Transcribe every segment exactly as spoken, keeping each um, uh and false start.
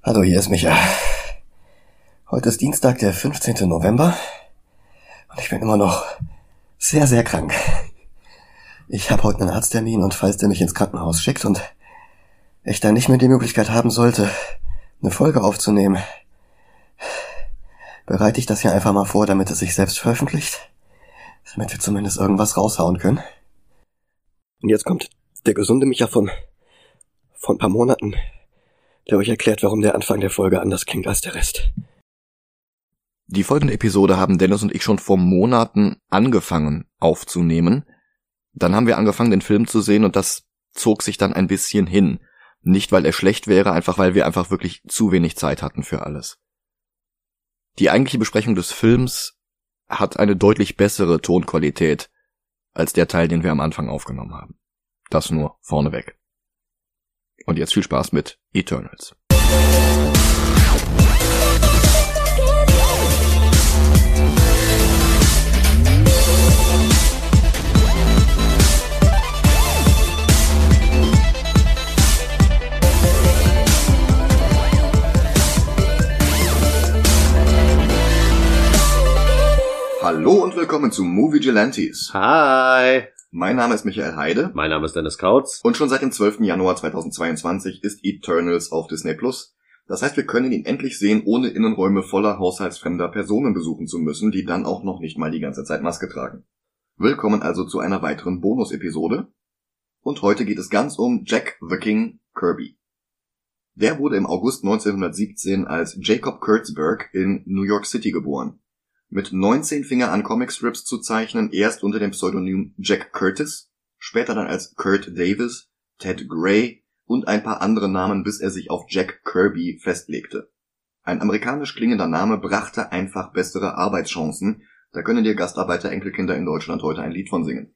Hallo, hier ist Micha. Heute ist Dienstag, der fünfzehnten November und ich bin immer noch sehr, sehr krank. Ich habe heute einen Arzttermin und falls der mich ins Krankenhaus schickt und ich dann nicht mehr die Möglichkeit haben sollte, eine Folge aufzunehmen, bereite ich das hier einfach mal vor, damit es sich selbst veröffentlicht, damit wir zumindest irgendwas raushauen können. Und jetzt kommt der gesunde Micha von, von ein paar Monaten, der euch erklärt, warum der Anfang der Folge anders klingt als der Rest. Die folgende Episode haben Dennis und ich schon vor Monaten angefangen aufzunehmen. Dann haben wir angefangen, den Film zu sehen und das zog sich dann ein bisschen hin. Nicht, weil er schlecht wäre, einfach weil wir einfach wirklich zu wenig Zeit hatten für alles. Die eigentliche Besprechung des Films hat eine deutlich bessere Tonqualität als der Teil, den wir am Anfang aufgenommen haben. Das nur vorneweg. Und jetzt viel Spaß mit Eternals. Hallo und willkommen zu Movie Gelantes. Hi. Mein Name ist Michael Heide. Mein Name ist Dennis Kautz. Und schon seit dem zwölften Januar zweitausendzweiundzwanzig ist Eternals auf Disney Plus. Das heißt, wir können ihn endlich sehen, ohne Innenräume voller haushaltsfremder Personen besuchen zu müssen, die dann auch noch nicht mal die ganze Zeit Maske tragen. Willkommen also zu einer weiteren Bonus-Episode. Und heute geht es ganz um Jack the King Kirby. Der wurde im August neunzehnhundertsiebzehn als Jacob Kurtzberg in New York City geboren. Mit neunzehn fing er an, Comicstrips zu zeichnen, erst unter dem Pseudonym Jack Curtis, später dann als Kurt Davis, Ted Gray und ein paar andere Namen, bis er sich auf Jack Kirby festlegte. Ein amerikanisch klingender Name brachte einfach bessere Arbeitschancen, da können dir Gastarbeiter-Enkelkinder in Deutschland heute ein Lied von singen.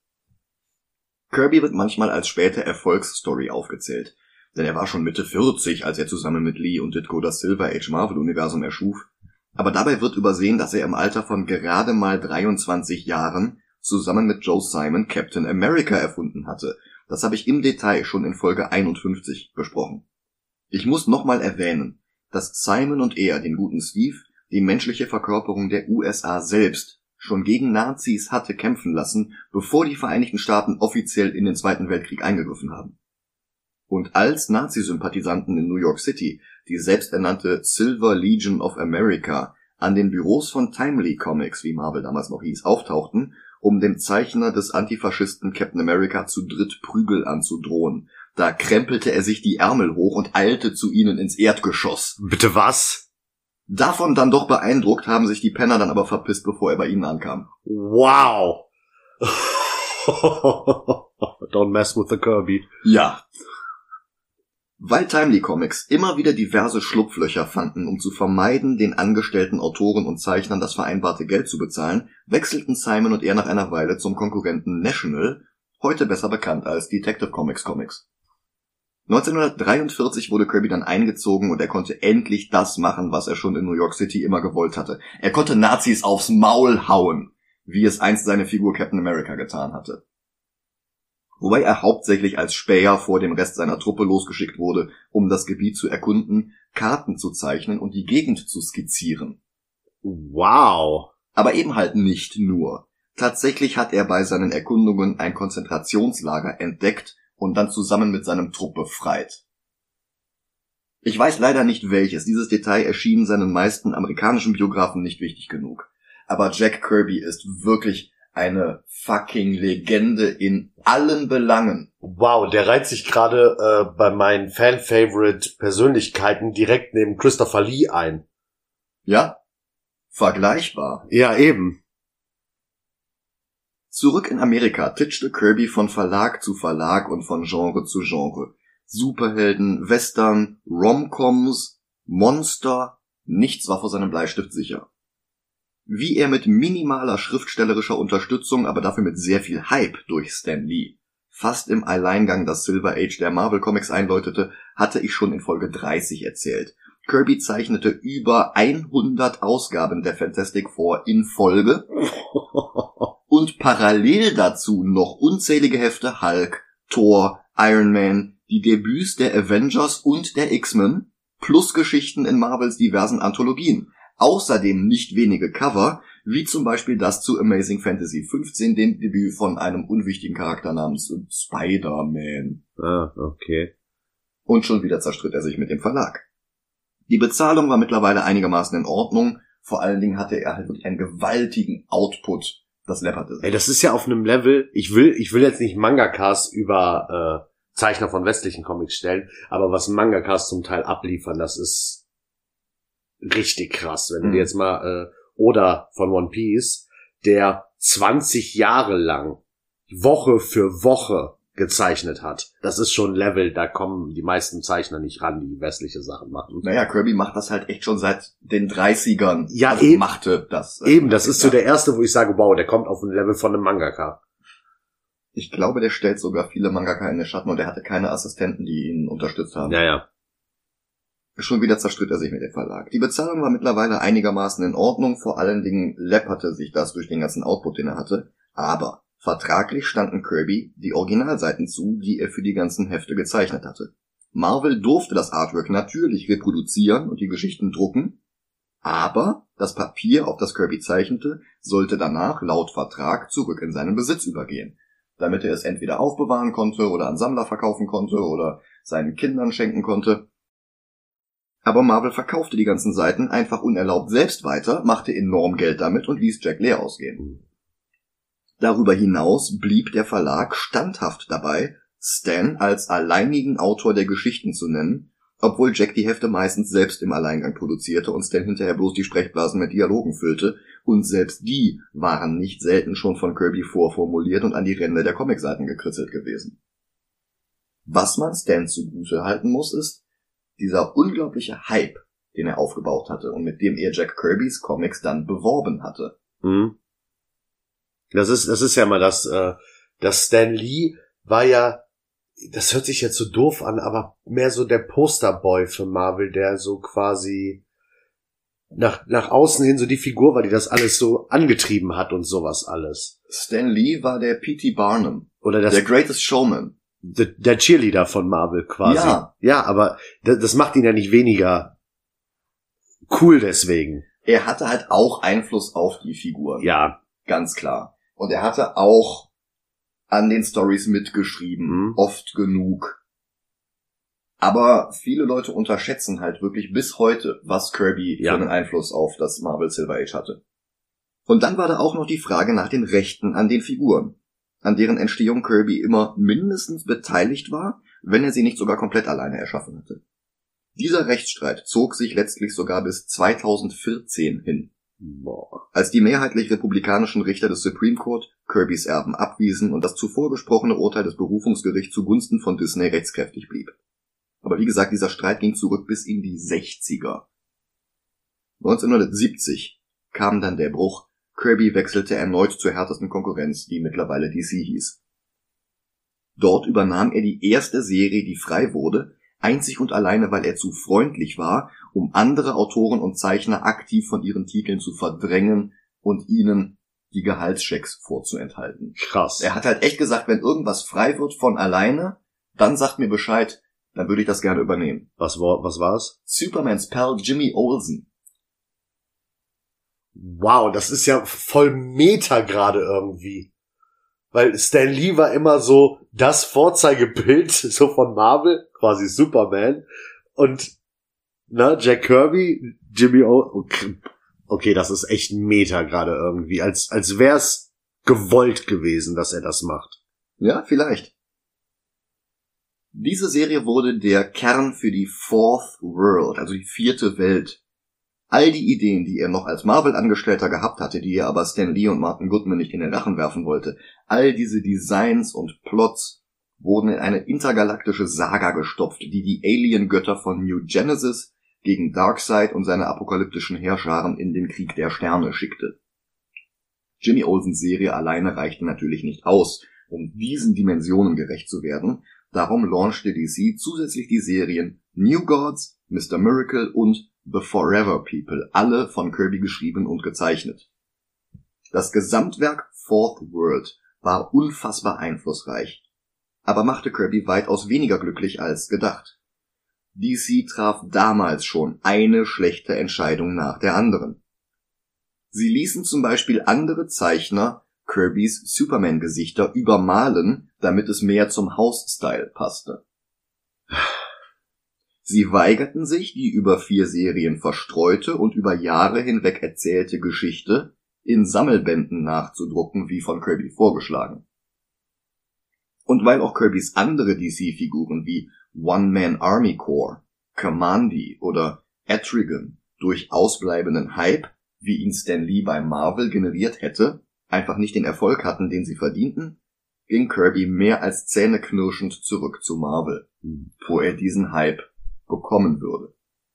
Kirby wird manchmal als späte Erfolgsstory aufgezählt, denn er war schon Mitte vierzig, als er zusammen mit Lee und Ditko das Silver Age Marvel-Universum erschuf. Aber dabei wird übersehen, dass er im Alter von gerade mal dreiundzwanzig Jahren zusammen mit Joe Simon Captain America erfunden hatte. Das habe ich im Detail schon in Folge einundfünfzig besprochen. Ich muss nochmal erwähnen, dass Simon und er, den guten Steve, die menschliche Verkörperung der U S A selbst schon gegen Nazis hatte kämpfen lassen, bevor die Vereinigten Staaten offiziell in den Zweiten Weltkrieg eingegriffen haben. Und als Nazi-Sympathisanten in New York City die selbsternannte Silver Legion of America an den Büros von Timely Comics, wie Marvel damals noch hieß, auftauchten, um dem Zeichner des Antifaschisten Captain America zu dritt Prügel anzudrohen. Da krempelte er sich die Ärmel hoch und eilte zu ihnen ins Erdgeschoss. Bitte was? Davon dann doch beeindruckt, haben sich die Penner dann aber verpisst, bevor er bei ihnen ankam. Wow. Don't mess with the Kirby. Ja. Weil Timely Comics immer wieder diverse Schlupflöcher fanden, um zu vermeiden, den angestellten Autoren und Zeichnern das vereinbarte Geld zu bezahlen, wechselten Simon und er nach einer Weile zum Konkurrenten National, heute besser bekannt als Detective Comics Comics. neunzehnhundertdreiundvierzig wurde Kirby dann eingezogen und er konnte endlich das machen, was er schon in New York City immer gewollt hatte. Er konnte Nazis aufs Maul hauen, wie es einst seine Figur Captain America getan hatte. Wobei er hauptsächlich als Späher vor dem Rest seiner Truppe losgeschickt wurde, um das Gebiet zu erkunden, Karten zu zeichnen und die Gegend zu skizzieren. Wow. Aber eben halt nicht nur. Tatsächlich hat er bei seinen Erkundungen ein Konzentrationslager entdeckt und dann zusammen mit seinem Trupp befreit. Ich weiß leider nicht welches, dieses Detail erschien seinen meisten amerikanischen Biografen nicht wichtig genug. Aber Jack Kirby ist wirklich eine fucking Legende in allen Belangen. Wow, der reiht sich gerade äh, bei meinen Fan-Favorite-Persönlichkeiten direkt neben Christopher Lee ein. Ja, vergleichbar. Ja, eben. Zurück in Amerika titschte Kirby von Verlag zu Verlag und von Genre zu Genre. Superhelden, Western, Rom-Coms, Monster, nichts war vor seinem Bleistift sicher. Wie er mit minimaler schriftstellerischer Unterstützung, aber dafür mit sehr viel Hype durch Stan Lee fast im Alleingang das Silver Age der Marvel Comics einläutete, hatte ich schon in Folge dreißig erzählt. Kirby zeichnete über hundert Ausgaben der Fantastic Four in Folge und parallel dazu noch unzählige Hefte Hulk, Thor, Iron Man, die Debüts der Avengers und der X-Men, plus Geschichten in Marvels diversen Anthologien. Außerdem nicht wenige Cover, wie zum Beispiel das zu Amazing Fantasy fünfzehn, dem Debüt von einem unwichtigen Charakter namens Spider-Man. Ah, okay. Und schon wieder zerstritt er sich mit dem Verlag. Die Bezahlung war mittlerweile einigermaßen in Ordnung, vor allen Dingen hatte er halt wirklich einen gewaltigen Output, das läpperte sich. Ey, das ist ja auf einem Level, ich will ich will jetzt nicht Mangakas über äh, Zeichner von westlichen Comics stellen, aber was Mangakas zum Teil abliefern, das ist richtig krass. Wenn Mhm. du dir jetzt mal äh, Oda von One Piece, der zwanzig Jahre lang Woche für Woche gezeichnet hat, das ist schon ein Level, da kommen die meisten Zeichner nicht ran, die westliche Sachen machen. Naja, Kirby macht das halt echt schon seit den dreißigern. Ja, also eben. machte das. Eben, das ist so Ja. der erste, wo ich sage, wow, der kommt auf ein Level von einem Mangaka. Ich glaube, der stellt sogar viele Mangaka in den Schatten und er hatte keine Assistenten, die ihn unterstützt haben. Ja, ja. Schon wieder zerstritt er sich mit dem Verlag. Die Bezahlung war mittlerweile einigermaßen in Ordnung, vor allen Dingen läpperte sich das durch den ganzen Output, den er hatte, aber vertraglich standen Kirby die Originalseiten zu, die er für die ganzen Hefte gezeichnet hatte. Marvel durfte das Artwork natürlich reproduzieren und die Geschichten drucken, aber das Papier, auf das Kirby zeichnete, sollte danach laut Vertrag zurück in seinen Besitz übergehen, damit er es entweder aufbewahren konnte oder an Sammler verkaufen konnte oder seinen Kindern schenken konnte. Aber Marvel verkaufte die ganzen Seiten einfach unerlaubt selbst weiter, machte enorm Geld damit und ließ Jack leer ausgehen. Darüber hinaus blieb der Verlag standhaft dabei, Stan als alleinigen Autor der Geschichten zu nennen, obwohl Jack die Hefte meistens selbst im Alleingang produzierte und Stan hinterher bloß die Sprechblasen mit Dialogen füllte, und selbst die waren nicht selten schon von Kirby vorformuliert und an die Ränder der Comicseiten gekritzelt gewesen. Was man Stan zugute halten muss, ist dieser unglaubliche Hype, den er aufgebaut hatte und mit dem er Jack Kirbys Comics dann beworben hatte. Hm. Das ist, das ist ja mal das, äh, das Stan Lee war ja, das hört sich jetzt so doof an, aber mehr so der Posterboy für Marvel, der so quasi nach, nach außen hin so die Figur war, die das alles so angetrieben hat und sowas alles. Stan Lee war der P T Barnum, Oder das, der Greatest Showman. der, der Cheerleader von Marvel quasi. Ja. Ja, aber das, das macht ihn ja nicht weniger cool deswegen. Er hatte halt auch Einfluss auf die Figuren. Ja. Ganz klar. Und er hatte auch an den Stories mitgeschrieben, Mhm. oft genug. Aber viele Leute unterschätzen halt wirklich bis heute, was Kirby Ja. für einen Einfluss auf das Marvel Silver Age hatte. Und dann war da auch noch die Frage nach den Rechten an den Figuren, an deren Entstehung Kirby immer mindestens beteiligt war, wenn er sie nicht sogar komplett alleine erschaffen hatte. Dieser Rechtsstreit zog sich letztlich sogar bis zweitausendvierzehn hin. Boah. Als die mehrheitlich republikanischen Richter des Supreme Court Kirbys Erben abwiesen und das zuvor besprochene Urteil des Berufungsgerichts zugunsten von Disney rechtskräftig blieb. Aber wie gesagt, dieser Streit ging zurück bis in die sechziger. neunzehnhundertsiebzig kam dann der Bruch. Kirby wechselte erneut zur härtesten Konkurrenz, die mittlerweile D C hieß. Dort übernahm er die erste Serie, die frei wurde, einzig und alleine, weil er zu freundlich war, um andere Autoren und Zeichner aktiv von ihren Titeln zu verdrängen und ihnen die Gehaltschecks vorzuenthalten. Krass. Er hat halt echt gesagt, wenn irgendwas frei wird von alleine, dann sagt mir Bescheid, dann würde ich das gerne übernehmen. Was war, was war's? Supermans Pal Jimmy Olsen. Wow, das ist ja voll Meta gerade irgendwie. Weil Stan Lee war immer so das Vorzeigebild so von Marvel, quasi Superman. Und na, Jack Kirby, Jimmy O. Okay, okay, das ist echt Meta gerade irgendwie. Als, als wär's gewollt gewesen, dass er das macht. Ja, vielleicht. Diese Serie wurde der Kern für die Fourth World, also die vierte Welt. All die Ideen, die er noch als Marvel-Angestellter gehabt hatte, die er aber Stan Lee und Martin Goodman nicht in den Rachen werfen wollte, all diese Designs und Plots wurden in eine intergalaktische Saga gestopft, die die Alien-Götter von New Genesis gegen Darkseid und seine apokalyptischen Heerscharen in den Krieg der Sterne schickte. Jimmy Olsens Serie alleine reichte natürlich nicht aus, um diesen Dimensionen gerecht zu werden. Darum launchte D C zusätzlich die Serien New Gods, Mister Miracle und The Forever People, alle von Kirby geschrieben und gezeichnet. Das Gesamtwerk Fourth World war unfassbar einflussreich, aber machte Kirby weitaus weniger glücklich als gedacht. D C traf damals schon eine schlechte Entscheidung nach der anderen. Sie ließen zum Beispiel andere Zeichner Kirbys Superman-Gesichter übermalen, damit es mehr zum House-Style passte. Sie weigerten sich, die über vier Serien verstreute und über Jahre hinweg erzählte Geschichte in Sammelbänden nachzudrucken, wie von Kirby vorgeschlagen. Und weil auch Kirbys andere D C-Figuren wie One-Man Army Corps, Kamandi oder Etrigan durch ausbleibenden Hype, wie ihn Stan Lee bei Marvel generiert hätte, einfach nicht den Erfolg hatten, den sie verdienten, ging Kirby mehr als zähneknirschend zurück zu Marvel, wo er diesen Hype bekommen würde.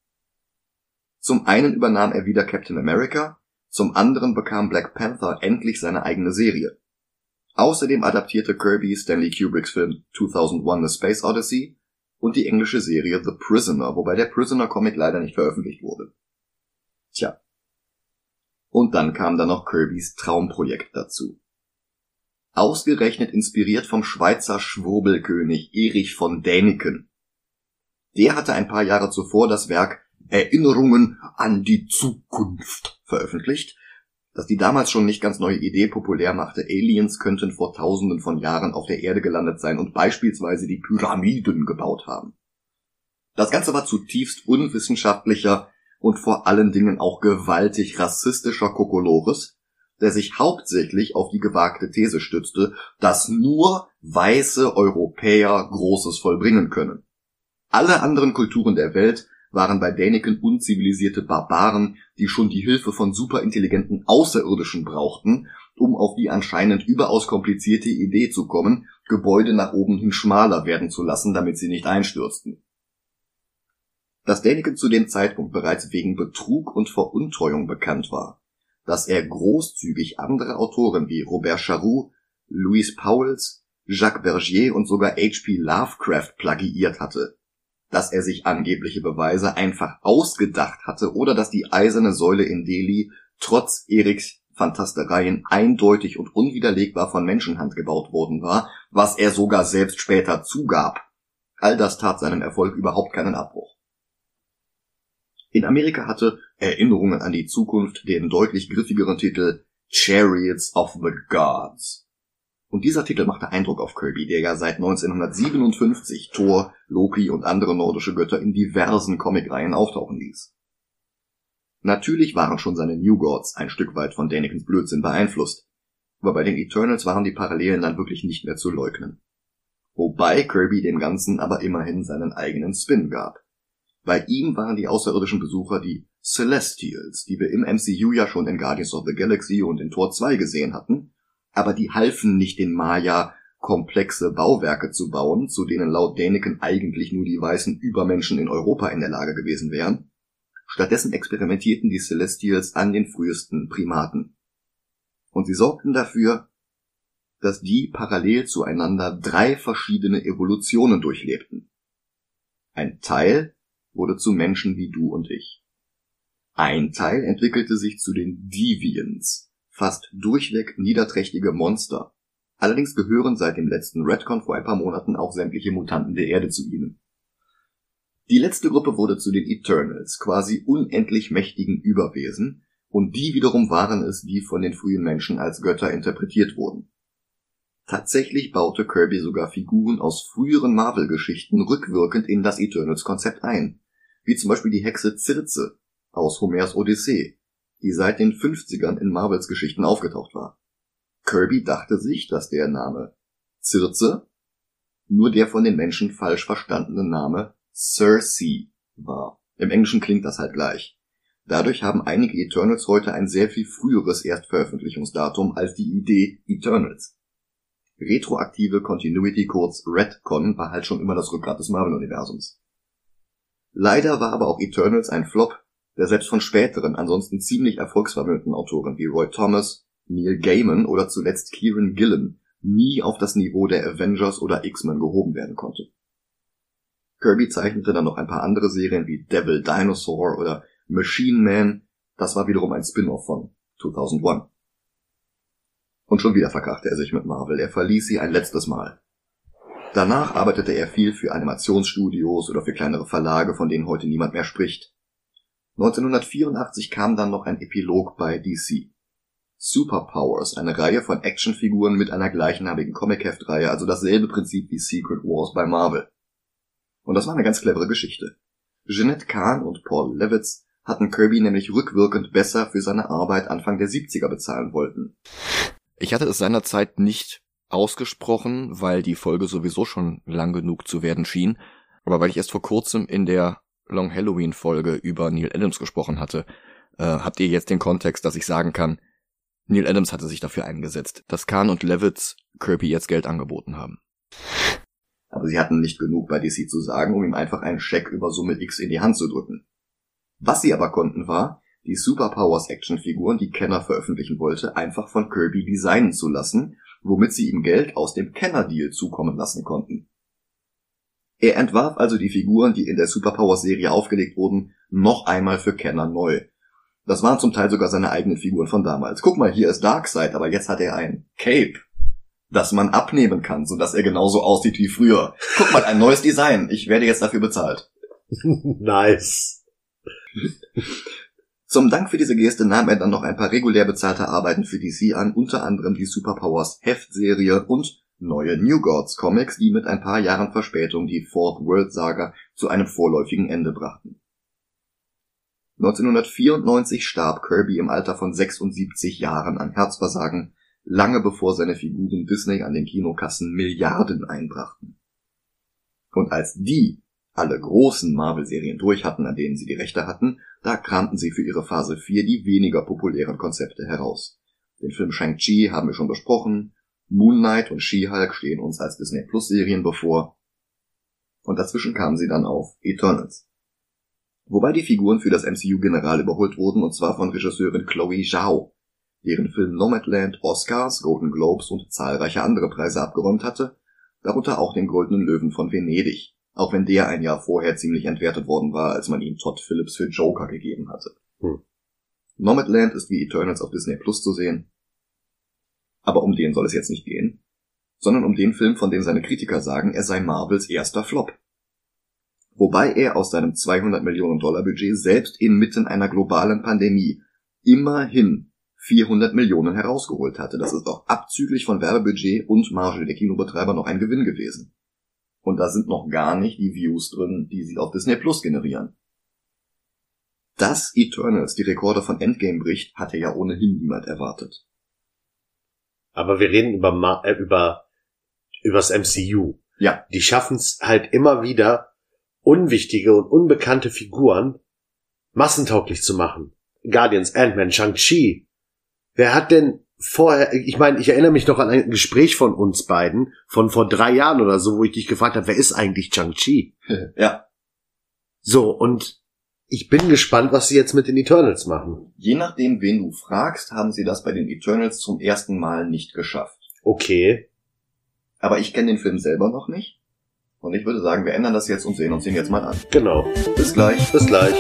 Zum einen übernahm er wieder Captain America, zum anderen bekam Black Panther endlich seine eigene Serie. Außerdem adaptierte Kirby Stanley Kubricks Film zweitausendeins A Space Odyssey und die englische Serie The Prisoner, wobei der Prisoner-Comic leider nicht veröffentlicht wurde. Tja. Und dann kam da noch Kirbys Traumprojekt dazu. Ausgerechnet inspiriert vom Schweizer Schwurbelkönig Erich von Däniken. Der hatte ein paar Jahre zuvor das Werk Erinnerungen an die Zukunft veröffentlicht, das die damals schon nicht ganz neue Idee populär machte, Aliens könnten vor tausenden von Jahren auf der Erde gelandet sein und beispielsweise die Pyramiden gebaut haben. Das Ganze war zutiefst unwissenschaftlicher und vor allen Dingen auch gewaltig rassistischer Kokolores, der sich hauptsächlich auf die gewagte These stützte, dass nur weiße Europäer Großes vollbringen können. Alle anderen Kulturen der Welt waren bei Däniken unzivilisierte Barbaren, die schon die Hilfe von superintelligenten Außerirdischen brauchten, um auf die anscheinend überaus komplizierte Idee zu kommen, Gebäude nach oben hin schmaler werden zu lassen, damit sie nicht einstürzten. Dass Däniken zu dem Zeitpunkt bereits wegen Betrug und Veruntreuung bekannt war, dass er großzügig andere Autoren wie Robert Charroux, Louis Pauwels, Jacques Bergier und sogar H P Lovecraft plagiiert hatte, dass er sich angebliche Beweise einfach ausgedacht hatte oder dass die eiserne Säule in Delhi trotz Eriks Fantastereien eindeutig und unwiderlegbar von Menschenhand gebaut worden war, was er sogar selbst später zugab. All das tat seinem Erfolg überhaupt keinen Abbruch. In Amerika hatte Erinnerungen an die Zukunft den deutlich griffigeren Titel Chariots of the Gods. Und dieser Titel machte Eindruck auf Kirby, der ja seit neunzehnhundertsiebenundfünfzig Thor, Loki und andere nordische Götter in diversen Comicreihen auftauchen ließ. Natürlich waren schon seine New Gods ein Stück weit von Dänikens Blödsinn beeinflusst, aber bei den Eternals waren die Parallelen dann wirklich nicht mehr zu leugnen. Wobei Kirby dem Ganzen aber immerhin seinen eigenen Spin gab. Bei ihm waren die außerirdischen Besucher die Celestials, die wir im M C U ja schon in Guardians of the Galaxy und in Thor zwei gesehen hatten, aber die halfen nicht den Maya, komplexe Bauwerke zu bauen, zu denen laut Däniken eigentlich nur die weißen Übermenschen in Europa in der Lage gewesen wären. Stattdessen experimentierten die Celestials an den frühesten Primaten. Und sie sorgten dafür, dass die parallel zueinander drei verschiedene Evolutionen durchlebten. Ein Teil wurde zu Menschen wie du und ich. Ein Teil entwickelte sich zu den Deviants, fast durchweg niederträchtige Monster. Allerdings gehören seit dem letzten Retcon vor ein paar Monaten auch sämtliche Mutanten der Erde zu ihnen. Die letzte Gruppe wurde zu den Eternals, quasi unendlich mächtigen Überwesen, und die wiederum waren es, die von den frühen Menschen als Götter interpretiert wurden. Tatsächlich baute Kirby sogar Figuren aus früheren Marvel-Geschichten rückwirkend in das Eternals-Konzept ein, wie zum Beispiel die Hexe Circe aus Homers Odyssee, die seit den fünfzigern in Marvels Geschichten aufgetaucht war. Kirby dachte sich, dass der Name Circe nur der von den Menschen falsch verstandene Name Circe war. Im Englischen klingt das halt gleich. Dadurch haben einige Eternals heute ein sehr viel früheres Erstveröffentlichungsdatum als die Idee Eternals. Retroaktive Continuity, kurz Retcon, war halt schon immer das Rückgrat des Marvel-Universums. Leider war aber auch Eternals ein Flop, der selbst von späteren, ansonsten ziemlich erfolgsverwöhnten Autoren wie Roy Thomas, Neil Gaiman oder zuletzt Kieran Gillen nie auf das Niveau der Avengers oder X-Men gehoben werden konnte. Kirby zeichnete dann noch ein paar andere Serien wie Devil Dinosaur oder Machine Man, das war wiederum ein Spin-off von zweitausendeins. Und schon wieder verkrachte er sich mit Marvel, er verließ sie ein letztes Mal. Danach arbeitete er viel für Animationsstudios oder für kleinere Verlage, von denen heute niemand mehr spricht. neunzehnhundertvierundachtzig kam dann noch ein Epilog bei D C. Superpowers, eine Reihe von Actionfiguren mit einer gleichnamigen Comic-Heftreihe, also dasselbe Prinzip wie Secret Wars bei Marvel. Und das war eine ganz clevere Geschichte. Jeanette Kahn und Paul Levitz hatten Kirby nämlich rückwirkend besser für seine Arbeit Anfang der siebziger bezahlen wollten. Ich hatte es seinerzeit nicht ausgesprochen, weil die Folge sowieso schon lang genug zu werden schien, aber weil ich erst vor kurzem in der Long Halloween Folge über Neil Adams gesprochen hatte, äh, habt ihr jetzt den Kontext, dass ich sagen kann, Neil Adams hatte sich dafür eingesetzt, dass Kahn und Levitz Kirby jetzt Geld angeboten haben. Aber sie hatten nicht genug bei D C zu sagen, um ihm einfach einen Scheck über Summe X in die Hand zu drücken. Was sie aber konnten war, die Superpowers Actionfiguren, die Kenner veröffentlichen wollte, einfach von Kirby designen zu lassen, womit sie ihm Geld aus dem Kenner-Deal zukommen lassen konnten. Er entwarf also die Figuren, die in der Superpowers-Serie aufgelegt wurden, noch einmal für Kenner neu. Das waren zum Teil sogar seine eigenen Figuren von damals. Guck mal, hier ist Darkseid, aber jetzt hat er ein Cape, das man abnehmen kann, sodass er genauso aussieht wie früher. Guck mal, ein neues Design. Ich werde jetzt dafür bezahlt. Nice. Zum Dank für diese Geste nahm er dann noch ein paar regulär bezahlte Arbeiten für D C an, unter anderem die Superpowers Heftserie und neue New Gods Comics, die mit ein paar Jahren Verspätung die Fourth World Saga zu einem vorläufigen Ende brachten. neunzehnhundertvierundneunzig starb Kirby im Alter von sechsundsiebzig Jahren an Herzversagen, lange bevor seine Figuren Disney an den Kinokassen Milliarden einbrachten. Und als die alle großen Marvel-Serien durch hatten, an denen sie die Rechte hatten, da kramten sie für ihre Phase vier die weniger populären Konzepte heraus. Den Film Shang-Chi haben wir schon besprochen, Moon Knight und She-Hulk stehen uns als Disney-Plus-Serien bevor, und dazwischen kamen sie dann auf Eternals. Wobei die Figuren für das M C U general überholt wurden, und zwar von Regisseurin Chloe Zhao, deren Film Nomadland Oscars, Golden Globes und zahlreiche andere Preise abgeräumt hatte, darunter auch den Goldenen Löwen von Venedig, auch wenn der ein Jahr vorher ziemlich entwertet worden war, als man ihm Todd Phillips für Joker gegeben hatte. Hm. Nomadland ist wie Eternals auf Disney Plus zu sehen, aber um den soll es jetzt nicht gehen, sondern um den Film, von dem seine Kritiker sagen, er sei Marvels erster Flop. Wobei er aus seinem zweihundert Millionen Dollar Budget selbst inmitten einer globalen Pandemie immerhin vierhundert Millionen herausgeholt hatte. Das ist auch abzüglich von Werbebudget und Marge der Kinobetreiber noch ein Gewinn gewesen. Und da sind noch gar nicht die Views drin, die sie auf Disney Plus generieren. Dass Eternals die Rekorde von Endgame bricht, hatte ja ohnehin niemand erwartet. Aber wir reden über Ma- äh, über übers M C U. Ja. Die schaffen es halt immer wieder, unwichtige und unbekannte Figuren massentauglich zu machen. Guardians, Ant-Man, Shang-Chi. Wer hat denn vorher, ich meine, ich erinnere mich noch an ein Gespräch von uns beiden, von vor drei Jahren oder so, wo ich dich gefragt habe, wer ist eigentlich Shang-Chi? Ja. So, und ich bin gespannt, was sie jetzt mit den Eternals machen. Je nachdem, wen du fragst, haben sie das bei den Eternals zum ersten Mal nicht geschafft. Okay. Aber ich kenne den Film selber noch nicht. Und ich würde sagen, wir ändern das jetzt und sehen uns den jetzt mal an. Genau. Bis gleich. Bis gleich.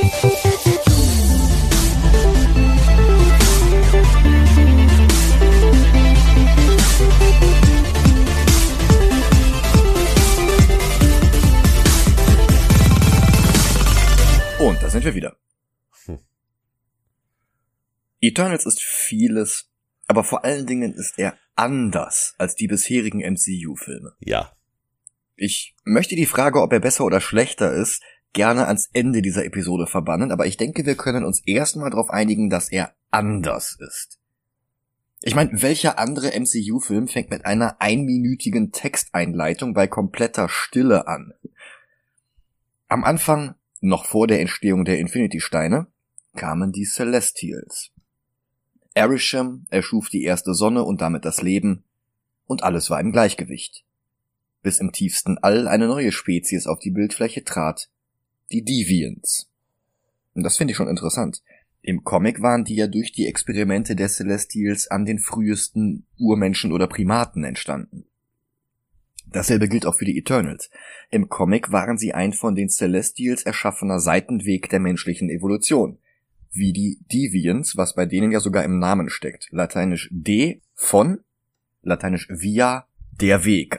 Und da sind wir wieder. Hm. Eternals ist vieles, aber vor allen Dingen ist er anders als die bisherigen M C U-Filme. Ja. Ich möchte die Frage, ob er besser oder schlechter ist, gerne ans Ende dieser Episode verbannen, aber ich denke, wir können uns erstmal darauf einigen, dass er anders ist. Ich meine, welcher andere M C U-Film fängt mit einer einminütigen Texteinleitung bei kompletter Stille an? Am Anfang, noch vor der Entstehung der Infinity-Steine, kamen die Celestials. Arishem erschuf die erste Sonne und damit das Leben, und alles war im Gleichgewicht. Bis im tiefsten All eine neue Spezies auf die Bildfläche trat, die Deviants. Und das finde ich schon interessant. Im Comic waren die ja durch die Experimente der Celestials an den frühesten Urmenschen oder Primaten entstanden. Dasselbe gilt auch für die Eternals. Im Comic waren sie ein von den Celestials erschaffener Seitenweg der menschlichen Evolution. Wie die Deviants, was bei denen ja sogar im Namen steckt. Lateinisch de, von, lateinisch via, der Weg, also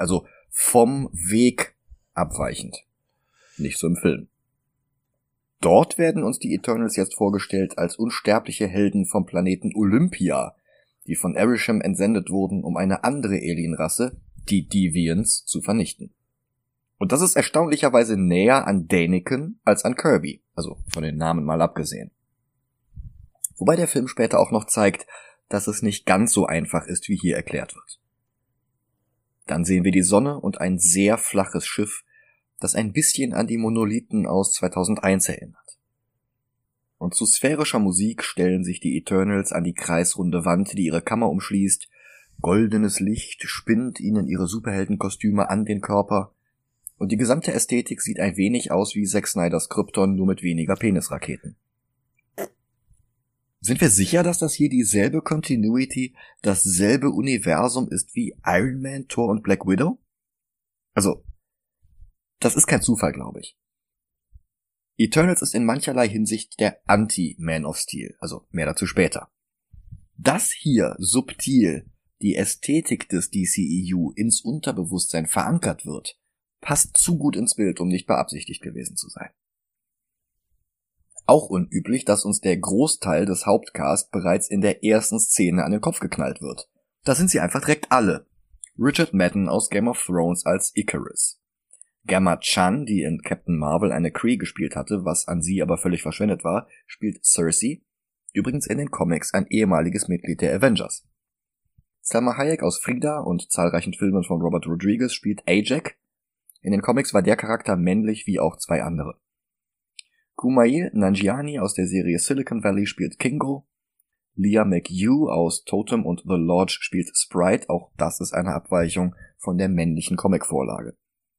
vom Weg abweichend. Nicht so im Film. Dort werden uns die Eternals jetzt vorgestellt als unsterbliche Helden vom Planeten Olympia, die von Arishem entsendet wurden, um eine andere Alienrasse, die Deviants, zu vernichten. Und das ist erstaunlicherweise näher an Däniken als an Kirby, also von den Namen mal abgesehen. Wobei der Film später auch noch zeigt, dass es nicht ganz so einfach ist, wie hier erklärt wird. Dann sehen wir die Sonne und ein sehr flaches Schiff, das ein bisschen an die Monolithen aus zweitausendeins erinnert. Und zu sphärischer Musik stellen sich die Eternals an die kreisrunde Wand, die ihre Kammer umschließt. Goldenes Licht spinnt ihnen ihre Superheldenkostüme an den Körper. Und die gesamte Ästhetik sieht ein wenig aus wie Zack Snyders Krypton, nur mit weniger Penisraketen. Sind wir sicher, dass das hier dieselbe Continuity, dasselbe Universum ist wie Iron Man, Thor und Black Widow? Also, das ist kein Zufall, glaube ich. Eternals ist in mancherlei Hinsicht der Anti-Man of Steel, also mehr dazu später. Dass hier subtil die Ästhetik des D C E U ins Unterbewusstsein verankert wird, passt zu gut ins Bild, um nicht beabsichtigt gewesen zu sein. Auch unüblich, dass uns der Großteil des Hauptcast bereits in der ersten Szene an den Kopf geknallt wird. Da sind sie einfach direkt alle. Richard Madden aus Game of Thrones als Icarus. Gemma Chan, die in Captain Marvel eine Kree gespielt hatte, was an sie aber völlig verschwendet war, spielt Cersei, übrigens in den Comics ein ehemaliges Mitglied der Avengers. Salma Hayek aus Frida und zahlreichen Filmen von Robert Rodriguez spielt Ajak. In den Comics war der Charakter männlich wie auch zwei andere. Kumail Nanjiani aus der Serie Silicon Valley spielt Kingo. Leah McHugh aus Totem und The Lodge spielt Sprite, auch das ist eine Abweichung von der männlichen Comicvorlage.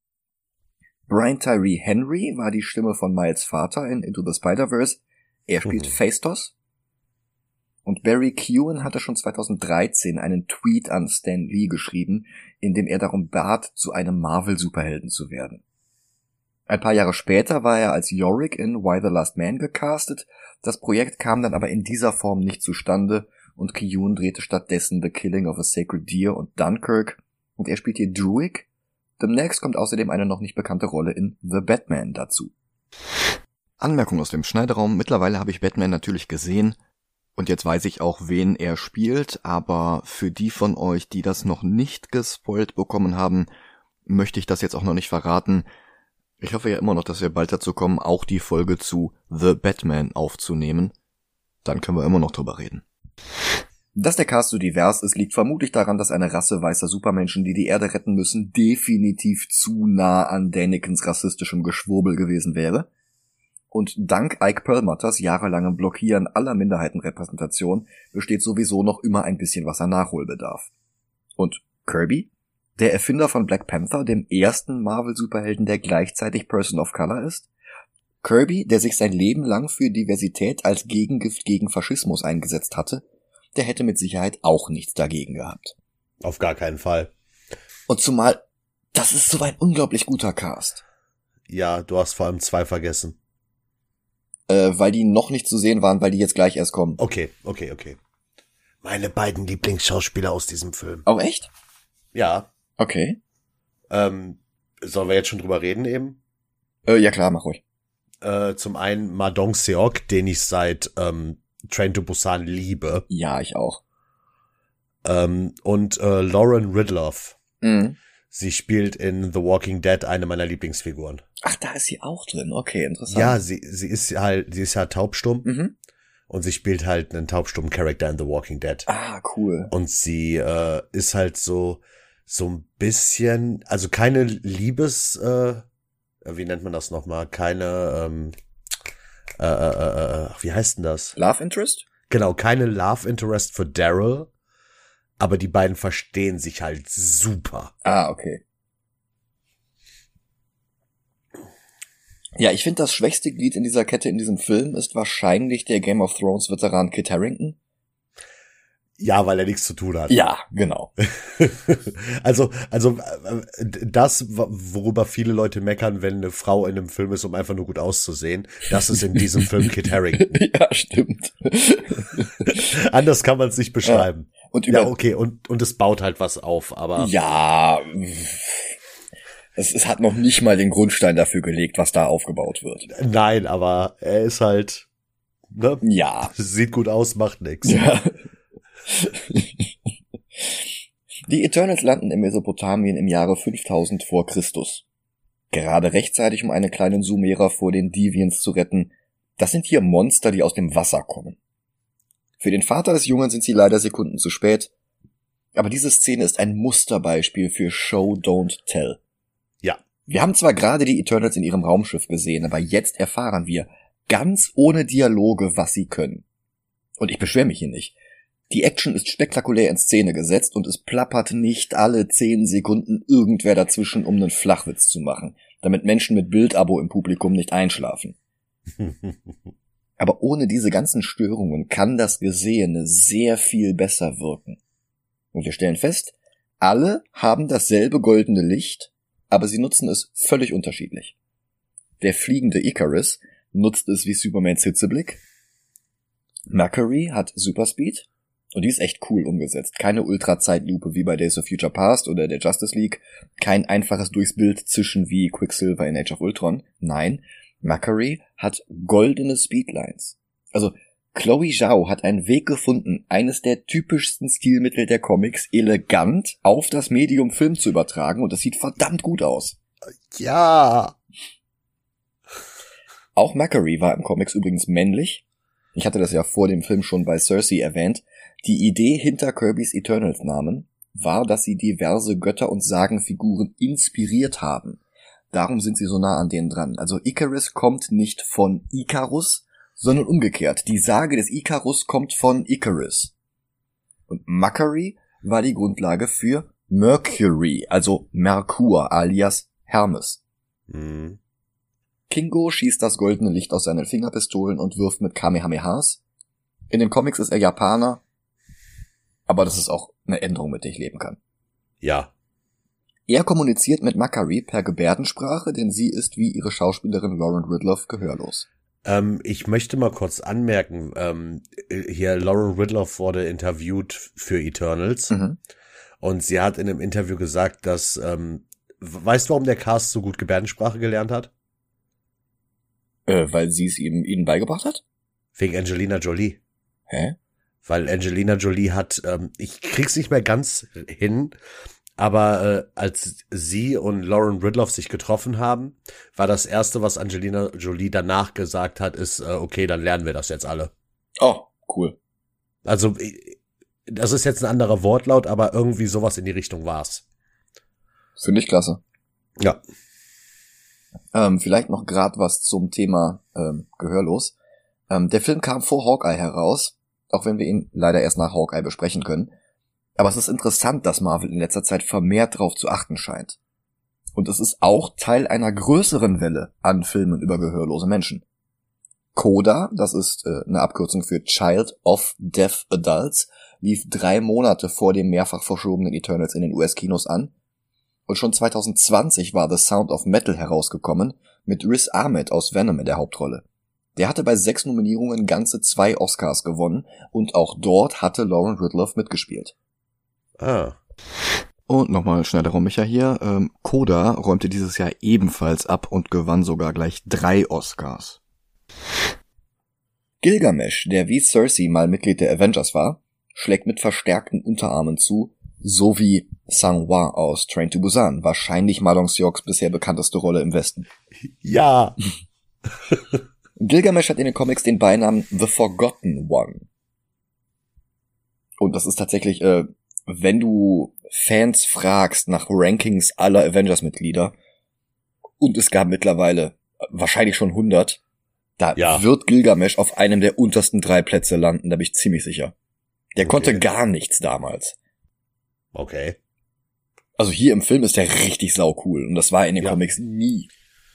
Brian Tyree Henry war die Stimme von Miles Vater in Into the Spider-Verse. Er spielt mhm. Phastos. Und Barry Keoghan hatte schon zweitausenddreizehn einen Tweet an Stan Lee geschrieben, in dem er darum bat, zu einem Marvel-Superhelden zu werden. Ein paar Jahre später war er als Yorick in Why the Last Man gecastet. Das Projekt kam dann aber in dieser Form nicht zustande und Keoghan drehte stattdessen The Killing of a Sacred Deer und Dunkirk. Und er spielt hier Druig. Demnächst kommt außerdem eine noch nicht bekannte Rolle in The Batman dazu. Anmerkung aus dem Schneideraum. Mittlerweile habe ich Batman natürlich gesehen und jetzt weiß ich auch, wen er spielt, aber für die von euch, die das noch nicht gespoilt bekommen haben, möchte ich das jetzt auch noch nicht verraten. Ich hoffe ja immer noch, dass wir bald dazu kommen, auch die Folge zu The Batman aufzunehmen. Dann können wir immer noch drüber reden. Dass der Cast so divers ist, liegt vermutlich daran, dass eine Rasse weißer Supermenschen, die die Erde retten müssen, definitiv zu nah an Dänikens rassistischem Geschwurbel gewesen wäre. Und dank Ike Perlmutters jahrelangem Blockieren aller Minderheitenrepräsentation besteht sowieso noch immer ein bisschen was an Nachholbedarf. Und Kirby? Der Erfinder von Black Panther, dem ersten Marvel-Superhelden, der gleichzeitig Person of Color ist? Kirby, der sich sein Leben lang für Diversität als Gegengift gegen Faschismus eingesetzt hatte, der hätte mit Sicherheit auch nichts dagegen gehabt. Auf gar keinen Fall. Und zumal, das ist so ein unglaublich guter Cast. Ja, du hast vor allem zwei vergessen. Äh, weil die noch nicht zu sehen waren, weil die jetzt gleich erst kommen. Okay, okay, okay. Meine beiden Lieblingsschauspieler aus diesem Film. Auch echt? Ja. Okay. Ähm, sollen wir jetzt schon drüber reden eben? Äh, ja klar, mach ruhig. Äh, zum einen Ma Dong-seok, den ich seit ähm, Train to Busan liebe. Ja, ich auch. Ähm, und äh, Lauren Ridloff. Mhm. Sie spielt in The Walking Dead eine meiner Lieblingsfiguren. Ach, da ist sie auch drin. Okay, interessant. Ja, sie sie ist halt sie ist halt taubstumm. Mhm. Und sie spielt halt einen taubstummen Charakter in The Walking Dead. Ah, cool. Und sie äh, ist halt so so ein bisschen, also keine Liebes, äh, wie nennt man das nochmal? Keine, ähm, äh, äh, äh, wie heißt denn das? Love Interest? Genau, keine Love Interest für Daryl, aber die beiden verstehen sich halt super. Ah, okay. Ja, ich finde, das schwächste Glied in dieser Kette in diesem Film ist wahrscheinlich der Game of Thrones Veteran Kit Harington. Ja, weil er nichts zu tun hat. Ja, genau. also, also das, worüber viele Leute meckern, wenn eine Frau in einem Film ist, um einfach nur gut auszusehen, das ist in diesem Film Kit Harington. Ja, stimmt. Anders kann man es nicht beschreiben. Ja, und über ja, okay, und und es baut halt was auf, aber ja, Es, es hat noch nicht mal den Grundstein dafür gelegt, was da aufgebaut wird. Nein, aber er ist halt, ne? Ja. Sieht gut aus, macht nix. Ja. Die Eternals landen in Mesopotamien im Jahre fünftausend vor Christus. Gerade rechtzeitig, um einen kleinen Sumerer vor den Deviants zu retten. Das sind hier Monster, die aus dem Wasser kommen. Für den Vater des Jungen sind sie leider Sekunden zu spät. Aber diese Szene ist ein Musterbeispiel für Show, Don't Tell. Ja. Wir haben zwar gerade die Eternals in ihrem Raumschiff gesehen, aber jetzt erfahren wir, ganz ohne Dialoge, was sie können. Und ich beschwere mich hier nicht. Die Action ist spektakulär in Szene gesetzt und es plappert nicht alle zehn Sekunden irgendwer dazwischen, um einen Flachwitz zu machen, damit Menschen mit Bildabo im Publikum nicht einschlafen. Aber ohne diese ganzen Störungen kann das Gesehene sehr viel besser wirken. Und wir stellen fest, alle haben dasselbe goldene Licht, aber sie nutzen es völlig unterschiedlich. Der fliegende Icarus nutzt es wie Supermans Hitzeblick. Mercury hat Superspeed. Und die ist echt cool umgesetzt. Keine Ultra-Zeitlupe wie bei Days of Future Past oder der Justice League. Kein einfaches durchs Bild zischen wie Quicksilver in Age of Ultron. Nein, Mercury hat goldene Speedlines. Also Chloe Zhao hat einen Weg gefunden, eines der typischsten Stilmittel der Comics elegant auf das Medium Film zu übertragen. Und das sieht verdammt gut aus. Ja. Auch Mercury war im Comics übrigens männlich. Ich hatte das ja vor dem Film schon bei Cersei erwähnt. Die Idee hinter Kirbys Eternals-Namen war, dass sie diverse Götter und Sagenfiguren inspiriert haben. Darum sind sie so nah an denen dran. Also Icarus kommt nicht von Icarus, sondern umgekehrt. Die Sage des Icarus kommt von Icarus. Und Mercury war die Grundlage für Mercury, also Merkur alias Hermes. Mhm. Kingo schießt das goldene Licht aus seinen Fingerpistolen und wirft mit Kamehamehas. In den Comics ist er Japaner, aber das ist auch eine Änderung, mit der ich leben kann. Ja. Er kommuniziert mit Mercury per Gebärdensprache, denn sie ist wie ihre Schauspielerin Lauren Ridloff gehörlos. Ähm, ich möchte mal kurz anmerken, ähm, hier Lauren Ridloff wurde interviewt für Eternals Mhm. und sie hat in einem Interview gesagt, dass, ähm, weißt du, warum der Cast so gut Gebärdensprache gelernt hat? Äh, weil sie es ihm, ihnen beigebracht hat? Wegen Angelina Jolie. Hä? Weil Angelina Jolie hat, ähm, ich krieg's nicht mehr ganz hin, aber äh, als sie und Lauren Ridloff sich getroffen haben, war das Erste, was Angelina Jolie danach gesagt hat, ist, äh, okay, dann lernen wir das jetzt alle. Oh, cool. Also, das ist jetzt ein anderer Wortlaut, aber irgendwie sowas in die Richtung war's. Finde ich klasse. Ja. Ähm, vielleicht noch grad was zum Thema ähm, Gehörlos. Ähm, der Film kam vor Hawkeye heraus, auch wenn wir ihn leider erst nach Hawkeye besprechen können. Aber es ist interessant, dass Marvel in letzter Zeit vermehrt darauf zu achten scheint. Und es ist auch Teil einer größeren Welle an Filmen über gehörlose Menschen. CODA, das ist äh, eine Abkürzung für Child of Deaf Adults, lief drei Monate vor dem mehrfach verschobenen Eternals in den U S-Kinos an. Und schon zwanzig zwanzig war The Sound of Metal herausgekommen, mit Riz Ahmed aus Venom in der Hauptrolle. Der hatte bei sechs Nominierungen ganze zwei Oscars gewonnen und auch dort hatte Lauren Ridloff mitgespielt. Ah. Und nochmal schneller rum, Micha hier. Ähm, CODA räumte dieses Jahr ebenfalls ab und gewann sogar gleich drei Oscars. Gilgamesh, der wie Cersei mal Mitglied der Avengers war, schlägt mit verstärkten Unterarmen zu, so wie Sang-Hwa aus Train to Busan, wahrscheinlich Ma Dong-seoks bisher bekannteste Rolle im Westen. Ja. Gilgamesh hat in den Comics den Beinamen The Forgotten One. Und das ist tatsächlich, äh, wenn du Fans fragst nach Rankings aller Avengers-Mitglieder, und es gab mittlerweile wahrscheinlich schon hundert, da Ja. wird Gilgamesh auf einem der untersten drei Plätze landen, da bin ich ziemlich sicher. Der Okay. konnte gar nichts damals. Okay. Also hier im Film ist der richtig saucool, und das war in den Ja. Comics nie.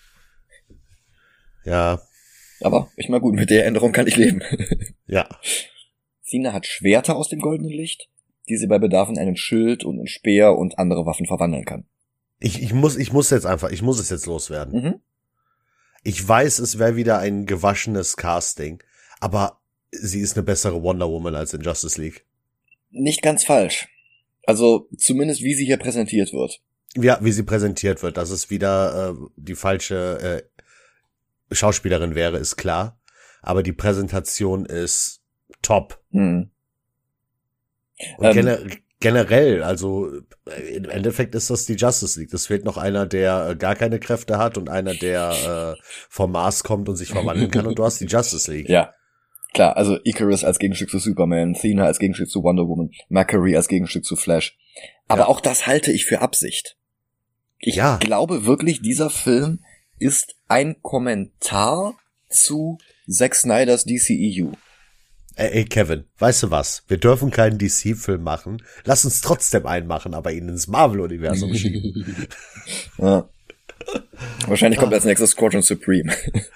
Ja. Aber ich meine gut, mit der Änderung kann ich leben. Ja. Cena hat Schwerter aus dem goldenen Licht, die sie bei Bedarf in einen Schild und einen Speer und andere Waffen verwandeln kann. Ich, ich muss, ich muss jetzt einfach, ich muss es jetzt loswerden. Mhm. Ich weiß, es wäre wieder ein gewaschenes Casting, aber sie ist eine bessere Wonder Woman als in Justice League. Nicht ganz falsch. Also zumindest wie sie hier präsentiert wird. Ja, wie sie präsentiert wird, dass es wieder äh, die falsche äh, Schauspielerin wäre, ist klar. Aber die Präsentation ist top. Mhm. Und Ähm, gener- generell, also äh, im Endeffekt ist das die Justice League. Es fehlt noch einer, der äh, gar keine Kräfte hat und einer, der äh, vom Mars kommt und sich verwandeln kann. Und du hast die Justice League. Ja, klar, also Icarus als Gegenstück zu Superman, Athena als Gegenstück zu Wonder Woman, Mercury als Gegenstück zu Flash. Aber Ja. auch das halte ich für Absicht. Ich Ja. glaube wirklich, dieser Film ist ein Kommentar zu Zack Snyders D C E U. Ey, ey, Kevin, weißt du was? Wir dürfen keinen D C-Film machen. Lass uns trotzdem einen machen, aber ihn ins Marvel-Universum schieben. Ja. Wahrscheinlich kommt als nächstes Squadron Supreme.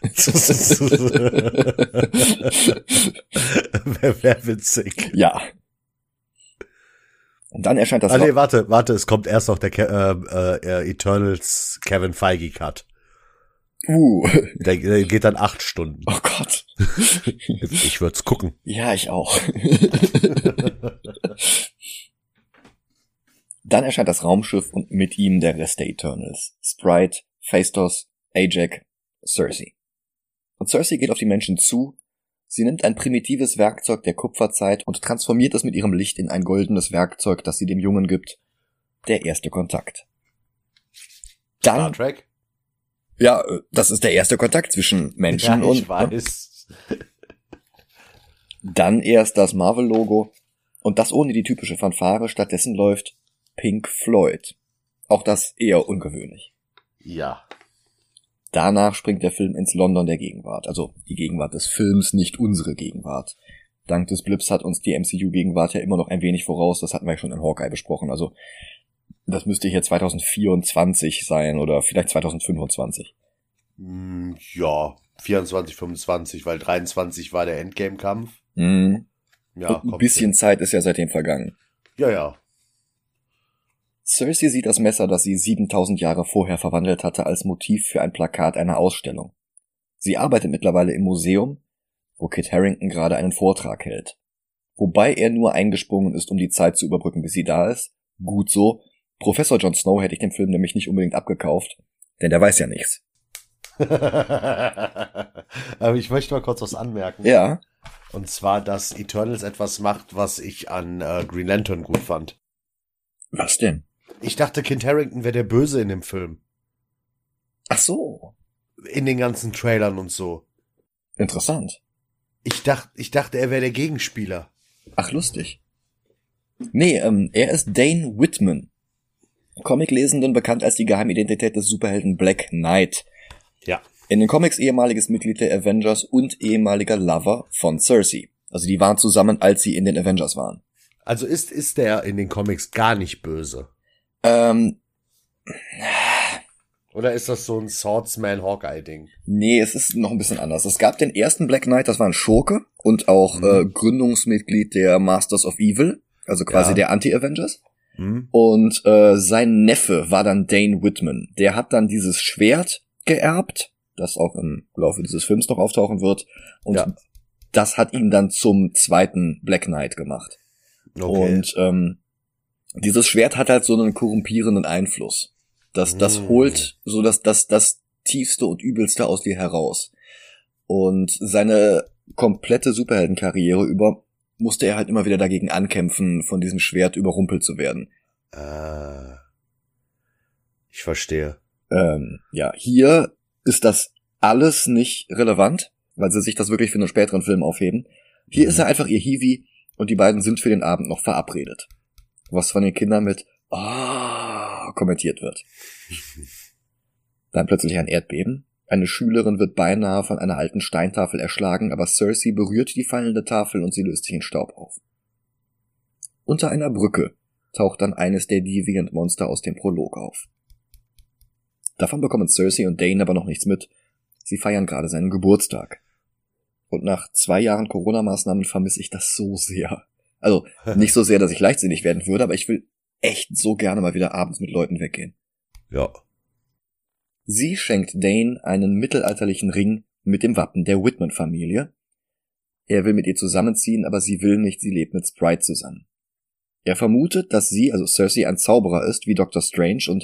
Wäre wär witzig. Ja. Und dann erscheint das... Ah, nee, warte, warte, es kommt erst noch der Ke äh, äh, Eternals Kevin Feige Cut. Uh. Der, der geht dann acht Stunden. Oh Gott. Ich würd's gucken. Ja, ich auch. Dann erscheint das Raumschiff und mit ihm der Rest der Eternals. Sprite, Phastos, Ajax, Cersei. Und Cersei geht auf die Menschen zu. Sie nimmt ein primitives Werkzeug der Kupferzeit und transformiert es mit ihrem Licht in ein goldenes Werkzeug, das sie dem Jungen gibt. Der erste Kontakt. Dann, Star Trek? ja, das ist der erste Kontakt zwischen Menschen Ja, und... ich weiß. Dann erst das Marvel-Logo und das ohne die typische Fanfare, stattdessen läuft Pink Floyd. Auch das eher ungewöhnlich. Ja. Danach springt der Film ins London der Gegenwart, also die Gegenwart des Films, nicht unsere Gegenwart. Dank des Blips hat uns die M C U-Gegenwart ja immer noch ein wenig voraus, das hatten wir ja schon in Hawkeye besprochen, also das müsste hier zwanzig vierundzwanzig sein oder vielleicht zwanzig fünfundzwanzig. Hm, ja, vierundzwanzig, fünfundzwanzig, weil dreiundzwanzig war der Endgame-Kampf. Mhm. Ja, Und ein kommt bisschen hin. Zeit ist ja seitdem vergangen. Ja, ja. Cersei sieht das Messer, das sie siebentausend Jahre vorher verwandelt hatte, als Motiv für ein Plakat einer Ausstellung. Sie arbeitet mittlerweile im Museum, wo Kit Harington gerade einen Vortrag hält. Wobei er nur eingesprungen ist, um die Zeit zu überbrücken, bis sie da ist. Gut so. Professor Jon Snow hätte ich dem Film nämlich nicht unbedingt abgekauft, denn der weiß ja nichts. Aber ich möchte mal kurz was anmerken. Ja. Und zwar, dass Eternals etwas macht, was ich an äh, Green Lantern gut fand. Was denn? Ich dachte, Kit Harington wäre der Böse in dem Film. Ach so. In den ganzen Trailern und so. Interessant. Ich dachte, ich dachte, er wäre der Gegenspieler. Ach, lustig. Nee, ähm, er ist Dane Whitman. Comiclesenden bekannt als die Geheimidentität des Superhelden Black Knight. Ja. In den Comics ehemaliges Mitglied der Avengers und ehemaliger Lover von Cersei. Also die waren zusammen, als sie in den Avengers waren. Also ist, ist der in den Comics gar nicht böse? Ähm, Oder ist das so ein Swordsman-Hawkeye-Ding? nee, es ist noch ein bisschen anders. Es gab den ersten Black Knight, das war ein Schurke und auch Mhm. äh, Gründungsmitglied der Masters of Evil, also quasi Ja. der Anti-Avengers. Hm? Und äh, sein Neffe war dann Dane Whitman. Der hat dann dieses Schwert geerbt, das auch im Laufe dieses Films noch auftauchen wird. Und Ja. das hat ihn dann zum zweiten Black Knight gemacht. Okay. Und ähm, dieses Schwert hat halt so einen korrumpierenden Einfluss. Das, das Mm. holt so das, das, das Tiefste und Übelste aus dir heraus. Und seine komplette Superheldenkarriere über musste er halt immer wieder dagegen ankämpfen, von diesem Schwert überrumpelt zu werden. äh, ich verstehe. Ähm, ja, hier ist das alles nicht relevant, weil sie sich das wirklich für einen späteren Film aufheben. Hier Mhm. ist er einfach ihr Hiwi und die beiden sind für den Abend noch verabredet. Was von den Kindern mit ah kommentiert wird. Dann plötzlich ein Erdbeben. Eine Schülerin wird beinahe von einer alten Steintafel erschlagen, aber Cersei berührt die fallende Tafel und sie löst sich in Staub auf. Unter einer Brücke taucht dann eines der Deviant-Monster aus dem Prolog auf. Davon bekommen Cersei und Dane aber noch nichts mit. Sie feiern gerade seinen Geburtstag. Und nach zwei Jahren Corona-Maßnahmen vermisse ich das so sehr. Also nicht so sehr, dass ich leichtsinnig werden würde, aber ich will echt so gerne mal wieder abends mit Leuten weggehen. Ja. Sie schenkt Dane einen mittelalterlichen Ring mit dem Wappen der Whitman-Familie. Er will mit ihr zusammenziehen, aber sie will nicht, sie lebt mit Sprite zusammen. Er vermutet, dass sie, also Cersei, ein Zauberer ist, wie Doktor Strange, und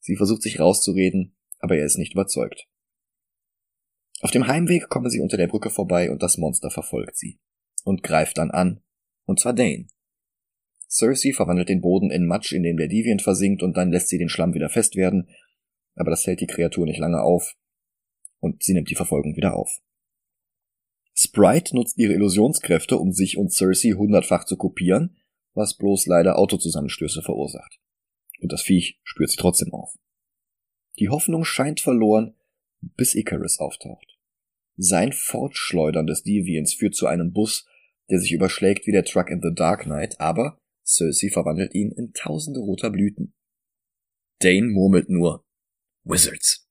Sie versucht sich rauszureden, aber er ist nicht überzeugt. Auf dem Heimweg kommen sie unter der Brücke vorbei und das Monster verfolgt sie. Und greift dann an. Und zwar Dane. Cersei verwandelt den Boden in Matsch, in dem der Deviant versinkt, und dann lässt sie den Schlamm wieder fest werden. Aber das hält die Kreatur nicht lange auf. Und sie nimmt die Verfolgung wieder auf. Sprite nutzt ihre Illusionskräfte, um sich und Cersei hundertfach zu kopieren, was bloß leider Autozusammenstöße verursacht. Und das Viech spürt sie trotzdem auf. Die Hoffnung scheint verloren, bis Icarus auftaucht. Sein Fortschleudern des Deviants führt zu einem Bus, der sich überschlägt wie der Truck in The Dark Knight, aber Cersei verwandelt ihn in tausende roter Blüten. Dane murmelt nur Wizards.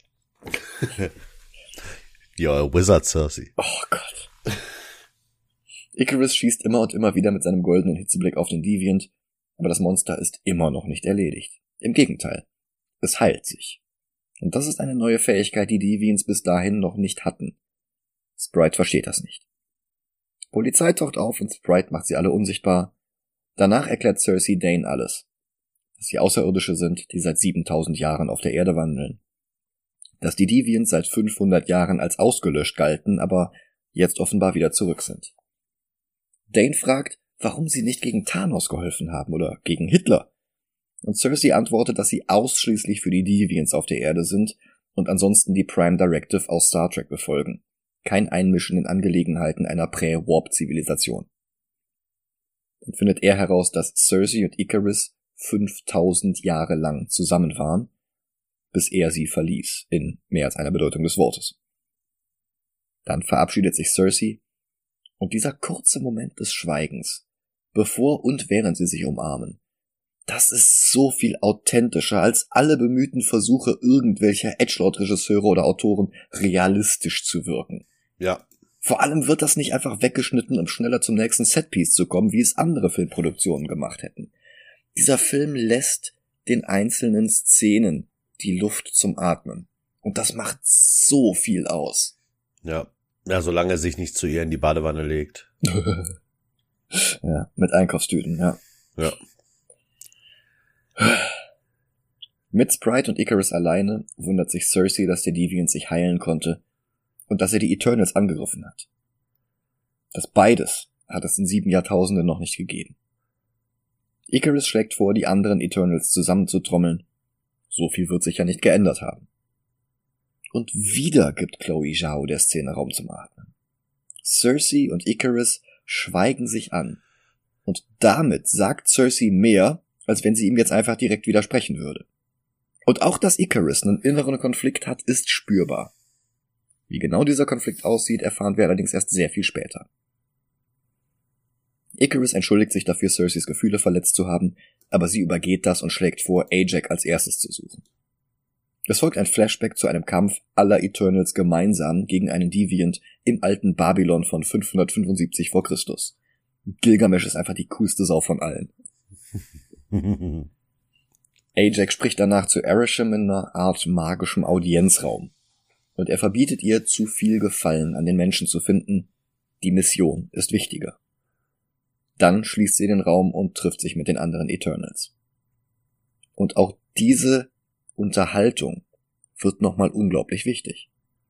Ja, Wizard Cersei. Oh Gott. Icarus schießt immer und immer wieder mit seinem goldenen Hitzeblick auf den Deviant, aber das Monster ist immer noch nicht erledigt. Im Gegenteil, es heilt sich. Und das ist eine neue Fähigkeit, die Deviants bis dahin noch nicht hatten. Sprite versteht das nicht. Polizei taucht auf und Sprite macht sie alle unsichtbar. Danach erklärt Cersei Dane alles. Dass sie Außerirdische sind, die seit siebentausend Jahren auf der Erde wandeln. Dass die Deviants seit fünfhundert Jahren als ausgelöscht galten, aber jetzt offenbar wieder zurück sind. Dane fragt, warum sie nicht gegen Thanos geholfen haben oder gegen Hitler. Und Cersei antwortet, dass sie ausschließlich für die Deviants auf der Erde sind und ansonsten die Prime Directive aus Star Trek befolgen. Kein Einmischen in Angelegenheiten einer Prä-Warp-Zivilisation. Dann findet er heraus, dass Cersei und Icarus fünftausend Jahre lang zusammen waren, bis er sie verließ, in mehr als einer Bedeutung des Wortes. Dann verabschiedet sich Cersei, und dieser kurze Moment des Schweigens, bevor und während sie sich umarmen, das ist so viel authentischer als alle bemühten Versuche irgendwelcher Edgelord-Regisseure oder Autoren realistisch zu wirken. Ja. Vor allem wird das nicht einfach weggeschnitten, um schneller zum nächsten Setpiece zu kommen, wie es andere Filmproduktionen gemacht hätten. Dieser Film lässt den einzelnen Szenen die Luft zum Atmen. Und das macht so viel aus. Ja. Ja, solange er sich nicht zu ihr in die Badewanne legt. Ja, mit Einkaufstüten, ja. Ja. Mit Sprite und Icarus alleine wundert sich Cersei, dass der Deviant sich heilen konnte und dass er die Eternals angegriffen hat. Das beides hat es in sieben Jahrtausenden noch nicht gegeben. Icarus schlägt vor, die anderen Eternals zusammenzutrommeln. So viel wird sich ja nicht geändert haben. Und wieder gibt Chloe Zhao der Szene Raum zum Atmen. Cersei und Icarus schweigen sich an. Und damit sagt Cersei mehr, als wenn sie ihm jetzt einfach direkt widersprechen würde. Und auch, dass Icarus einen inneren Konflikt hat, ist spürbar. Wie genau dieser Konflikt aussieht, erfahren wir allerdings erst sehr viel später. Icarus entschuldigt sich dafür, Cerseis Gefühle verletzt zu haben, aber sie übergeht das und schlägt vor, Ajax als erstes zu suchen. Es folgt ein Flashback zu einem Kampf aller Eternals gemeinsam gegen einen Deviant im alten Babylon von fünfhundertfünfundsiebzig vor Christus. Gilgamesh ist einfach die coolste Sau von allen. Ajax spricht danach zu Arishem in einer Art magischem Audienzraum. Und er verbietet ihr, zu viel Gefallen an den Menschen zu finden. Die Mission ist wichtiger. Dann schließt sie den Raum und trifft sich mit den anderen Eternals. Und auch diese Unterhaltung wird nochmal unglaublich wichtig.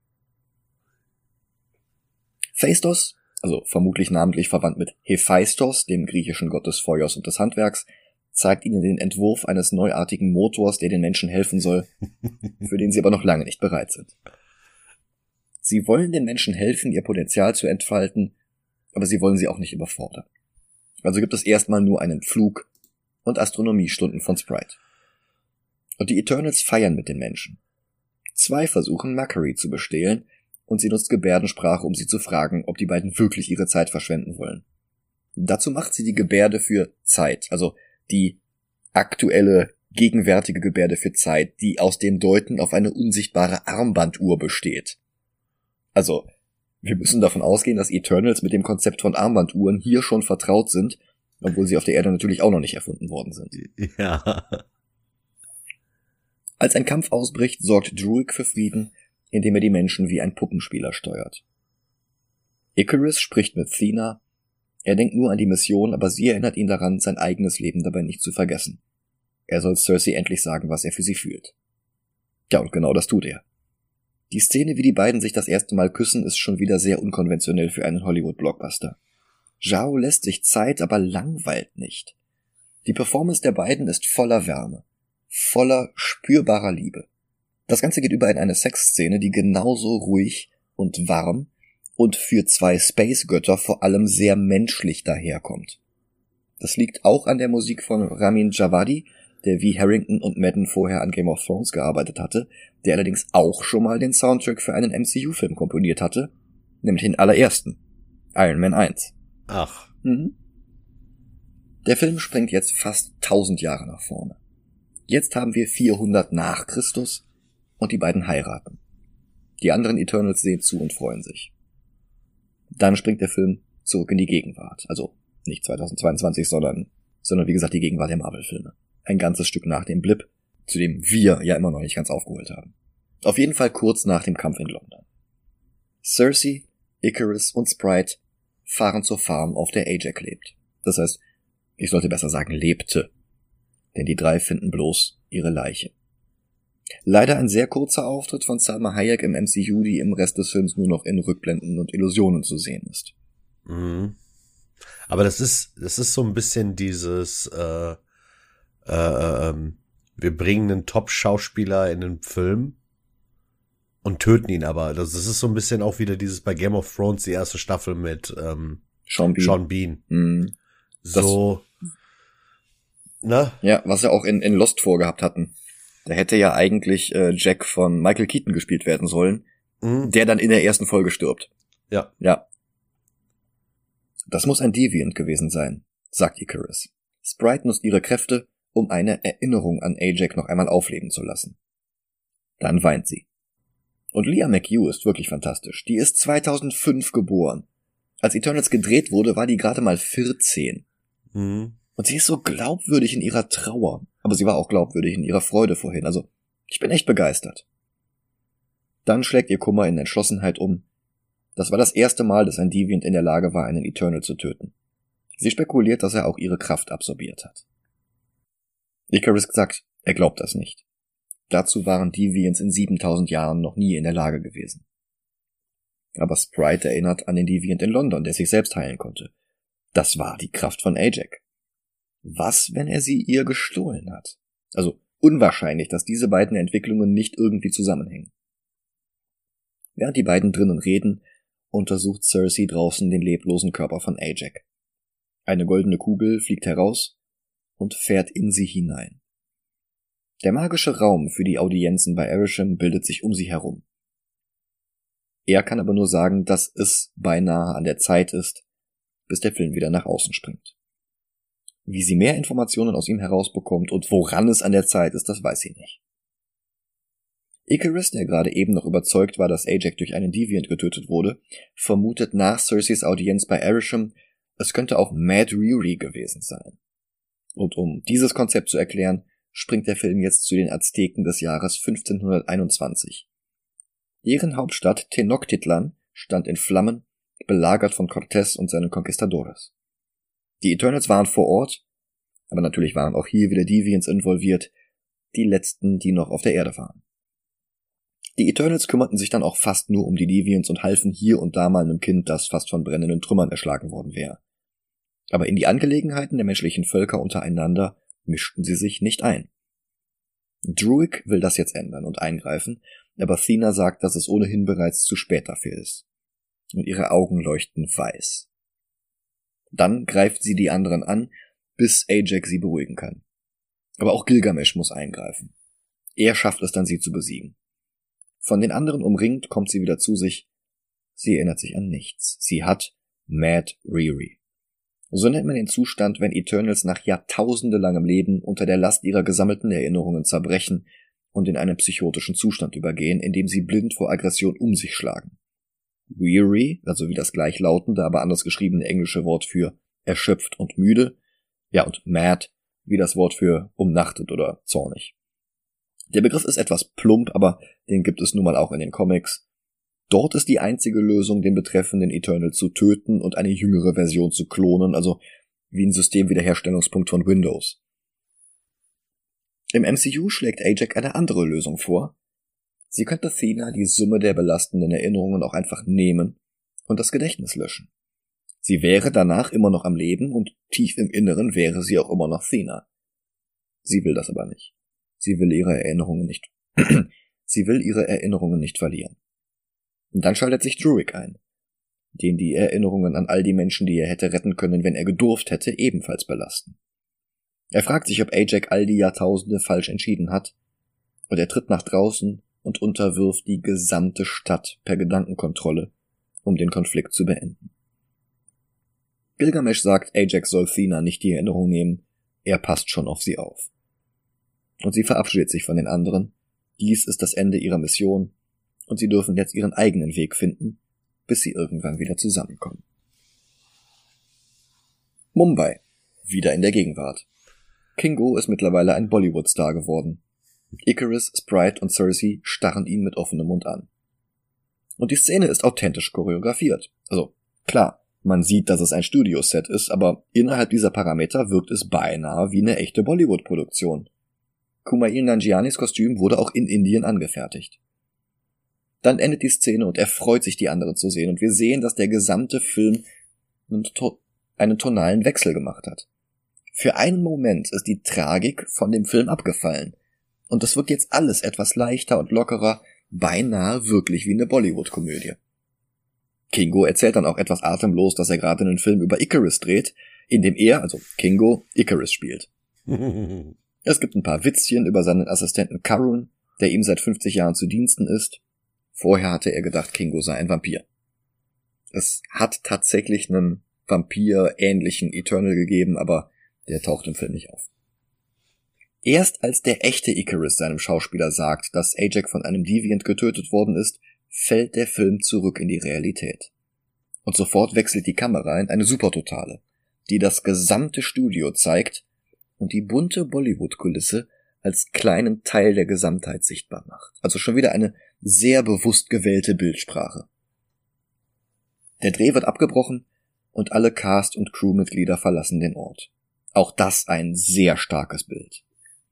Phaistos, also vermutlich namentlich verwandt mit Hephaistos, dem griechischen Gott des Feuers und des Handwerks, zeigt ihnen den Entwurf eines neuartigen Motors, der den Menschen helfen soll, für den sie aber noch lange nicht bereit sind. Sie wollen den Menschen helfen, ihr Potenzial zu entfalten, aber sie wollen sie auch nicht überfordern. Also gibt es erstmal nur einen Flug und Astronomiestunden von Sprite. Und die Eternals feiern mit den Menschen. Zwei versuchen, Mercury zu bestehlen, und sie nutzt Gebärdensprache, um sie zu fragen, ob die beiden wirklich ihre Zeit verschwenden wollen. Dazu macht sie die Gebärde für Zeit, also die aktuelle, gegenwärtige Gebärde für Zeit, die aus dem Deuten auf eine unsichtbare Armbanduhr besteht. Also, wir müssen davon ausgehen, dass Eternals mit dem Konzept von Armbanduhren hier schon vertraut sind, obwohl sie auf der Erde natürlich auch noch nicht erfunden worden sind. Ja. Als ein Kampf ausbricht, sorgt Druig für Frieden, indem er die Menschen wie ein Puppenspieler steuert. Icarus spricht mit Thena. Er denkt nur an die Mission, aber sie erinnert ihn daran, sein eigenes Leben dabei nicht zu vergessen. Er soll Cersei endlich sagen, was er für sie fühlt. Ja, und genau das tut er. Die Szene, wie die beiden sich das erste Mal küssen, ist schon wieder sehr unkonventionell für einen Hollywood-Blockbuster. Zhao lässt sich Zeit, aber langweilt nicht. Die Performance der beiden ist voller Wärme, voller spürbarer Liebe. Das Ganze geht über in eine Sexszene, die genauso ruhig und warm und für zwei Space-Götter vor allem sehr menschlich daherkommt. Das liegt auch an der Musik von Ramin Djawadi, der wie Harrington und Madden vorher an Game of Thrones gearbeitet hatte, der allerdings auch schon mal den Soundtrack für einen M C U-Film komponiert hatte, nämlich den allerersten, Iron Man eins. Ach. Mhm. Der Film springt jetzt fast tausend Jahre nach vorne. Jetzt haben wir vierhundert nach Christus und die beiden heiraten. Die anderen Eternals sehen zu und freuen sich. Dann springt der Film zurück in die Gegenwart. Also nicht zweitausendzweiundzwanzig, sondern, sondern wie gesagt die Gegenwart der Marvel-Filme. Ein ganzes Stück nach dem Blip, zu dem wir ja immer noch nicht ganz aufgeholt haben. Auf jeden Fall kurz nach dem Kampf in London. Cersei, Icarus und Sprite fahren zur Farm, auf der Ajax lebt. Das heißt, ich sollte besser sagen lebte. Denn die drei finden bloß ihre Leiche. Leider ein sehr kurzer Auftritt von Salma Hayek im M C U, die im Rest des Films nur noch in Rückblenden und Illusionen zu sehen ist. Mhm. Aber das ist, das ist so ein bisschen dieses, äh, äh, ähm, wir bringen einen Top-Schauspieler in den Film und töten ihn aber. Das, das ist so ein bisschen auch wieder dieses bei Game of Thrones, die erste Staffel mit ähm, Sean Bean. Sean Bean. Mhm. So, ne? Ja, was wir auch in, in Lost vorgehabt hatten. Da hätte ja eigentlich äh, Jack von Michael Keaton gespielt werden sollen, Mhm. der dann in der ersten Folge stirbt. Ja. Ja. Das muss ein Deviant gewesen sein, sagt Icarus. Sprite nutzt ihre Kräfte, um eine Erinnerung an Ajax noch einmal aufleben zu lassen. Dann weint sie. Und Leah McHugh ist wirklich fantastisch. Die ist zweitausendfünf geboren. Als Eternals gedreht wurde, war die gerade mal vierzehn. Mhm. Und sie ist so glaubwürdig in ihrer Trauer. Aber sie war auch glaubwürdig in ihrer Freude vorhin. Also, ich bin echt begeistert. Dann schlägt ihr Kummer in Entschlossenheit um. Das war das erste Mal, dass ein Deviant in der Lage war, einen Eternal zu töten. Sie spekuliert, dass er auch ihre Kraft absorbiert hat. Icarus sagt, er glaubt das nicht. Dazu waren Deviants in siebentausend Jahren noch nie in der Lage gewesen. Aber Sprite erinnert an den Deviant in London, der sich selbst heilen konnte. Das war die Kraft von Ajax. Was, wenn er sie ihr gestohlen hat? Also unwahrscheinlich, dass diese beiden Entwicklungen nicht irgendwie zusammenhängen. Während die beiden drinnen reden, untersucht Cersei draußen den leblosen Körper von Ajax. Eine goldene Kugel fliegt heraus und fährt in sie hinein. Der magische Raum für die Audienzen bei Arishem bildet sich um sie herum. Er kann aber nur sagen, dass es beinahe an der Zeit ist, bis der Film wieder nach außen springt. Wie sie mehr Informationen aus ihm herausbekommt und woran es an der Zeit ist, das weiß sie nicht. Icarus, der gerade eben noch überzeugt war, dass Ajax durch einen Deviant getötet wurde, vermutet nach Cerseis Audienz bei Arishem, es könnte auch Mad Riri gewesen sein. Und um dieses Konzept zu erklären, springt der Film jetzt zu den Azteken des Jahres fünfzehnhunderteinundzwanzig. Deren Hauptstadt Tenochtitlan stand in Flammen, belagert von Cortés und seinen Conquistadores. Die Eternals waren vor Ort, aber natürlich waren auch hier wieder Deviants involviert, die letzten, die noch auf der Erde waren. Die Eternals kümmerten sich dann auch fast nur um die Deviants und halfen hier und da mal einem Kind, das fast von brennenden Trümmern erschlagen worden wäre. Aber in die Angelegenheiten der menschlichen Völker untereinander mischten sie sich nicht ein. Druig will das jetzt ändern und eingreifen, aber Thena sagt, dass es ohnehin bereits zu spät dafür ist. Und ihre Augen leuchten weiß. Dann greift sie die anderen an, bis Ajax sie beruhigen kann. Aber auch Gilgamesh muss eingreifen. Er schafft es dann, sie zu besiegen. Von den anderen umringt, kommt sie wieder zu sich. Sie erinnert sich an nichts. Sie hat Mad Riri. So nennt man den Zustand, wenn Eternals nach jahrtausendelangem Leben unter der Last ihrer gesammelten Erinnerungen zerbrechen und in einen psychotischen Zustand übergehen, in dem sie blind vor Aggression um sich schlagen. Weary, also wie das gleichlautende, aber anders geschriebene englische Wort für erschöpft und müde, ja, und mad, wie das Wort für umnachtet oder zornig. Der Begriff ist etwas plump, aber den gibt es nun mal auch in den Comics. Dort ist die einzige Lösung, den betreffenden Eternal zu töten und eine jüngere Version zu klonen, also wie ein Systemwiederherstellungspunkt von Windows. Im M C U schlägt Ajak eine andere Lösung vor. Sie könnte Athena die Summe der belastenden Erinnerungen auch einfach nehmen und das Gedächtnis löschen. Sie wäre danach immer noch am Leben und tief im Inneren wäre sie auch immer noch Athena. Sie will das aber nicht. Sie will ihre Erinnerungen nicht, sie will ihre Erinnerungen nicht verlieren. Und dann schaltet sich Druig ein, den die Erinnerungen an all die Menschen, die er hätte retten können, wenn er gedurft hätte, ebenfalls belasten. Er fragt sich, ob Ajak all die Jahrtausende falsch entschieden hat, und er tritt nach draußen und unterwirft die gesamte Stadt per Gedankenkontrolle, um den Konflikt zu beenden. Gilgamesh sagt, Ajak soll Athena nicht die Erinnerung nehmen, er passt schon auf sie auf. Und sie verabschiedet sich von den anderen, dies ist das Ende ihrer Mission, und sie dürfen jetzt ihren eigenen Weg finden, bis sie irgendwann wieder zusammenkommen. Mumbai, wieder in der Gegenwart. Kingo ist mittlerweile ein Bollywood-Star geworden. Icarus, Sprite und Cersei starren ihn mit offenem Mund an. Und die Szene ist authentisch choreografiert. Also, klar, man sieht, dass es ein Studioset ist, aber innerhalb dieser Parameter wirkt es beinahe wie eine echte Bollywood-Produktion. Kumail Nanjianis Kostüm wurde auch in Indien angefertigt. Dann endet die Szene und er freut sich, die anderen zu sehen, und wir sehen, dass der gesamte Film einen, to- einen tonalen Wechsel gemacht hat. Für einen Moment ist die Tragik von dem Film abgefallen, und es wirkt jetzt alles etwas leichter und lockerer, beinahe wirklich wie eine Bollywood-Komödie. Kingo erzählt dann auch etwas atemlos, dass er gerade einen Film über Icarus dreht, in dem er, also Kingo, Icarus spielt. Es gibt ein paar Witzchen über seinen Assistenten Karun, der ihm seit fünfzig Jahren zu Diensten ist. Vorher hatte er gedacht, Kingo sei ein Vampir. Es hat tatsächlich einen Vampir-ähnlichen Eternal gegeben, aber der taucht im Film nicht auf. Erst als der echte Icarus seinem Schauspieler sagt, dass Ajak von einem Deviant getötet worden ist, fällt der Film zurück in die Realität. Und sofort wechselt die Kamera in eine Supertotale, die das gesamte Studio zeigt und die bunte Bollywood-Kulisse als kleinen Teil der Gesamtheit sichtbar macht. Also schon wieder eine sehr bewusst gewählte Bildsprache. Der Dreh wird abgebrochen und alle Cast- und Crewmitglieder verlassen den Ort. Auch das ein sehr starkes Bild.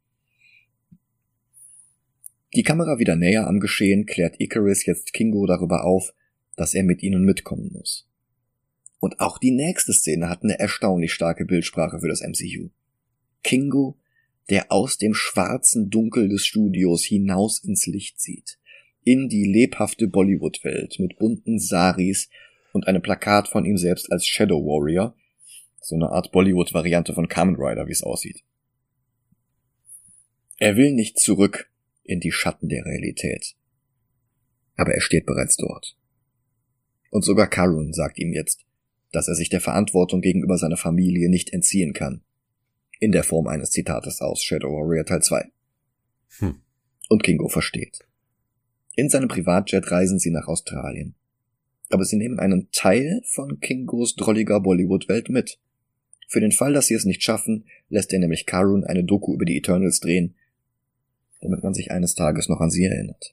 Die Kamera wieder näher am Geschehen klärt Icarus jetzt Kingo darüber auf, dass er mit ihnen mitkommen muss. Und auch die nächste Szene hat eine erstaunlich starke Bildsprache für das M C U. Kingo, der aus dem schwarzen Dunkel des Studios hinaus ins Licht sieht, in die lebhafte Bollywood-Welt mit bunten Saris und einem Plakat von ihm selbst als Shadow Warrior, so eine Art Bollywood-Variante von Kamen Rider, wie es aussieht. Er will nicht zurück in die Schatten der Realität. Aber er steht bereits dort. Und sogar Karun sagt ihm jetzt, dass er sich der Verantwortung gegenüber seiner Familie nicht entziehen kann. In der Form eines Zitates aus Shadow Warrior Teil zwei. Hm. Und Kingo versteht. In seinem Privatjet reisen sie nach Australien. Aber sie nehmen einen Teil von Kingos drolliger Bollywood-Welt mit. Für den Fall, dass sie es nicht schaffen, lässt er nämlich Karun eine Doku über die Eternals drehen, damit man sich eines Tages noch an sie erinnert.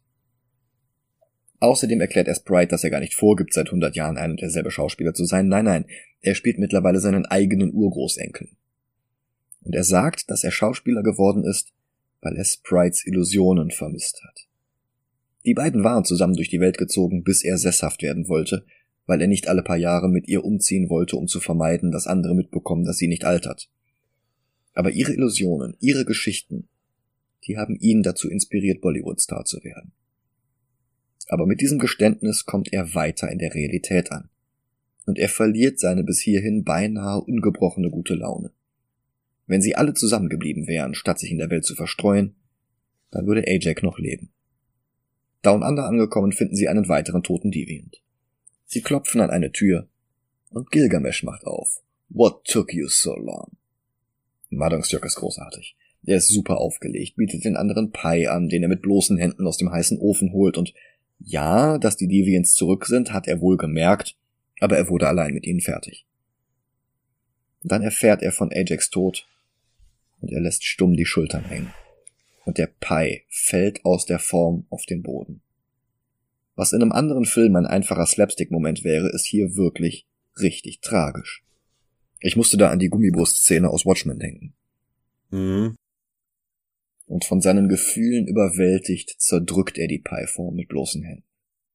Außerdem erklärt er Sprite, dass er gar nicht vorgibt, seit hundert Jahren ein und derselbe Schauspieler zu sein. Nein, nein, er spielt mittlerweile seinen eigenen Urgroßenkel. Und er sagt, dass er Schauspieler geworden ist, weil er Sprites Illusionen vermisst hat. Die beiden waren zusammen durch die Welt gezogen, bis er sesshaft werden wollte, weil er nicht alle paar Jahre mit ihr umziehen wollte, um zu vermeiden, dass andere mitbekommen, dass sie nicht altert. Aber ihre Illusionen, ihre Geschichten, die haben ihn dazu inspiriert, Bollywood-Star zu werden. Aber mit diesem Geständnis kommt er weiter in der Realität an. Und er verliert seine bis hierhin beinahe ungebrochene gute Laune. Wenn sie alle zusammengeblieben wären, statt sich in der Welt zu verstreuen, dann würde Ajak noch leben. Down Under angekommen, finden sie einen weiteren toten Deviant. Sie klopfen an eine Tür und Gilgamesh macht auf. What took you so long? Madongstyok ist großartig. Er ist super aufgelegt, bietet den anderen Pie an, den er mit bloßen Händen aus dem heißen Ofen holt, und ja, dass die Deviants zurück sind, hat er wohl gemerkt, aber er wurde allein mit ihnen fertig. Dann erfährt er von Ajaks Tod und er lässt stumm die Schultern hängen. Und der Pie fällt aus der Form auf den Boden. Was in einem anderen Film ein einfacher Slapstick-Moment wäre, ist hier wirklich richtig tragisch. Ich musste da an die Gummibrust-Szene aus Watchmen denken. Mhm. und von seinen Gefühlen überwältigt zerdrückt er die Pieform mit bloßen Händen.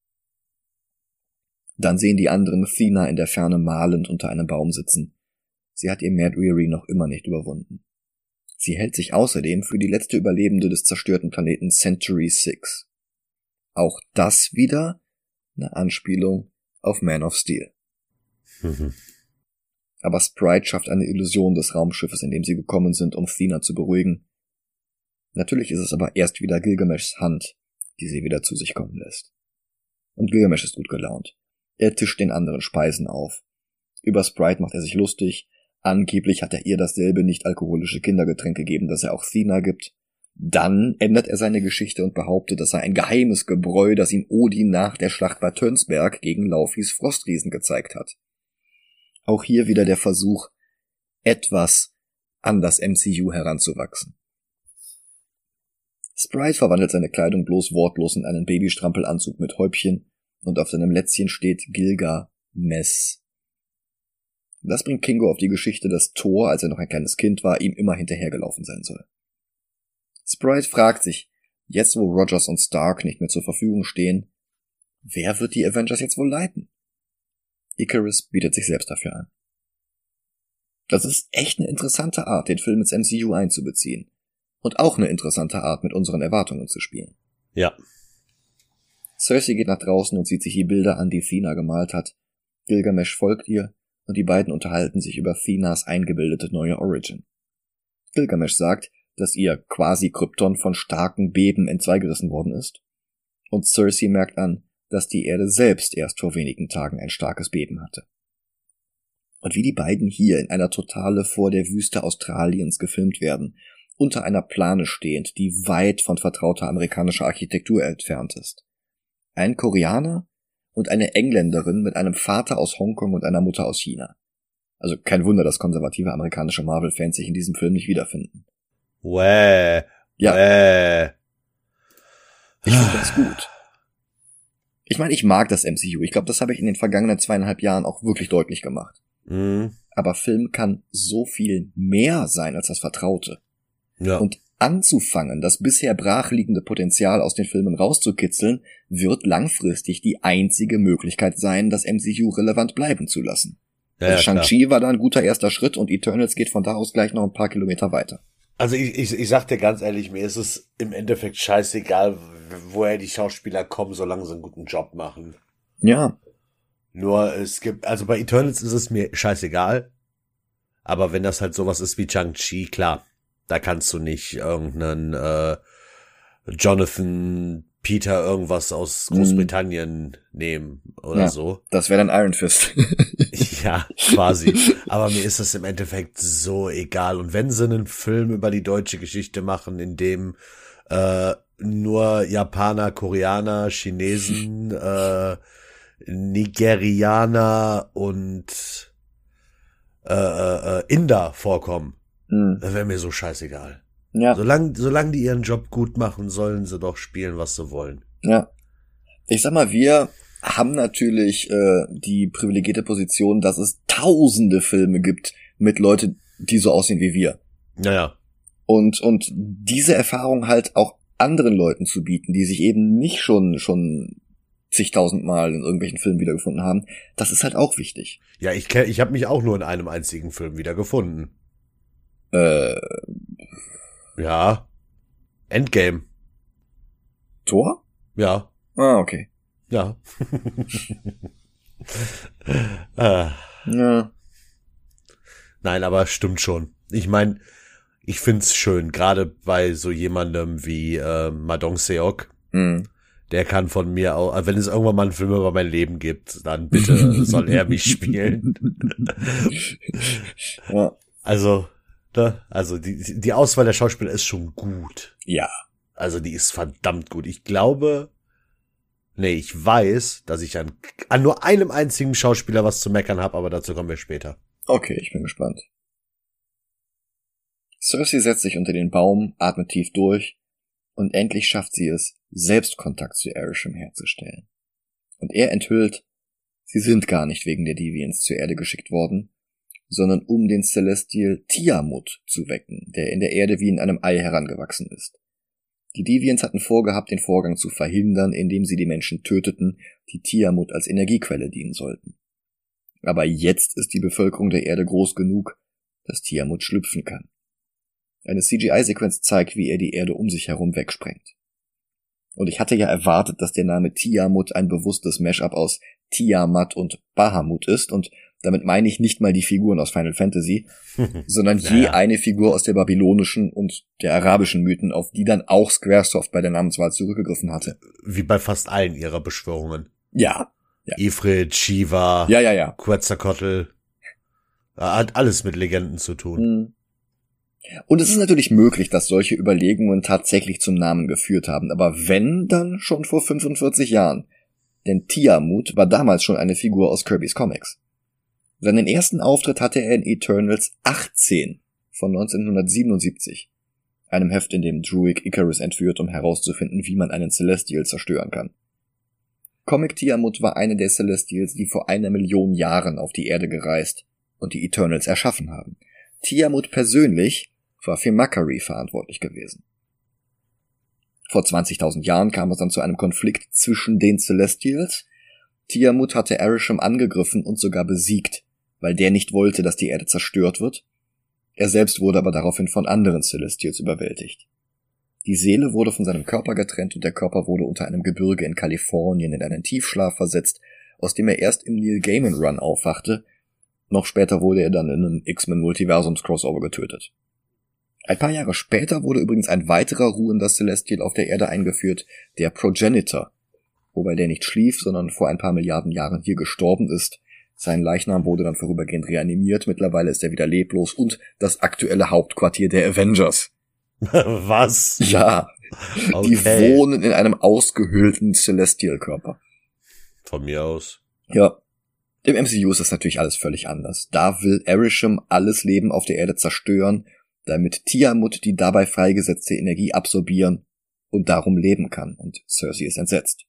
Dann sehen die anderen Thena in der Ferne malend unter einem Baum sitzen. Sie hat ihr Mad Weary noch immer nicht überwunden. Sie hält sich außerdem für die letzte Überlebende des zerstörten Planeten Century six. Auch das wieder eine Anspielung auf Man of Steel. Mhm. Aber Sprite schafft eine Illusion des Raumschiffes, in dem sie gekommen sind, um Thena zu beruhigen. Natürlich ist es aber erst wieder Gilgameshs Hand, die sie wieder zu sich kommen lässt. Und Gilgamesh ist gut gelaunt. Er tischt den anderen Speisen auf. Über Sprite macht er sich lustig. Angeblich hat er ihr dasselbe nicht-alkoholische Kindergetränk gegeben, das er auch Thena gibt. Dann ändert er seine Geschichte und behauptet, das sei ein geheimes Gebräu, das ihm Odin nach der Schlacht bei Tönsberg gegen Laufeys Frostriesen gezeigt hat. Auch hier wieder der Versuch, etwas an das M C U heranzuwachsen. Sprite verwandelt seine Kleidung bloß wortlos in einen Babystrampelanzug mit Häubchen und auf seinem Lätzchen steht Gilgamesh. Das bringt Kingo auf die Geschichte, dass Thor, als er noch ein kleines Kind war, ihm immer hinterhergelaufen sein soll. Sprite fragt sich, jetzt wo Rogers und Stark nicht mehr zur Verfügung stehen, wer wird die Avengers jetzt wohl leiten? Icarus bietet sich selbst dafür an. Das ist echt eine interessante Art, den Film ins M C U einzubeziehen. Und auch eine interessante Art, mit unseren Erwartungen zu spielen. Ja. Cersei geht nach draußen und sieht sich die Bilder an, die Thena gemalt hat. Gilgamesh folgt ihr und die beiden unterhalten sich über Thenas eingebildete neue Origin. Gilgamesh sagt, dass ihr Quasi-Krypton von starken Beben entzweigerissen worden ist. Und Cersei merkt an, dass die Erde selbst erst vor wenigen Tagen ein starkes Beben hatte. Und wie die beiden hier in einer Totale vor der Wüste Australiens gefilmt werden, unter einer Plane stehend, die weit von vertrauter amerikanischer Architektur entfernt ist. Ein Koreaner und eine Engländerin mit einem Vater aus Hongkong und einer Mutter aus China. Also kein Wunder, dass konservative amerikanische Marvel-Fans sich in diesem Film nicht wiederfinden. Wäh. Ja. Wäh. Ich finde das gut. Ich meine, ich mag das M C U. Ich glaube, das habe ich in den vergangenen zweieinhalb Jahren auch wirklich deutlich gemacht. Mhm. Aber Film kann so viel mehr sein als das Vertraute. Ja. Und anzufangen, das bisher brachliegende Potenzial aus den Filmen rauszukitzeln, wird langfristig die einzige Möglichkeit sein, das M C U relevant bleiben zu lassen. Ja, ja, also Shang-Chi war da ein guter erster Schritt und Eternals geht von da aus gleich noch ein paar Kilometer weiter. Also ich, ich, ich sag dir ganz ehrlich, mir ist es im Endeffekt scheißegal, woher die Schauspieler kommen, solange sie einen guten Job machen. Ja. Nur es gibt, also bei Eternals ist es mir scheißegal, aber wenn das halt sowas ist wie Shang-Chi, klar, da kannst du nicht irgendeinen äh, Jonathan Peter irgendwas aus Großbritannien mhm. nehmen oder ja, so. Das wäre dann Iron Fist. Ja, quasi. Aber mir ist das im Endeffekt so egal. Und wenn sie einen Film über die deutsche Geschichte machen, in dem äh, nur Japaner, Koreaner, Chinesen, äh, Nigerianer und äh, äh, Inder vorkommen, mhm. dann wäre mir so scheißegal. Ja. Solange, solange die ihren Job gut machen, sollen sie doch spielen, was sie wollen. Ja. Ich sag mal, wir haben natürlich äh, die privilegierte Position, dass es tausende Filme gibt mit Leuten, die so aussehen wie wir. Naja. Und und diese Erfahrung halt auch anderen Leuten zu bieten, die sich eben nicht schon schon zigtausendmal in irgendwelchen Filmen wiedergefunden haben, das ist halt auch wichtig. Ja, ich kenn, ich habe mich auch nur in einem einzigen Film wiedergefunden. Äh... Ja. Endgame. Thor? Ja. Ah, okay. Ja. ah. Ja. Nein, aber stimmt schon. Ich meine, ich find's schön, gerade bei so jemandem wie äh, Madong Seok. Mhm. Der kann von mir auch, wenn es irgendwann mal einen Film über mein Leben gibt, dann bitte soll er mich spielen. Ja. Also, ne? Also die, die Auswahl der Schauspieler ist schon gut. Ja. Also die ist verdammt gut. Ich glaube, nee, ich weiß, dass ich an, an nur einem einzigen Schauspieler was zu meckern habe, aber dazu kommen wir später. Okay, ich bin gespannt. Cersei setzt sich unter den Baum, atmet tief durch und endlich schafft sie es, selbst Kontakt zu Arishem herzustellen. Und er enthüllt, sie sind gar nicht wegen der Deviants zur Erde geschickt worden, sondern um den Celestial Tiamut zu wecken, der in der Erde wie in einem Ei herangewachsen ist. Die Deviants hatten vorgehabt, den Vorgang zu verhindern, indem sie die Menschen töteten, die Tiamut als Energiequelle dienen sollten. Aber jetzt ist die Bevölkerung der Erde groß genug, dass Tiamut schlüpfen kann. Eine C G I-Sequenz zeigt, wie er die Erde um sich herum wegsprengt. Und ich hatte ja erwartet, dass der Name Tiamut ein bewusstes Mashup aus Tiamat und Bahamut ist, und damit meine ich nicht mal die Figuren aus Final Fantasy, sondern je naja. eine Figur aus der babylonischen und der arabischen Mythen, auf die dann auch Squaresoft bei der Namenswahl zurückgegriffen hatte. Wie bei fast allen ihrer Beschwörungen. Ja. ja. Ifrit, Shiva, Ja, ja, ja. Quetzalcoatl. Hat alles mit Legenden zu tun. Mhm. Und es ist natürlich möglich, dass solche Überlegungen tatsächlich zum Namen geführt haben, aber wenn, dann schon vor fünfundvierzig Jahren. Denn Tiamut war damals schon eine Figur aus Kirby's Comics. Seinen ersten Auftritt hatte er in Eternals achtzehn von neunzehnhundertsiebenundsiebzig, einem Heft, in dem Druig Icarus entführt, um herauszufinden, wie man einen Celestial zerstören kann. Comic Tiamut war eine der Celestials, die vor einer Million Jahren auf die Erde gereist und die Eternals erschaffen haben. Tiamut persönlich war für Makari verantwortlich gewesen. Vor zwanzigtausend Jahren kam es dann zu einem Konflikt zwischen den Celestials. Tiamut hatte Arishem angegriffen und sogar besiegt, weil der nicht wollte, dass die Erde zerstört wird. Er selbst wurde aber daraufhin von anderen Celestials überwältigt. Die Seele wurde von seinem Körper getrennt und der Körper wurde unter einem Gebirge in Kalifornien in einen Tiefschlaf versetzt, aus dem er erst im Neil Gaiman Run aufwachte. Noch später wurde er dann in einem X-Men-Multiversums-Crossover getötet. Ein paar Jahre später wurde übrigens ein weiterer ruhender Celestial auf der Erde eingeführt, der Progenitor, wobei der nicht schlief, sondern vor ein paar Milliarden Jahren hier gestorben ist. Sein Leichnam wurde dann vorübergehend reanimiert, mittlerweile ist er wieder leblos und das aktuelle Hauptquartier der Avengers. Was? Ja, Okay. die wohnen in einem ausgehöhlten Celestial-Körper. Von mir aus. Ja. Im M C U ist das natürlich alles völlig anders. Da will Arishem alles Leben auf der Erde zerstören, damit Tiamut die dabei freigesetzte Energie absorbieren und darum leben kann, und Cersei ist entsetzt.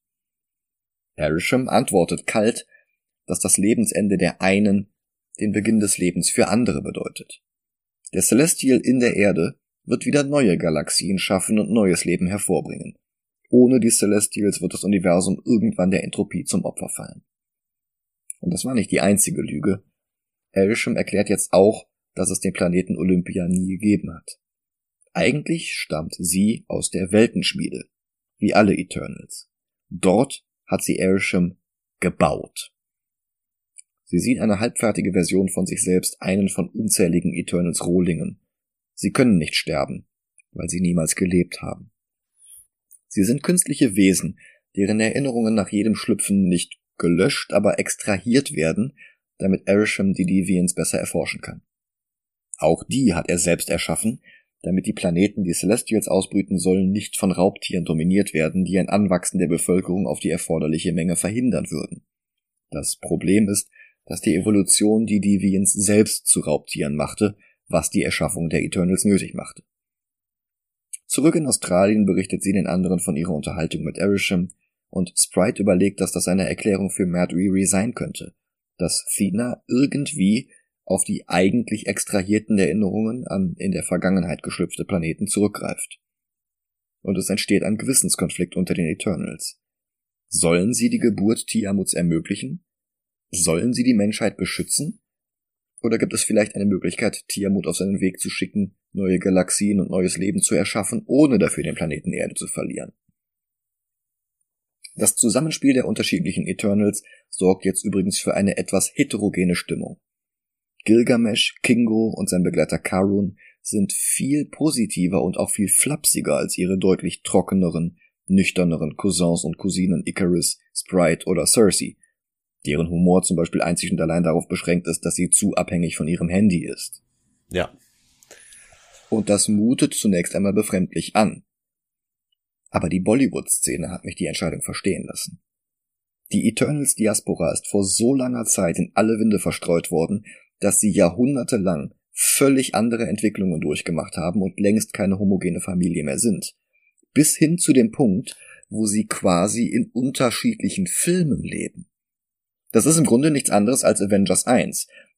Arishem antwortet kalt, dass das Lebensende der einen den Beginn des Lebens für andere bedeutet. Der Celestial in der Erde wird wieder neue Galaxien schaffen und neues Leben hervorbringen. Ohne die Celestials wird das Universum irgendwann der Entropie zum Opfer fallen. Und das war nicht die einzige Lüge. Arishem erklärt jetzt auch, dass es den Planeten Olympia nie gegeben hat. Eigentlich stammt sie aus der Weltenschmiede, wie alle Eternals. Dort hat sie Arishem gebaut. Sie sieht eine halbfertige Version von sich selbst, einen von unzähligen Eternals Rohlingen. Sie können nicht sterben, weil sie niemals gelebt haben. Sie sind künstliche Wesen, deren Erinnerungen nach jedem Schlüpfen nicht gelöscht, aber extrahiert werden, damit Arishem die Deviants besser erforschen kann. Auch die hat er selbst erschaffen, damit die Planeten, die Celestials ausbrüten sollen, nicht von Raubtieren dominiert werden, die ein Anwachsen der Bevölkerung auf die erforderliche Menge verhindern würden. Das Problem ist, dass die Evolution die Deviants selbst zu Raubtieren machte, was die Erschaffung der Eternals nötig machte. Zurück in Australien berichtet sie den anderen von ihrer Unterhaltung mit Arishem, und Sprite überlegt, dass das eine Erklärung für Mad Riri sein könnte, dass Thena irgendwie auf die eigentlich extrahierten Erinnerungen an in der Vergangenheit geschlüpfte Planeten zurückgreift. Und es entsteht ein Gewissenskonflikt unter den Eternals. Sollen sie die Geburt Tiamuts ermöglichen? Sollen sie die Menschheit beschützen? Oder gibt es vielleicht eine Möglichkeit, Tiamut auf seinen Weg zu schicken, neue Galaxien und neues Leben zu erschaffen, ohne dafür den Planeten Erde zu verlieren? Das Zusammenspiel der unterschiedlichen Eternals sorgt jetzt übrigens für eine etwas heterogene Stimmung. Gilgamesh, Kingo und sein Begleiter Karun sind viel positiver und auch viel flapsiger als ihre deutlich trockeneren, nüchterneren Cousins und Cousinen Icarus, Sprite oder Cersei, deren Humor zum Beispiel einzig und allein darauf beschränkt ist, dass sie zu abhängig von ihrem Handy ist. Ja. Und das mutet zunächst einmal befremdlich an. Aber die Bollywood-Szene hat mich die Entscheidung verstehen lassen. Die Eternals-Diaspora ist vor so langer Zeit in alle Winde verstreut worden, dass sie jahrhundertelang völlig andere Entwicklungen durchgemacht haben und längst keine homogene Familie mehr sind. Bis hin zu dem Punkt, wo sie quasi in unterschiedlichen Filmen leben. Das ist im Grunde nichts anderes als Avengers eins.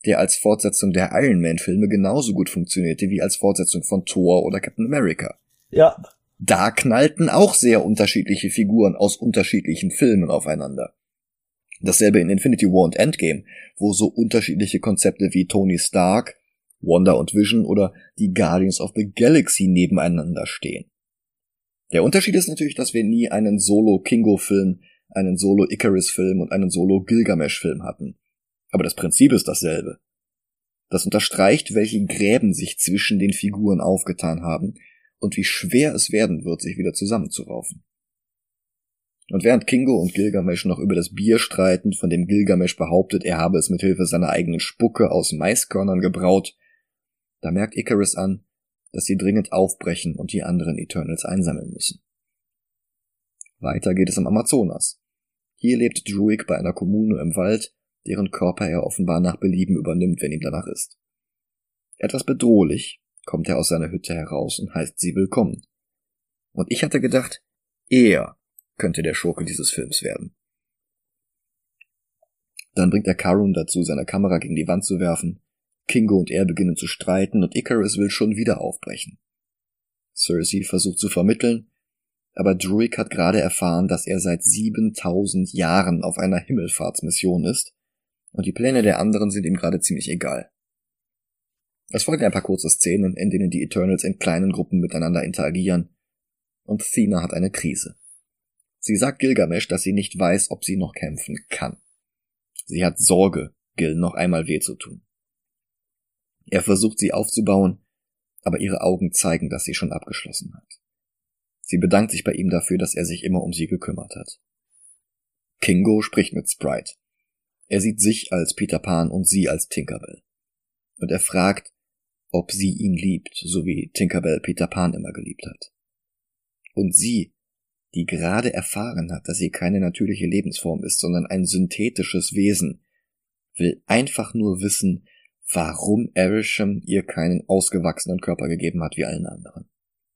der als Fortsetzung der Iron Man-Filme genauso gut funktionierte wie als Fortsetzung von Thor oder Captain America. Ja. Da knallten auch sehr unterschiedliche Figuren aus unterschiedlichen Filmen aufeinander. Dasselbe in Infinity War und Endgame, wo so unterschiedliche Konzepte wie Tony Stark, Wanda und Vision oder die Guardians of the Galaxy nebeneinander stehen. Der Unterschied ist natürlich, dass wir nie einen Solo-Kingo-Film, einen Solo-Icarus-Film und einen Solo-Gilgamesh-Film hatten. Aber das Prinzip ist dasselbe. Das unterstreicht, welche Gräben sich zwischen den Figuren aufgetan haben und wie schwer es werden wird, sich wieder zusammenzuraufen. Und während Kingo und Gilgamesh noch über das Bier streiten, von dem Gilgamesh behauptet, er habe es mit Hilfe seiner eigenen Spucke aus Maiskörnern gebraut, da merkt Icarus an, dass sie dringend aufbrechen und die anderen Eternals einsammeln müssen. Weiter geht es im Amazonas. Hier lebt Druig bei einer Kommune im Wald, deren Körper er offenbar nach Belieben übernimmt, wenn ihm danach ist. Etwas bedrohlich kommt er aus seiner Hütte heraus und heißt sie willkommen. Und ich hatte gedacht, er könnte der Schurke dieses Films werden. Dann bringt er Karun dazu, seine Kamera gegen die Wand zu werfen. Kingo und er beginnen zu streiten und Icarus will schon wieder aufbrechen. Cersei versucht zu vermitteln, aber Druig hat gerade erfahren, dass er seit siebentausend Jahren auf einer Himmelfahrtsmission ist und die Pläne der anderen sind ihm gerade ziemlich egal. Es folgen ein paar kurze Szenen, in denen die Eternals in kleinen Gruppen miteinander interagieren und Thena hat eine Krise. Sie sagt Gilgamesh, dass sie nicht weiß, ob sie noch kämpfen kann. Sie hat Sorge, Gil noch einmal weh zu tun. Er versucht sie aufzubauen, aber ihre Augen zeigen, dass sie schon abgeschlossen hat. Sie bedankt sich bei ihm dafür, dass er sich immer um sie gekümmert hat. Kingo spricht mit Sprite. Er sieht sich als Peter Pan und sie als Tinkerbell. Und er fragt, ob sie ihn liebt, so wie Tinkerbell Peter Pan immer geliebt hat. Und sie, die gerade erfahren hat, dass sie keine natürliche Lebensform ist, sondern ein synthetisches Wesen, will einfach nur wissen, warum Arishem ihr keinen ausgewachsenen Körper gegeben hat wie allen anderen.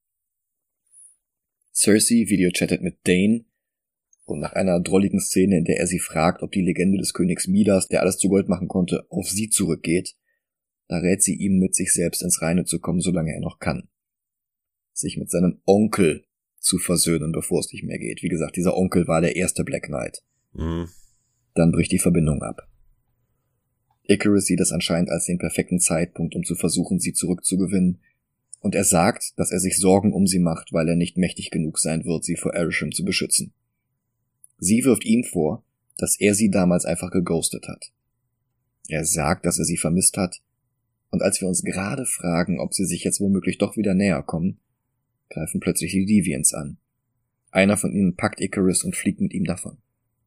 Cersei videochattet mit Dane und nach einer drolligen Szene, in der er sie fragt, ob die Legende des Königs Midas, der alles zu Gold machen konnte, auf sie zurückgeht, da rät sie ihm, mit sich selbst ins Reine zu kommen, solange er noch kann. Sich mit seinem Onkel zu versöhnen, bevor es nicht mehr geht. Wie gesagt, dieser Onkel war der erste Black Knight. Mhm. Dann bricht die Verbindung ab. Icarus sieht es anscheinend als den perfekten Zeitpunkt, um zu versuchen, sie zurückzugewinnen, und er sagt, dass er sich Sorgen um sie macht, weil er nicht mächtig genug sein wird, sie vor Arishem zu beschützen. Sie wirft ihm vor, dass er sie damals einfach geghostet hat. Er sagt, dass er sie vermisst hat, und als wir uns gerade fragen, ob sie sich jetzt womöglich doch wieder näher kommen, greifen plötzlich die Deviants an. Einer von ihnen packt Icarus und fliegt mit ihm davon.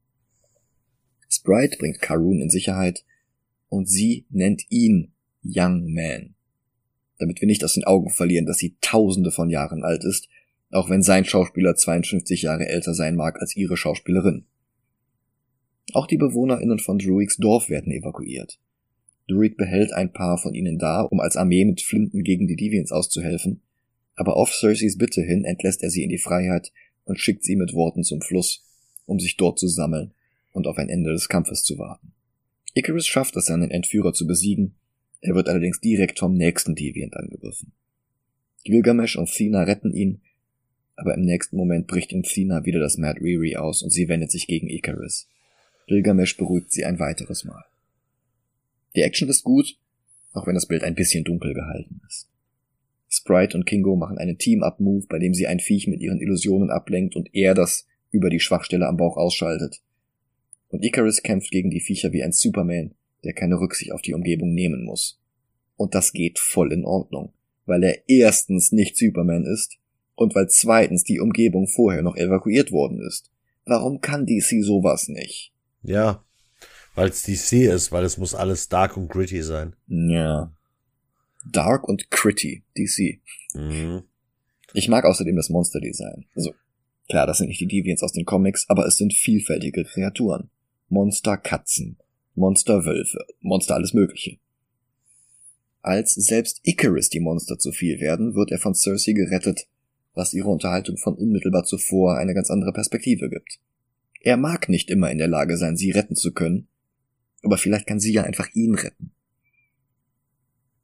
Sprite bringt Karun in Sicherheit, und sie nennt ihn Young Man, damit wir nicht aus den Augen verlieren, dass sie tausende von Jahren alt ist, auch wenn sein Schauspieler zweiundfünfzig Jahre älter sein mag als ihre Schauspielerin. Auch die BewohnerInnen von Druigs Dorf werden evakuiert. Druig behält ein paar von ihnen da, um als Armee mit Flinten gegen die Deviants auszuhelfen, aber auf Cerseis Bitte hin entlässt er sie in die Freiheit und schickt sie mit Worten zum Fluss, um sich dort zu sammeln und auf ein Ende des Kampfes zu warten. Icarus schafft es, seinen Entführer zu besiegen, er wird allerdings direkt vom nächsten Deviant angegriffen. Gilgamesh und Thena retten ihn, aber im nächsten Moment bricht in Thena wieder das Mad Riri aus und sie wendet sich gegen Icarus. Gilgamesh beruhigt sie ein weiteres Mal. Die Action ist gut, auch wenn das Bild ein bisschen dunkel gehalten ist. Sprite und Kingo machen einen Team-Up-Move, bei dem sie ein Viech mit ihren Illusionen ablenkt und er das über die Schwachstelle am Bauch ausschaltet. Und Icarus kämpft gegen die Viecher wie ein Superman, der keine Rücksicht auf die Umgebung nehmen muss. Und das geht voll in Ordnung, weil er erstens nicht Superman ist und weil zweitens die Umgebung vorher noch evakuiert worden ist. Warum kann D C sowas nicht? Ja, weil es D C ist, weil es muss alles dark und gritty sein. Ja. Dark und gritty, D C. Mhm. Ich mag außerdem das Monsterdesign. Also, klar, das sind nicht die Deviants aus den Comics, aber es sind vielfältige Kreaturen. Monster Katzen, Monster Wölfe, Monster alles Mögliche. Als selbst Icarus die Monster zu viel werden, wird er von Cersei gerettet, was ihre Unterhaltung von unmittelbar zuvor eine ganz andere Perspektive gibt. Er mag nicht immer in der Lage sein, sie retten zu können, aber vielleicht kann sie ja einfach ihn retten.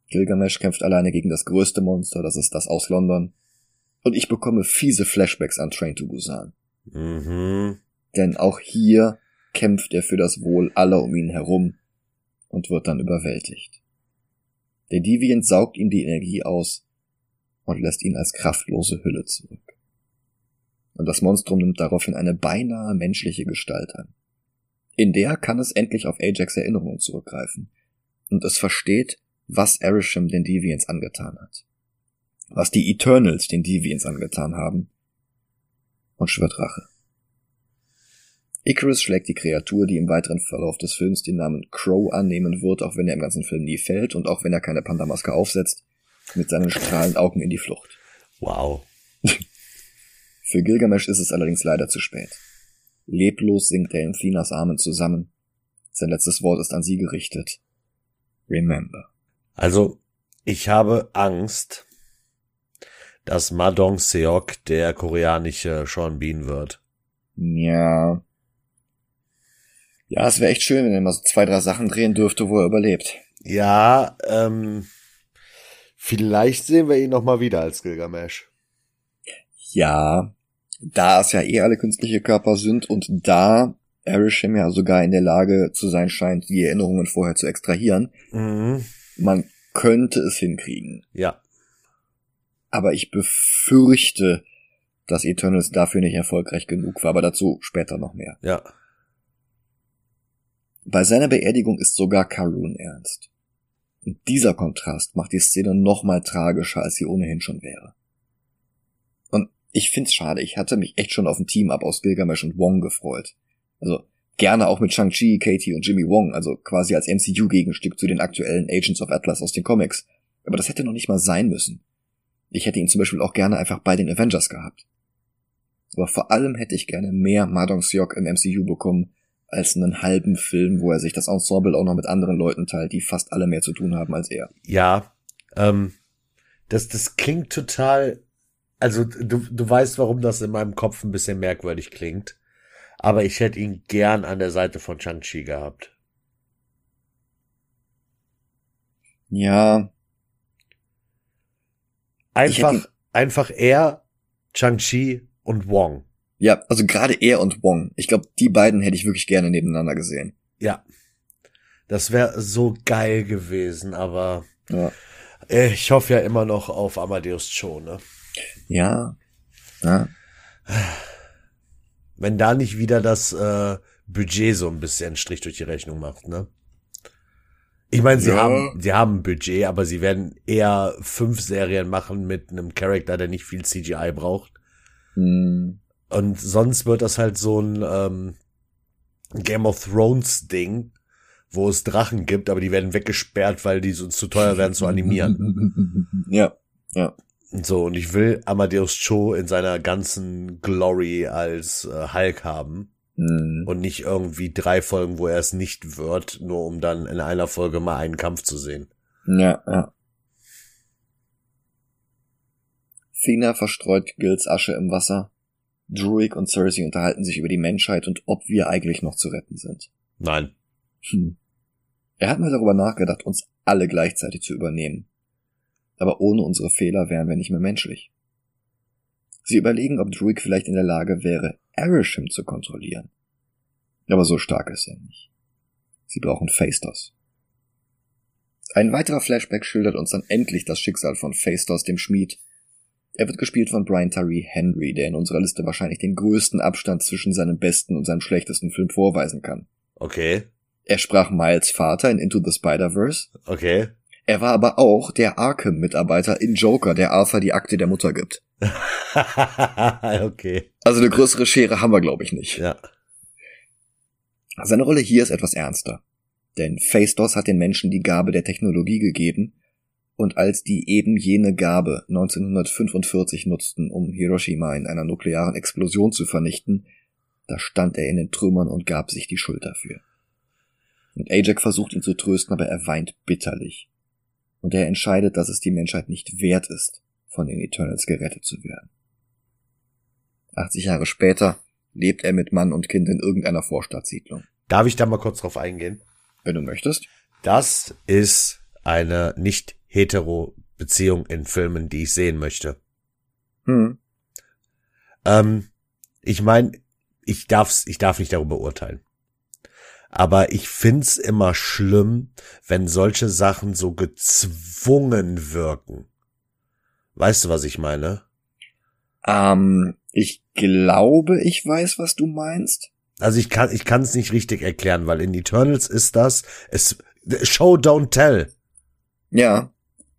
Gilgamesh kämpft alleine gegen das größte Monster, das ist das aus London. Und ich bekomme fiese Flashbacks an Train to Busan. Mhm. Denn auch hier kämpft er für das Wohl aller um ihn herum und wird dann überwältigt. Der Deviant saugt ihm die Energie aus und lässt ihn als kraftlose Hülle zurück. Und das Monstrum nimmt daraufhin eine beinahe menschliche Gestalt an. In der kann es endlich auf Ajax Erinnerungen zurückgreifen. Und es versteht, was Arishem den Deviants angetan hat. Was die Eternals den Deviants angetan haben. Und schwört Rache. Icarus schlägt die Kreatur, die im weiteren Verlauf des Films den Namen Crow annehmen wird, auch wenn er im ganzen Film nie fällt und auch wenn er keine Panda-Maske aufsetzt, mit seinen strahlenden Augen in die Flucht. Wow. Für Gilgamesh ist es allerdings leider zu spät. Leblos sinkt er in Thinas Armen zusammen. Sein letztes Wort ist an sie gerichtet. Remember. Also, ich habe Angst, dass Ma Dong-seok der koreanische Sean Bean wird. Ja. Ja, es wäre echt schön, wenn er mal so zwei, drei Sachen drehen dürfte, wo er überlebt. Ja, ähm, vielleicht sehen wir ihn noch mal wieder als Gilgamesh. Ja, da es ja eh alle künstliche Körper sind und da Arishem ja sogar in der Lage zu sein scheint, die Erinnerungen vorher zu extrahieren, Mhm. man könnte es hinkriegen. Ja. Aber ich befürchte, dass Eternals dafür nicht erfolgreich genug war, aber dazu später noch mehr. Ja. Bei seiner Beerdigung ist sogar Karun ernst. Und dieser Kontrast macht die Szene noch mal tragischer, als sie ohnehin schon wäre. Und ich find's schade, ich hatte mich echt schon auf ein Team-Up aus Gilgamesh und Wong gefreut. Also gerne auch mit Shang-Chi, Katie und Jimmy Wong, also quasi als M C U-Gegenstück zu den aktuellen Agents of Atlas aus den Comics. Aber das hätte noch nicht mal sein müssen. Ich hätte ihn zum Beispiel auch gerne einfach bei den Avengers gehabt. Aber vor allem hätte ich gerne mehr Ma Dong-seok im M C U bekommen, als einen halben Film, wo er sich das Ensemble auch noch mit anderen Leuten teilt, die fast alle mehr zu tun haben als er. Ja, ähm, das, das klingt total, also du, du weißt, warum das in meinem Kopf ein bisschen merkwürdig klingt, aber ich hätte ihn gern an der Seite von Shang-Chi gehabt. Ja. Einfach, ihn, einfach er, Shang-Chi und Wong. Ja, also gerade er und Wong. Ich glaube, die beiden hätte ich wirklich gerne nebeneinander gesehen. Ja. Das wäre so geil gewesen, aber ja. Ich hoffe ja immer noch auf Amadeus Cho, ne? Ja. Ja. Wenn da nicht wieder das äh, Budget so ein bisschen Strich durch die Rechnung macht, ne? Ich meine, sie ja. haben sie haben ein Budget, aber sie werden eher fünf Serien machen mit einem Charakter, der nicht viel C G I braucht. Hm. Und sonst wird das halt so ein ähm, Game of Thrones Ding, wo es Drachen gibt, aber die werden weggesperrt, weil die so zu teuer werden zu animieren. Ja, ja. Und so, und ich will Amadeus Cho in seiner ganzen Glory als äh, Hulk haben. Hm. Und nicht irgendwie drei Folgen, wo er es nicht wird, nur um dann in einer Folge mal einen Kampf zu sehen. Ja, ja. Thena verstreut Gils Asche im Wasser. Druig und Cersei unterhalten sich über die Menschheit und ob wir eigentlich noch zu retten sind. Nein. Hm. Er hat mal darüber nachgedacht, uns alle gleichzeitig zu übernehmen. Aber ohne unsere Fehler wären wir nicht mehr menschlich. Sie überlegen, ob Druig vielleicht in der Lage wäre, Arishem zu kontrollieren. Aber so stark ist er nicht. Sie brauchen Phastos. Ein weiterer Flashback schildert uns dann endlich das Schicksal von Phastos, dem Schmied. Er wird gespielt von Brian Tyree Henry, der in unserer Liste wahrscheinlich den größten Abstand zwischen seinem besten und seinem schlechtesten Film vorweisen kann. Okay. Er sprach Miles Vater in Into the Spider-Verse. Okay. Er war aber auch der Arkham-Mitarbeiter in Joker, der Arthur die Akte der Mutter gibt. Okay. Also eine größere Schere haben wir, glaube ich, nicht. Ja. Seine Rolle hier ist etwas ernster. Denn Phastos hat den Menschen die Gabe der Technologie gegeben, und als die eben jene Gabe neunzehnhundertfünfundvierzig nutzten, um Hiroshima in einer nuklearen Explosion zu vernichten, da stand er in den Trümmern und gab sich die Schuld dafür. Und Ajax versucht ihn zu trösten, aber er weint bitterlich. Und er entscheidet, dass es die Menschheit nicht wert ist, von den Eternals gerettet zu werden. achtzig Jahre später lebt er mit Mann und Kind in irgendeiner Vorstadtsiedlung. Darf ich da mal kurz drauf eingehen? Wenn du möchtest. Das ist eine nicht Hetero-Beziehung in Filmen, die ich sehen möchte. Hm. Ähm, ich meine, ich darf's, ich darf nicht darüber urteilen. Aber ich find's immer schlimm, wenn solche Sachen so gezwungen wirken. Weißt du, was ich meine? Ähm, ich glaube, ich weiß, was du meinst. Also ich kann, ich kann es nicht richtig erklären, weil in Eternals ist das, es, Show, don't tell. Ja.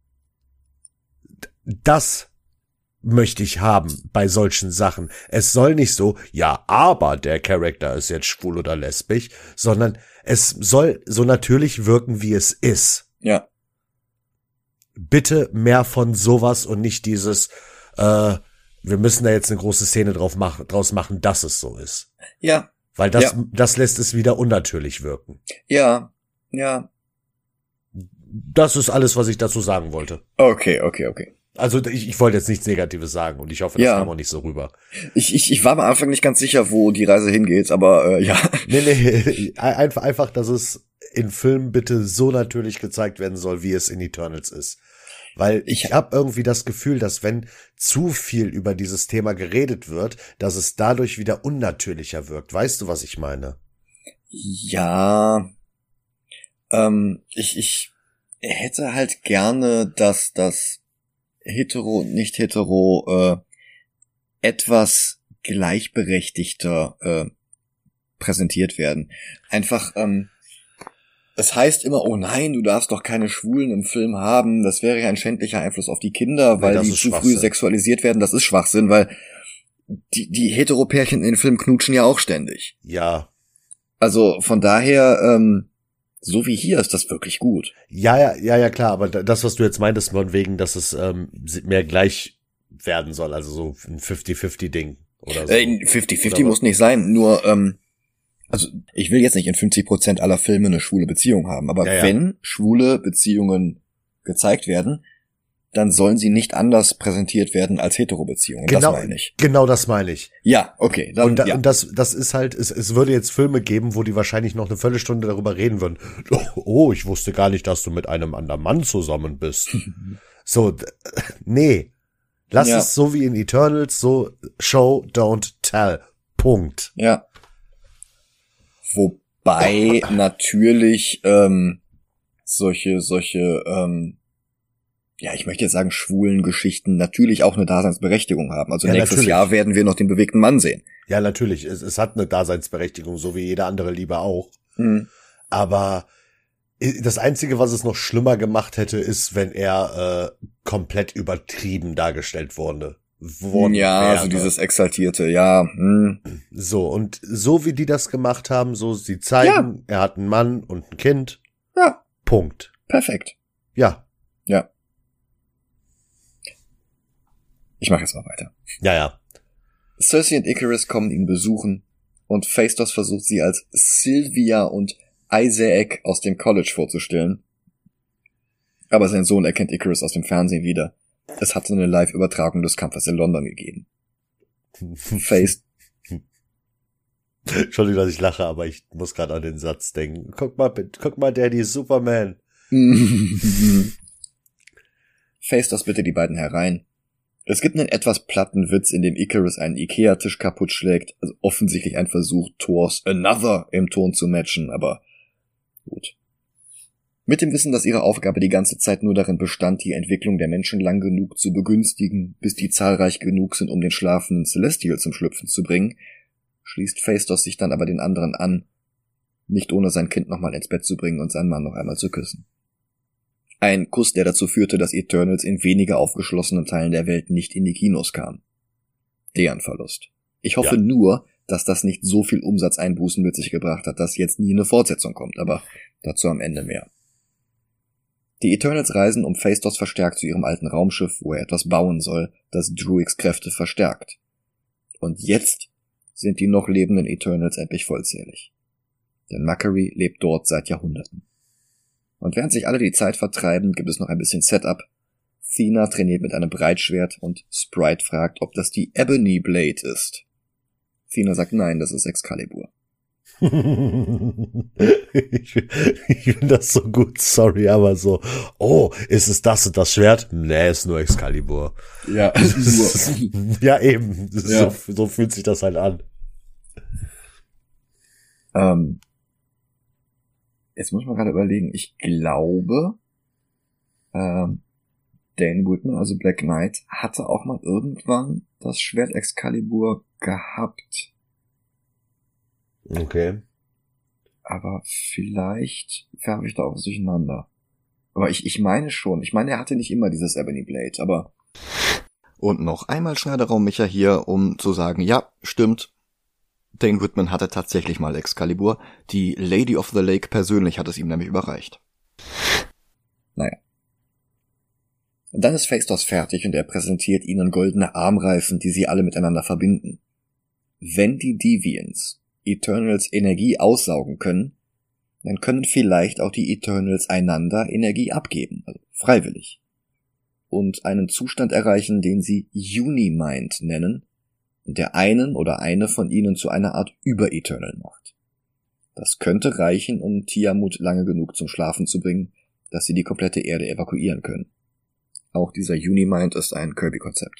Das möchte ich haben bei solchen Sachen. Es soll nicht so, ja, aber der Charakter ist jetzt schwul oder lesbisch, sondern es soll so natürlich wirken, wie es ist. Ja. Bitte mehr von sowas und nicht dieses, äh, wir müssen da jetzt eine große Szene drauf machen, draus machen, dass es so ist. Ja. Weil das, Ja. das lässt es wieder unnatürlich wirken. Ja. Ja. Das ist alles, was ich dazu sagen wollte. Okay, okay, okay. Also ich, ich wollte jetzt nichts Negatives sagen und ich hoffe, das Ja. kam auch nicht so rüber. Ich, ich, ich war am Anfang nicht ganz sicher, wo die Reise hingeht, aber äh, ja. Nee, nee, einfach, einfach, dass es in Filmen bitte so natürlich gezeigt werden soll, wie es in Eternals ist. Weil ich, ich habe irgendwie das Gefühl, dass wenn zu viel über dieses Thema geredet wird, dass es dadurch wieder unnatürlicher wirkt. Weißt du, was ich meine? Ja. Ähm, ich, ich hätte halt gerne, dass das hetero und nicht hetero äh, etwas gleichberechtigter äh, präsentiert werden. Einfach, ähm, es heißt immer, oh nein, du darfst doch keine Schwulen im Film haben, das wäre ja ein schändlicher Einfluss auf die Kinder, weil Nee, das die ist zu früh Schwachsinn. sexualisiert werden. Das ist Schwachsinn, weil die, die Heteropärchen in den Filmen knutschen ja auch ständig. Ja. Also von daher, ähm, so wie hier ist das wirklich gut. Ja, ja, ja, ja, klar, aber das, was du jetzt meintest, von wegen, dass es ähm, mehr gleich werden soll, also so ein fifty-fifty-Ding oder so. Äh, fifty-fifty Oder muss nicht sein, nur, ähm, also ich will jetzt nicht in fünfzig Prozent aller Filme eine schwule Beziehung haben, aber Ja, ja. wenn schwule Beziehungen gezeigt werden, dann sollen sie nicht anders präsentiert werden als Hetero-Beziehungen. Genau, Das meine ich. genau das meine ich. Ja, okay. Dann, Und, da, ja. und das, das ist halt, es, es würde jetzt Filme geben, wo die wahrscheinlich noch eine Viertelstunde darüber reden würden. Oh, ich wusste gar nicht, dass du mit einem anderen Mann zusammen bist. So, d- nee. Lass Ja. es so wie in Eternals, so Show, don't tell. Punkt. Ja. Wobei natürlich ähm, solche, solche, ähm, ja, ich möchte jetzt sagen, schwulen Geschichten natürlich auch eine Daseinsberechtigung haben. Also Ja, nächstes natürlich. Jahr werden wir noch den bewegten Mann sehen. Ja, natürlich, es, es hat eine Daseinsberechtigung, so wie jede andere Liebe auch. Mhm. Aber das Einzige, was es noch schlimmer gemacht hätte, ist, wenn er äh, komplett übertrieben dargestellt wurde. worden Ja, wäre. so dieses Exaltierte, ja. Hm. So, und so wie die das gemacht haben, so sie zeigen, er hat einen Mann und ein Kind. Ja, Punkt. perfekt. Ja. Ja. Ich mache jetzt mal weiter. Ja, ja. Cersei und Icarus kommen ihn besuchen und Phaistos versucht sie als Sylvia und Isaac aus dem College vorzustellen. Aber sein Sohn erkennt Icarus aus dem Fernsehen wieder. Es hatte eine Live-Übertragung des Kampfes in London gegeben. Faist. Entschuldigung, dass ich lache, aber ich muss gerade an den Satz denken. Guck mal, bitte, guck mal, Daddy, Superman. Phaistos bitte die beiden herein. Es gibt einen etwas platten Witz, in dem Icarus einen Ikea-Tisch kaputt schlägt, also offensichtlich ein Versuch, Thors Another im Ton zu matchen, aber gut. Mit dem Wissen, dass ihre Aufgabe die ganze Zeit nur darin bestand, die Entwicklung der Menschen lang genug zu begünstigen, bis die zahlreich genug sind, um den schlafenden Celestial zum Schlüpfen zu bringen, schließt Phaistos sich dann aber den anderen an, nicht ohne sein Kind nochmal ins Bett zu bringen und seinen Mann noch einmal zu küssen. Ein Kuss, der dazu führte, dass Eternals in weniger aufgeschlossenen Teilen der Welt nicht in die Kinos kam. Deren Verlust. Ich hoffe Ja. nur, dass das nicht so viel Umsatzeinbußen mit sich gebracht hat, dass jetzt nie eine Fortsetzung kommt, aber dazu am Ende mehr. Die Eternals reisen um Phaistos verstärkt zu ihrem alten Raumschiff, wo er etwas bauen soll, das Druigs Kräfte verstärkt. Und jetzt sind die noch lebenden Eternals endlich vollzählig. Denn Macquarie lebt dort seit Jahrhunderten. Und während sich alle die Zeit vertreiben, gibt es noch ein bisschen Setup. Thena trainiert mit einem Breitschwert und Sprite fragt, ob das die Ebony Blade ist. Thena sagt nein, das ist Excalibur. ich ich finde das so gut, sorry, aber so, oh, ist es das und das Schwert? Nee, ist nur Excalibur. Ja, nur. Ja, eben. Ja. So, so fühlt sich das halt an. Ähm, jetzt muss ich mal gerade überlegen. Ich glaube, ähm, Dane Whitman, also Black Knight, hatte auch mal irgendwann das Schwert Excalibur gehabt. Okay. Aber vielleicht werfe ich da auch was durcheinander. Aber ich, ich meine schon. Ich meine, er hatte nicht immer dieses Ebony Blade, aber... Und noch einmal Schneiderraum Micha hier, um zu sagen, ja, stimmt. Dane Whitman hatte tatsächlich mal Excalibur. Die Lady of the Lake persönlich hat es ihm nämlich überreicht. Naja. Und dann ist Phastos fertig und er präsentiert ihnen goldene Armreifen, die sie alle miteinander verbinden. Wenn die Deviants Eternals Energie aussaugen können, dann können vielleicht auch die Eternals einander Energie abgeben, also freiwillig. Und einen Zustand erreichen, den sie Unimind nennen, der einen oder eine von ihnen zu einer Art Über-Eternal macht. Das könnte reichen, um Tiamut lange genug zum Schlafen zu bringen, dass sie die komplette Erde evakuieren können. Auch dieser Unimind ist ein Kirby-Konzept.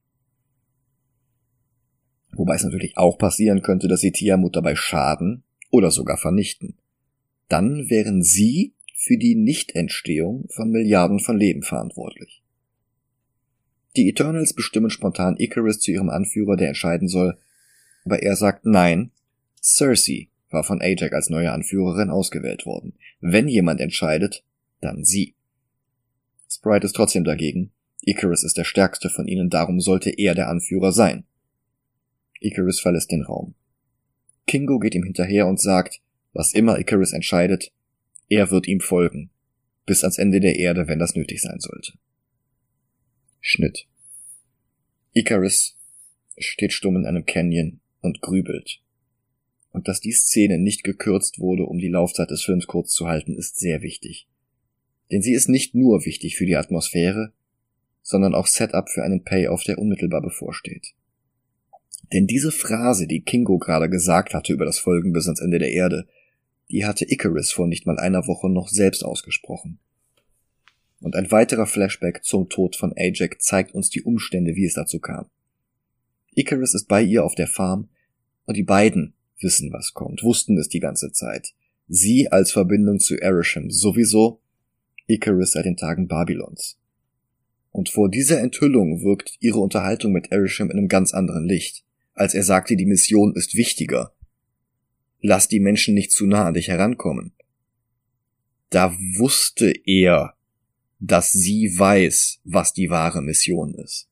Wobei es natürlich auch passieren könnte, dass sie Tiamut dabei schaden oder sogar vernichten. Dann wären sie für die Nichtentstehung von Milliarden von Leben verantwortlich. Die Eternals bestimmen spontan Icarus zu ihrem Anführer, der entscheiden soll, aber er sagt nein, Cersei war von Ajax als neue Anführerin ausgewählt worden. Wenn jemand entscheidet, dann sie. Sprite ist trotzdem dagegen. Icarus ist der stärkste von ihnen, darum sollte er der Anführer sein. Icarus verlässt den Raum. Kingo geht ihm hinterher und sagt, was immer Icarus entscheidet, er wird ihm folgen, bis ans Ende der Erde, wenn das nötig sein sollte. Schnitt. Icarus steht stumm in einem Canyon und grübelt. Und dass die Szene nicht gekürzt wurde, um die Laufzeit des Films kurz zu halten, ist sehr wichtig. Denn sie ist nicht nur wichtig für die Atmosphäre, sondern auch Setup für einen Payoff, der unmittelbar bevorsteht. Denn diese Phrase, die Kingo gerade gesagt hatte über das Folgen bis ans Ende der Erde, die hatte Icarus vor nicht mal einer Woche noch selbst ausgesprochen. Und ein weiterer Flashback zum Tod von Ajax zeigt uns die Umstände, wie es dazu kam. Icarus ist bei ihr auf der Farm und die beiden wissen, was kommt, wussten es die ganze Zeit. Sie als Verbindung zu Arishem sowieso, Icarus seit den Tagen Babylons. Und vor dieser Enthüllung wirkt ihre Unterhaltung mit Arishem in einem ganz anderen Licht, als er sagte, die Mission ist wichtiger. Lass die Menschen nicht zu nah an dich herankommen. Da wusste er, dass sie weiß, was die wahre Mission ist.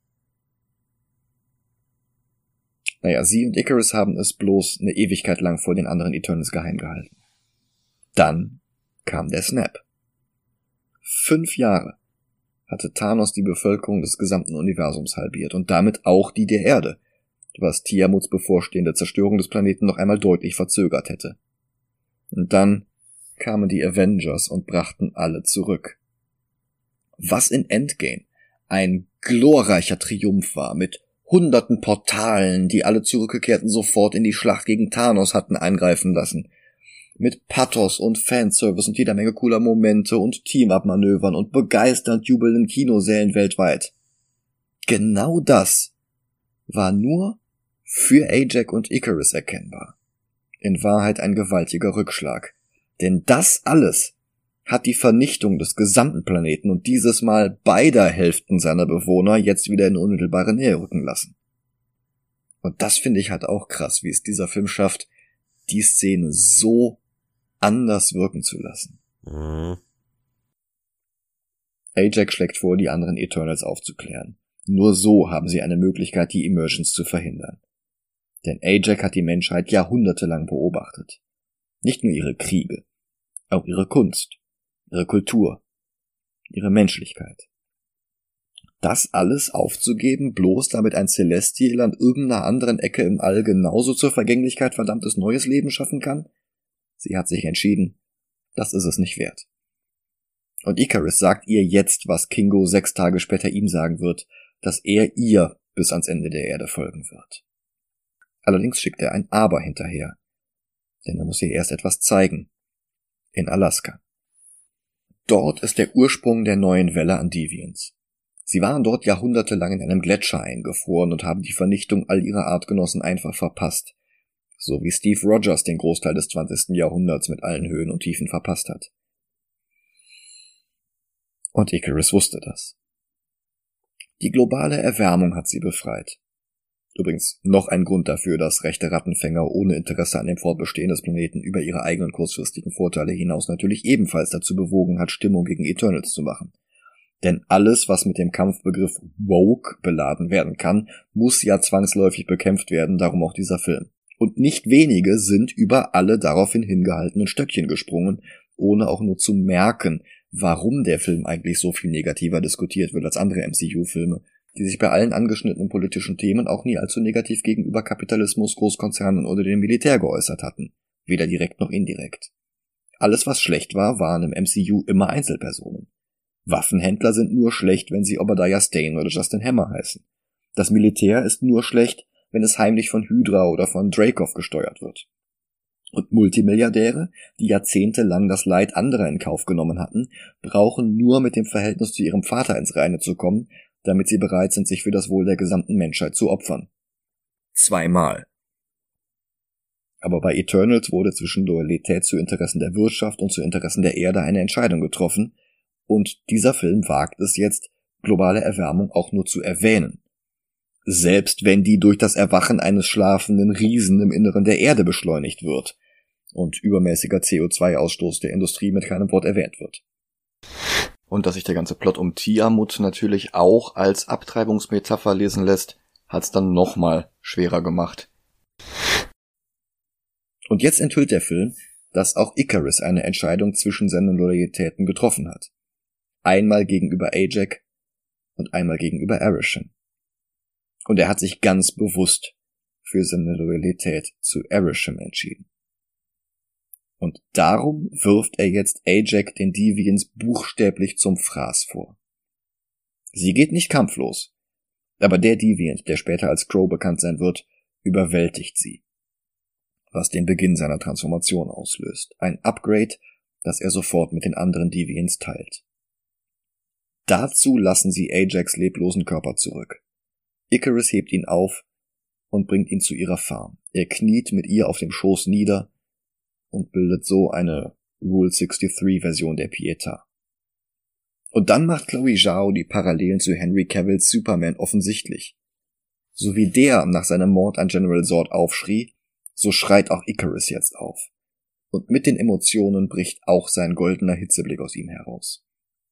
Naja, sie und Icarus haben es bloß eine Ewigkeit lang vor den anderen Eternals geheim gehalten. Dann kam der Snap. Fünf Jahre hatte Thanos die Bevölkerung des gesamten Universums halbiert und damit auch die der Erde, was Tiamuts bevorstehende Zerstörung des Planeten noch einmal deutlich verzögert hätte. Und dann kamen die Avengers und brachten alle zurück. Was in Endgame ein glorreicher Triumph war, mit hunderten Portalen, die alle Zurückgekehrten sofort in die Schlacht gegen Thanos hatten eingreifen lassen, mit Pathos und Fanservice und jeder Menge cooler Momente und Team-Up-Manövern und begeisternd jubelnden Kinosälen weltweit. Genau das war nur für Ajax und Icarus erkennbar. In Wahrheit ein gewaltiger Rückschlag. Denn das alles hat die Vernichtung des gesamten Planeten und dieses Mal beider Hälften seiner Bewohner jetzt wieder in unmittelbare Nähe rücken lassen. Und das finde ich halt auch krass, wie es dieser Film schafft, die Szene so anders wirken zu lassen. Mhm. Ajax schlägt vor, die anderen Eternals aufzuklären. Nur so haben sie eine Möglichkeit, die Emergence zu verhindern. Denn Ajax hat die Menschheit jahrhundertelang beobachtet. Nicht nur ihre Kriege, auch ihre Kunst, ihre Kultur, ihre Menschlichkeit. Das alles aufzugeben, bloß damit ein Celestial an irgendeiner anderen Ecke im All genauso zur Vergänglichkeit verdammtes neues Leben schaffen kann? Sie hat sich entschieden, das ist es nicht wert. Und Icarus sagt ihr jetzt, was Kingo sechs Tage später ihm sagen wird, dass er ihr bis ans Ende der Erde folgen wird. Allerdings schickt er ein Aber hinterher. Denn er muss ihr erst etwas zeigen. In Alaska. Dort ist der Ursprung der neuen Welle an Deviants. Sie waren dort jahrhundertelang in einem Gletscher eingefroren und haben die Vernichtung all ihrer Artgenossen einfach verpasst. So wie Steve Rogers den Großteil des zwanzigsten Jahrhunderts mit allen Höhen und Tiefen verpasst hat. Und Icarus wusste das. Die globale Erwärmung hat sie befreit. Übrigens noch ein Grund dafür, dass rechte Rattenfänger ohne Interesse an dem Fortbestehen des Planeten über ihre eigenen kurzfristigen Vorteile hinaus natürlich ebenfalls dazu bewogen hat, Stimmung gegen Eternals zu machen. Denn alles, was mit dem Kampfbegriff woke beladen werden kann, muss ja zwangsläufig bekämpft werden, darum auch dieser Film. Und nicht wenige sind über alle daraufhin hingehaltenen Stöckchen gesprungen, ohne auch nur zu merken, warum der Film eigentlich so viel negativer diskutiert wird als andere M C U-Filme, die sich bei allen angeschnittenen politischen Themen auch nie allzu negativ gegenüber Kapitalismus, Großkonzernen oder dem Militär geäußert hatten, weder direkt noch indirekt. Alles, was schlecht war, waren im M C U immer Einzelpersonen. Waffenhändler sind nur schlecht, wenn sie Obadiah Stane oder Justin Hammer heißen. Das Militär ist nur schlecht, wenn es heimlich von Hydra oder von Dreykov gesteuert wird. Und Multimilliardäre, die jahrzehntelang das Leid anderer in Kauf genommen hatten, brauchen nur mit dem Verhältnis zu ihrem Vater ins Reine zu kommen, damit sie bereit sind, sich für das Wohl der gesamten Menschheit zu opfern. Zweimal. Aber bei Eternals wurde zwischen Loyalität zu Interessen der Wirtschaft und zu Interessen der Erde eine Entscheidung getroffen, und dieser Film wagt es jetzt, globale Erwärmung auch nur zu erwähnen. Selbst wenn die durch das Erwachen eines schlafenden Riesen im Inneren der Erde beschleunigt wird und übermäßiger C O zwei Ausstoß der Industrie mit keinem Wort erwähnt wird. Und dass sich der ganze Plot um Tiamut natürlich auch als Abtreibungsmetapher lesen lässt, hat's dann nochmal schwerer gemacht. Und jetzt enthüllt der Film, dass auch Icarus eine Entscheidung zwischen seinen Loyalitäten getroffen hat. Einmal gegenüber Ajak und einmal gegenüber Arishem. Und er hat sich ganz bewusst für seine Loyalität zu Arishem entschieden. Und darum wirft er jetzt Ajak den Deviants buchstäblich zum Fraß vor. Sie geht nicht kampflos, aber der Deviant, der später als Crow bekannt sein wird, überwältigt sie, was den Beginn seiner Transformation auslöst. Ein Upgrade, das er sofort mit den anderen Deviants teilt. Dazu lassen sie Ajaks leblosen Körper zurück. Icarus hebt ihn auf und bringt ihn zu ihrer Farm. Er kniet mit ihr auf dem Schoß nieder und bildet so eine Rule sechsundsechzig Version der Pietà. Und dann macht Chloe Zhao die Parallelen zu Henry Cavills Superman offensichtlich. So wie der nach seinem Mord an General Zod aufschrie, so schreit auch Icarus jetzt auf. Und mit den Emotionen bricht auch sein goldener Hitzeblick aus ihm heraus.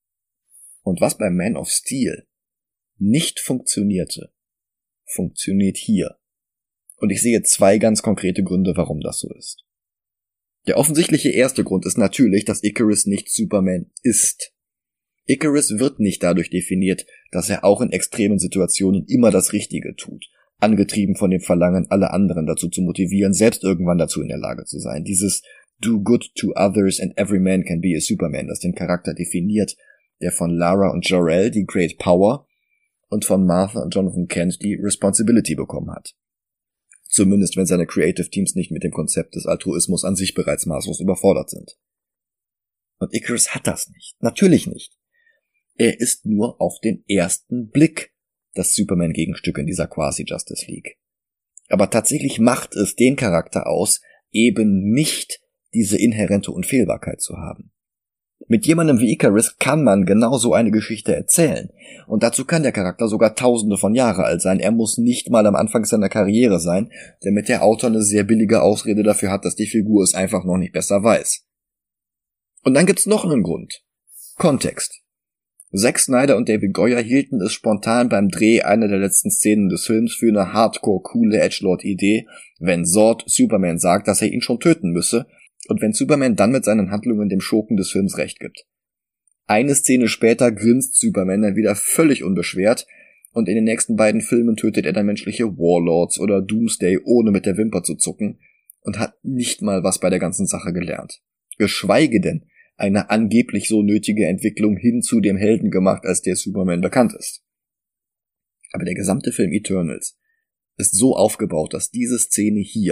Und was bei Man of Steel nicht funktionierte, funktioniert hier. Und ich sehe zwei ganz konkrete Gründe, warum das so ist. Der offensichtliche erste Grund ist natürlich, dass Icarus nicht Superman ist. Icarus wird nicht dadurch definiert, dass er auch in extremen Situationen immer das Richtige tut, angetrieben von dem Verlangen, alle anderen dazu zu motivieren, selbst irgendwann dazu in der Lage zu sein. Dieses Do good to others and every man can be a Superman, das den Charakter definiert, der von Lara und Jor-El die Great Power und von Martha und Jonathan Kent die Responsibility bekommen hat. Zumindest wenn seine Creative Teams nicht mit dem Konzept des Altruismus an sich bereits maßlos überfordert sind. Und Icarus hat das nicht. Natürlich nicht. Er ist nur auf den ersten Blick das Superman-Gegenstück in dieser Quasi-Justice League. Aber tatsächlich macht es den Charakter aus, eben nicht diese inhärente Unfehlbarkeit zu haben. Mit jemandem wie Icarus kann man genau so eine Geschichte erzählen. Und dazu kann der Charakter sogar tausende von Jahre alt sein. Er muss nicht mal am Anfang seiner Karriere sein, damit der Autor eine sehr billige Ausrede dafür hat, dass die Figur es einfach noch nicht besser weiß. Und dann gibt's noch einen Grund. Kontext. Zack Snyder und David Goyer hielten es spontan beim Dreh einer der letzten Szenen des Films für eine hardcore-coole Edgelord-Idee, wenn Zod Superman sagt, dass er ihn schon töten müsse, und wenn Superman dann mit seinen Handlungen dem Schurken des Films recht gibt. Eine Szene später grinst Superman dann wieder völlig unbeschwert, und in den nächsten beiden Filmen tötet er dann menschliche Warlords oder Doomsday, ohne mit der Wimper zu zucken, und hat nicht mal was bei der ganzen Sache gelernt. Geschweige denn eine angeblich so nötige Entwicklung hin zu dem Helden gemacht, als der Superman bekannt ist. Aber der gesamte Film Eternals ist so aufgebaut, dass diese Szene hier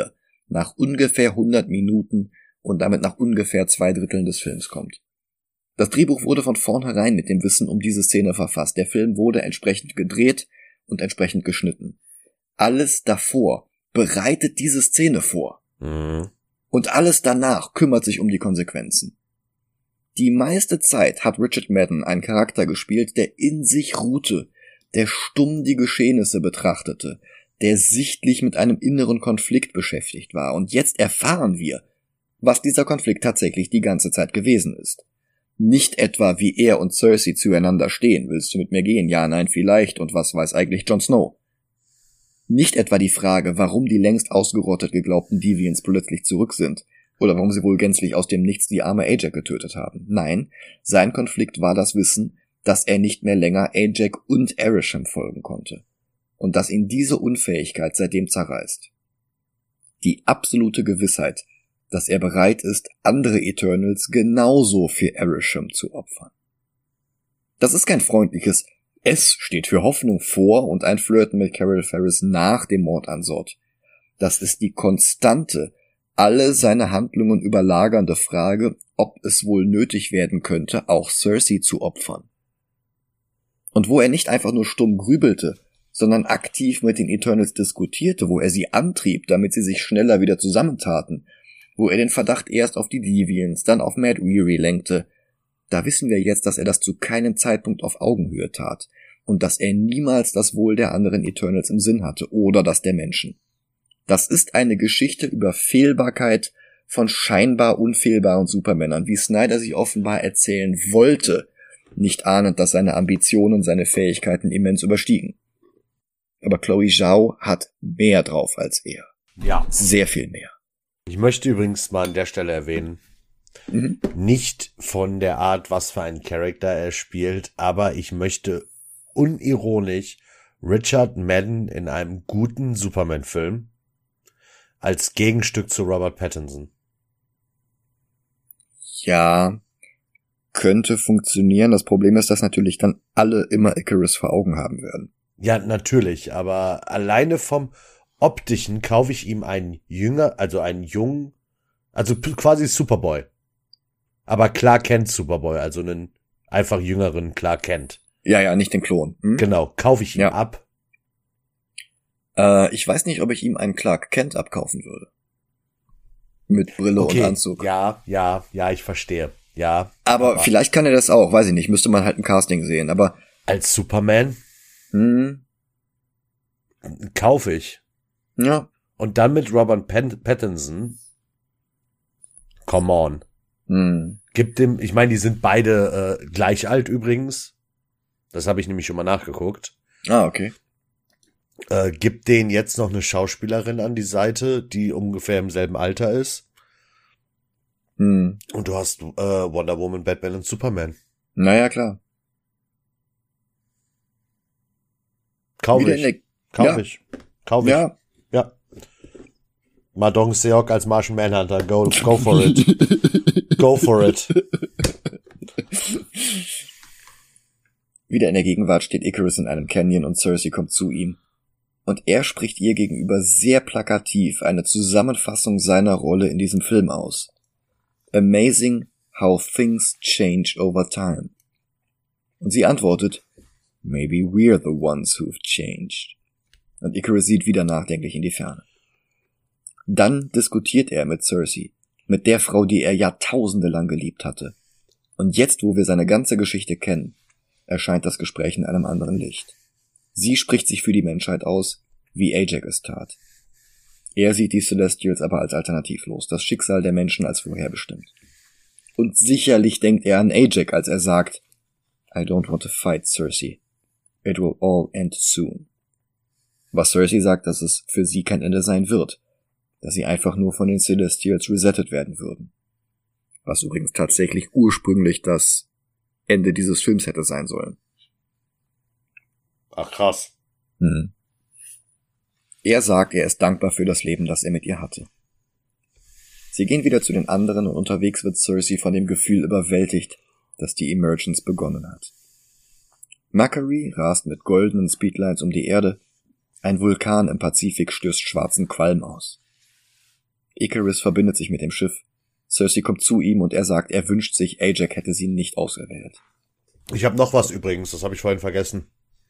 nach ungefähr hundert Minuten und damit nach ungefähr zwei Dritteln des Films kommt. Das Drehbuch wurde von vornherein mit dem Wissen um diese Szene verfasst. Der Film wurde entsprechend gedreht und entsprechend geschnitten. Alles davor bereitet diese Szene vor. Mhm. Und alles danach kümmert sich um die Konsequenzen. Die meiste Zeit hat Richard Madden einen Charakter gespielt, der in sich ruhte, der stumm die Geschehnisse betrachtete, der sichtlich mit einem inneren Konflikt beschäftigt war. Und jetzt erfahren wir, was dieser Konflikt tatsächlich die ganze Zeit gewesen ist. Nicht etwa, wie er und Cersei zueinander stehen. Willst du mit mir gehen? Ja, nein, vielleicht. Und was weiß eigentlich Jon Snow? Nicht etwa die Frage, warum die längst ausgerottet geglaubten Deviants plötzlich zurück sind. Oder warum sie wohl gänzlich aus dem Nichts die arme Ajax getötet haben. Nein, sein Konflikt war das Wissen, dass er nicht mehr länger Ajax und Arishem folgen konnte. Und dass ihn diese Unfähigkeit seitdem zerreißt. Die absolute Gewissheit, dass er bereit ist, andere Eternals genauso für Arishem zu opfern. Das ist kein freundliches S steht für Hoffnung vor und ein Flirten mit Carol Ferris nach dem Mord an Sod. Das ist die konstante, alle seine Handlungen überlagernde Frage, ob es wohl nötig werden könnte, auch Cersei zu opfern. Und wo er nicht einfach nur stumm grübelte, sondern aktiv mit den Eternals diskutierte, wo er sie antrieb, damit sie sich schneller wieder zusammentaten, wo er den Verdacht erst auf die Deviants, dann auf Mad Weary lenkte, da wissen wir jetzt, dass er das zu keinem Zeitpunkt auf Augenhöhe tat und dass er niemals das Wohl der anderen Eternals im Sinn hatte oder das der Menschen. Das ist eine Geschichte über Fehlbarkeit von scheinbar unfehlbaren Supermännern, wie Snyder sie offenbar erzählen wollte, nicht ahnend, dass seine Ambitionen seine Fähigkeiten immens überstiegen. Aber Chloe Zhao hat mehr drauf als er. Ja. Sehr viel mehr. Ich möchte übrigens mal an der Stelle erwähnen, Mhm. nicht von der Art, was für einen Charakter er spielt, aber ich möchte unironisch Richard Madden in einem guten Superman-Film als Gegenstück zu Robert Pattinson. Ja, könnte funktionieren. Das Problem ist, dass natürlich dann alle immer Icarus vor Augen haben werden. Ja, natürlich, aber alleine vom Optischen kaufe ich ihm einen Jünger, also einen jungen, also quasi Superboy. Aber Clark Kent Superboy, also einen einfach jüngeren Clark Kent. Ja, ja, nicht den Klon. Hm? Genau, kaufe ich ihm Ja. ab. Äh, ich weiß nicht, ob ich ihm einen Clark Kent abkaufen würde. Mit Brille Okay, und Anzug. ja, ja, ja, ich verstehe. Ja. Aber, vielleicht kann er das auch, weiß ich nicht. Müsste man halt ein Casting sehen. Aber Als Superman hm, kaufe ich. ja, Und dann mit Robert Pat- Pattinson. Come on. hm, Gibt dem, ich meine, die sind beide äh, gleich alt übrigens. Das habe ich nämlich schon mal nachgeguckt. ah, okay. Äh, gibt denen jetzt noch eine Schauspielerin an die Seite, die ungefähr im selben Alter ist. Hm. Und du hast äh, Wonder Woman, Batman und Superman. Naja, klar. Kauf Wieder ich. in der- Kauf ja. ich. Kauf ich. Ja, Ja. Madong Seok als Martian Manhunter. Go, go for it. Go for it. wieder in der Gegenwart steht Icarus in einem Canyon und Cersei kommt zu ihm. Und er spricht ihr gegenüber sehr plakativ eine Zusammenfassung seiner Rolle in diesem Film aus. Amazing how things change over time. Und sie antwortet, maybe we're the ones who've changed. Und Icarus sieht wieder nachdenklich in die Ferne. Dann diskutiert er mit Cersei, mit der Frau, die er Jahrtausende lang geliebt hatte. Und jetzt, wo wir seine ganze Geschichte kennen, erscheint das Gespräch in einem anderen Licht. Sie spricht sich für die Menschheit aus, wie Ajax es tat. Er sieht die Celestials aber als alternativlos, das Schicksal der Menschen als vorherbestimmt. Und sicherlich denkt er an Ajax, als er sagt, I don't want to fight, Cersei. It will all end soon. Was Cersei sagt, dass es für sie kein Ende sein wird, dass sie einfach nur von den Celestials resettet werden würden. Was übrigens tatsächlich ursprünglich das Ende dieses Films hätte sein sollen. Ach, krass. Hm. Er sagt, er ist dankbar für das Leben, das er mit ihr hatte. Sie gehen wieder zu den anderen und unterwegs wird Cersei von dem Gefühl überwältigt, dass die Emergence begonnen hat. Macquarie rast mit goldenen Speedlines um die Erde, ein Vulkan im Pazifik stößt schwarzen Qualm aus. Icarus verbindet sich mit dem Schiff. Cersei kommt zu ihm und er sagt, er wünscht sich, Ajax hätte sie nicht auserwählt. Ich habe noch was übrigens, das habe ich vorhin vergessen.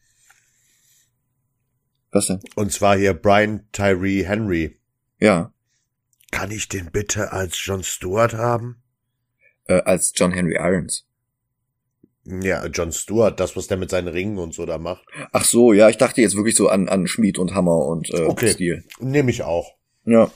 Was denn? Und zwar hier Brian Tyree Henry. Ja. Kann ich den bitte als Jon Stewart haben? Äh, als John Henry Irons. Ja, Jon Stewart, das, was der mit seinen Ringen und so da macht. Ach so, ja, ich dachte jetzt wirklich so an, an Schmied und Hammer und äh, okay. Stil. Nehme ich auch. Ja.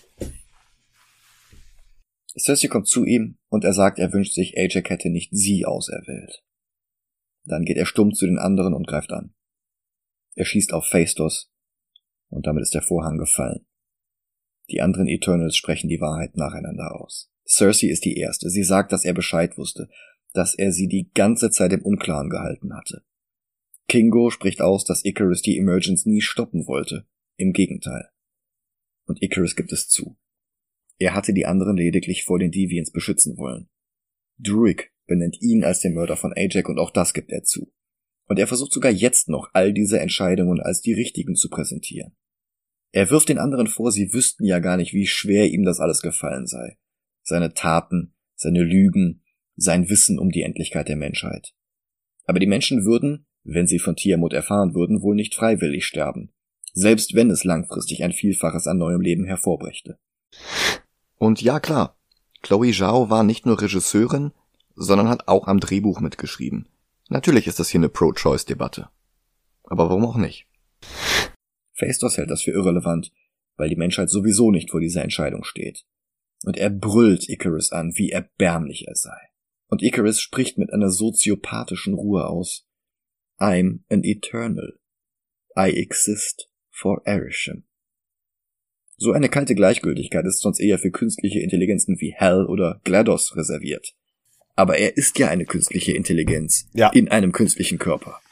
Cersei kommt zu ihm und er sagt, er wünscht sich, Ajax hätte nicht sie auserwählt. Dann geht er stumm zu den anderen und greift an. Er schießt auf Phaestos und damit ist der Vorhang gefallen. Die anderen Eternals sprechen die Wahrheit nacheinander aus. Cersei ist die Erste. Sie sagt, dass er Bescheid wusste, dass er sie die ganze Zeit im Unklaren gehalten hatte. Kingo spricht aus, dass Icarus die Emergence nie stoppen wollte. Im Gegenteil. Und Icarus gibt es zu. Er hatte die anderen lediglich vor den Deviants beschützen wollen. Druig benennt ihn als den Mörder von Ajax und auch das gibt er zu. Und er versucht sogar jetzt noch, all diese Entscheidungen als die richtigen zu präsentieren. Er wirft den anderen vor, sie wüssten ja gar nicht, wie schwer ihm das alles gefallen sei. Seine Taten, seine Lügen, sein Wissen um die Endlichkeit der Menschheit. Aber die Menschen würden, wenn sie von Tiamat erfahren würden, wohl nicht freiwillig sterben, selbst wenn es langfristig ein Vielfaches an neuem Leben hervorbrächte. Und ja klar, Chloe Zhao war nicht nur Regisseurin, sondern hat auch am Drehbuch mitgeschrieben. Natürlich ist das hier eine Pro-Choice-Debatte. Aber warum auch nicht? Phaestos hält das für irrelevant, weil die Menschheit sowieso nicht vor dieser Entscheidung steht. Und er brüllt Icarus an, wie erbärmlich er sei. Und Icarus spricht mit einer soziopathischen Ruhe aus. I'm an Eternal. I exist for Arishem. So eine kalte Gleichgültigkeit ist sonst eher für künstliche Intelligenzen wie Hal oder GLaDOS reserviert. Aber er ist ja eine künstliche Intelligenz ja. in einem künstlichen Körper.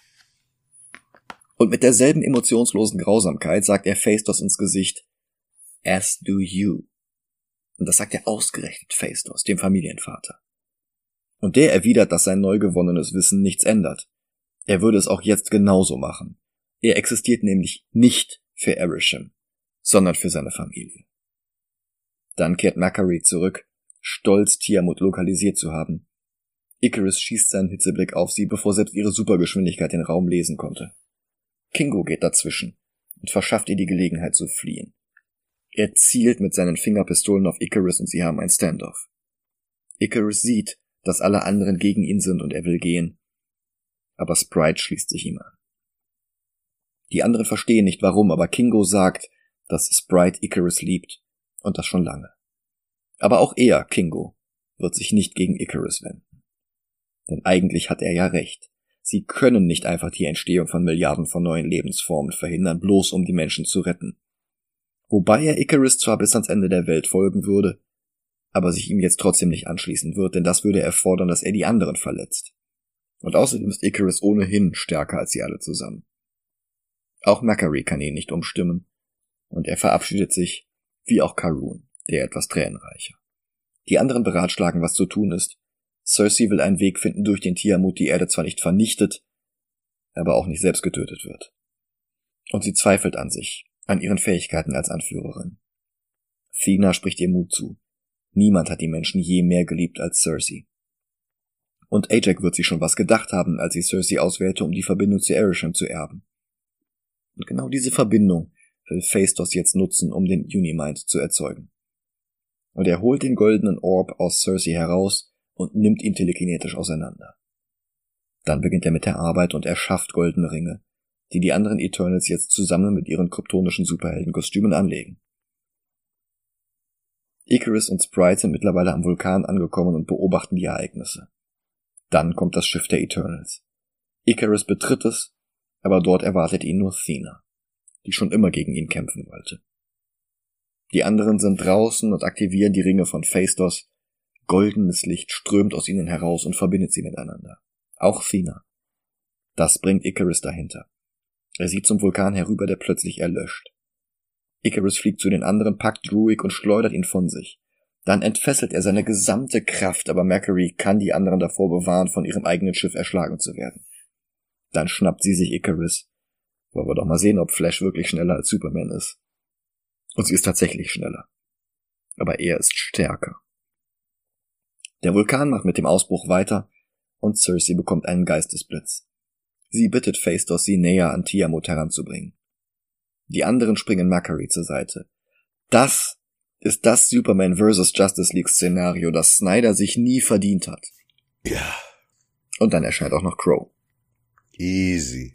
Und mit derselben emotionslosen Grausamkeit sagt er Phaestos ins Gesicht, as do you. Und das sagt er ausgerechnet Phaestos, dem Familienvater. Und der erwidert, dass sein neu gewonnenes Wissen nichts ändert. Er würde es auch jetzt genauso machen. Er existiert nämlich nicht für Arishem, sondern für seine Familie. Dann kehrt Mercury zurück, stolz Tiamat lokalisiert zu haben. Icarus schießt seinen Hitzeblick auf sie, bevor selbst ihre Supergeschwindigkeit den Raum lesen konnte. Kingo geht dazwischen und verschafft ihr die Gelegenheit zu fliehen. Er zielt mit seinen Fingerpistolen auf Icarus und sie haben ein Standoff. Icarus sieht, dass alle anderen gegen ihn sind und er will gehen. Aber Sprite schließt sich ihm an. Die anderen verstehen nicht warum, aber Kingo sagt, dass Sprite Icarus liebt und das schon lange. Aber auch er, Kingo, wird sich nicht gegen Icarus wenden. Denn eigentlich hat er ja recht. Sie können nicht einfach die Entstehung von Milliarden von neuen Lebensformen verhindern, bloß um die Menschen zu retten. Wobei er Icarus zwar bis ans Ende der Welt folgen würde, aber sich ihm jetzt trotzdem nicht anschließen wird, denn das würde erfordern, dass er die anderen verletzt. Und außerdem ist Icarus ohnehin stärker als sie alle zusammen. Auch Mercury kann ihn nicht umstimmen, und er verabschiedet sich, wie auch Karun, der etwas tränenreicher. Die anderen beratschlagen, was zu tun ist. Cersei will einen Weg finden, durch den Tiamat die Erde zwar nicht vernichtet, aber auch nicht selbst getötet wird. Und sie zweifelt an sich, an ihren Fähigkeiten als Anführerin. Thena spricht ihr Mut zu. Niemand hat die Menschen je mehr geliebt als Cersei. Und Ajax wird sich schon was gedacht haben, als sie Cersei auswählte, um die Verbindung zu Arishem zu erben. Und genau diese Verbindung will Phaestos jetzt nutzen, um den Unimind zu erzeugen. Und er holt den goldenen Orb aus Cersei heraus und nimmt ihn telekinetisch auseinander. Dann beginnt er mit der Arbeit und erschafft goldene Ringe, die die anderen Eternals jetzt zusammen mit ihren kryptonischen Superheldenkostümen anlegen. Icarus und Sprite sind mittlerweile am Vulkan angekommen und beobachten die Ereignisse. Dann kommt das Schiff der Eternals. Icarus betritt es, aber dort erwartet ihn nur Thena, die schon immer gegen ihn kämpfen wollte. Die anderen sind draußen und aktivieren die Ringe von Phaestos. Goldenes Licht strömt aus ihnen heraus und verbindet sie miteinander. Auch Thena. Das bringt Icarus dahinter. Er sieht zum Vulkan herüber, der plötzlich erlöscht. Icarus fliegt zu den anderen, packt Druig und schleudert ihn von sich. Dann entfesselt er seine gesamte Kraft, aber Mercury kann die anderen davor bewahren, von ihrem eigenen Schiff erschlagen zu werden. Dann schnappt sie sich Icarus. Wollen wir doch mal sehen, ob Flash wirklich schneller als Superman ist. Und sie ist tatsächlich schneller. Aber er ist stärker. Der Vulkan macht mit dem Ausbruch weiter und Cersei bekommt einen Geistesblitz. Sie bittet Phaistos, sie näher an Tiamat heranzubringen. Die anderen springen Macquarie zur Seite. Das ist das Superman versus. Justice League Szenario, das Snyder sich nie verdient hat. Ja. Und dann erscheint auch noch Crow. Easy.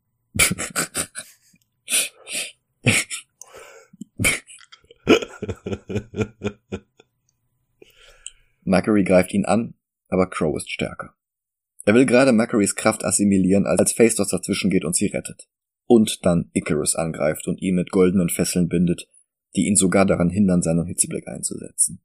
Macquarie greift ihn an, aber Crow ist stärker. Er will gerade Macquaries Kraft assimilieren, als Phaistos dazwischen geht und sie rettet. Und dann Icarus angreift und ihn mit goldenen Fesseln bindet, die ihn sogar daran hindern, seinen Hitzeblick einzusetzen.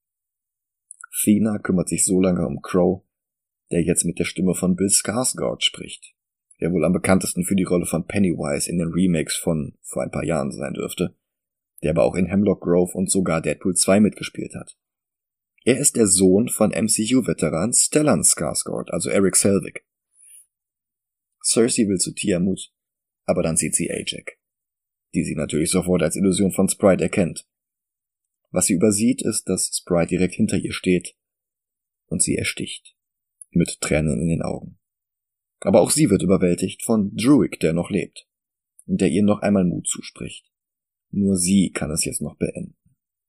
Thena kümmert sich so lange um Crow, der jetzt mit der Stimme von Bill Skarsgård spricht, der wohl am bekanntesten für die Rolle von Pennywise in den Remakes von vor ein paar Jahren sein dürfte, der aber auch in Hemlock Grove und sogar Deadpool zwei mitgespielt hat. Er ist der Sohn von M C U-Veteran Stellan Skarsgård, also Eric Selvig. Cersei will zu Tiamat, aber dann sieht sie Ajak, die sie natürlich sofort als Illusion von Sprite erkennt. Was sie übersieht, ist, dass Sprite direkt hinter ihr steht und sie ersticht, mit Tränen in den Augen. Aber auch sie wird überwältigt von Druig, der noch lebt, und der ihr noch einmal Mut zuspricht. Nur sie kann es jetzt noch beenden.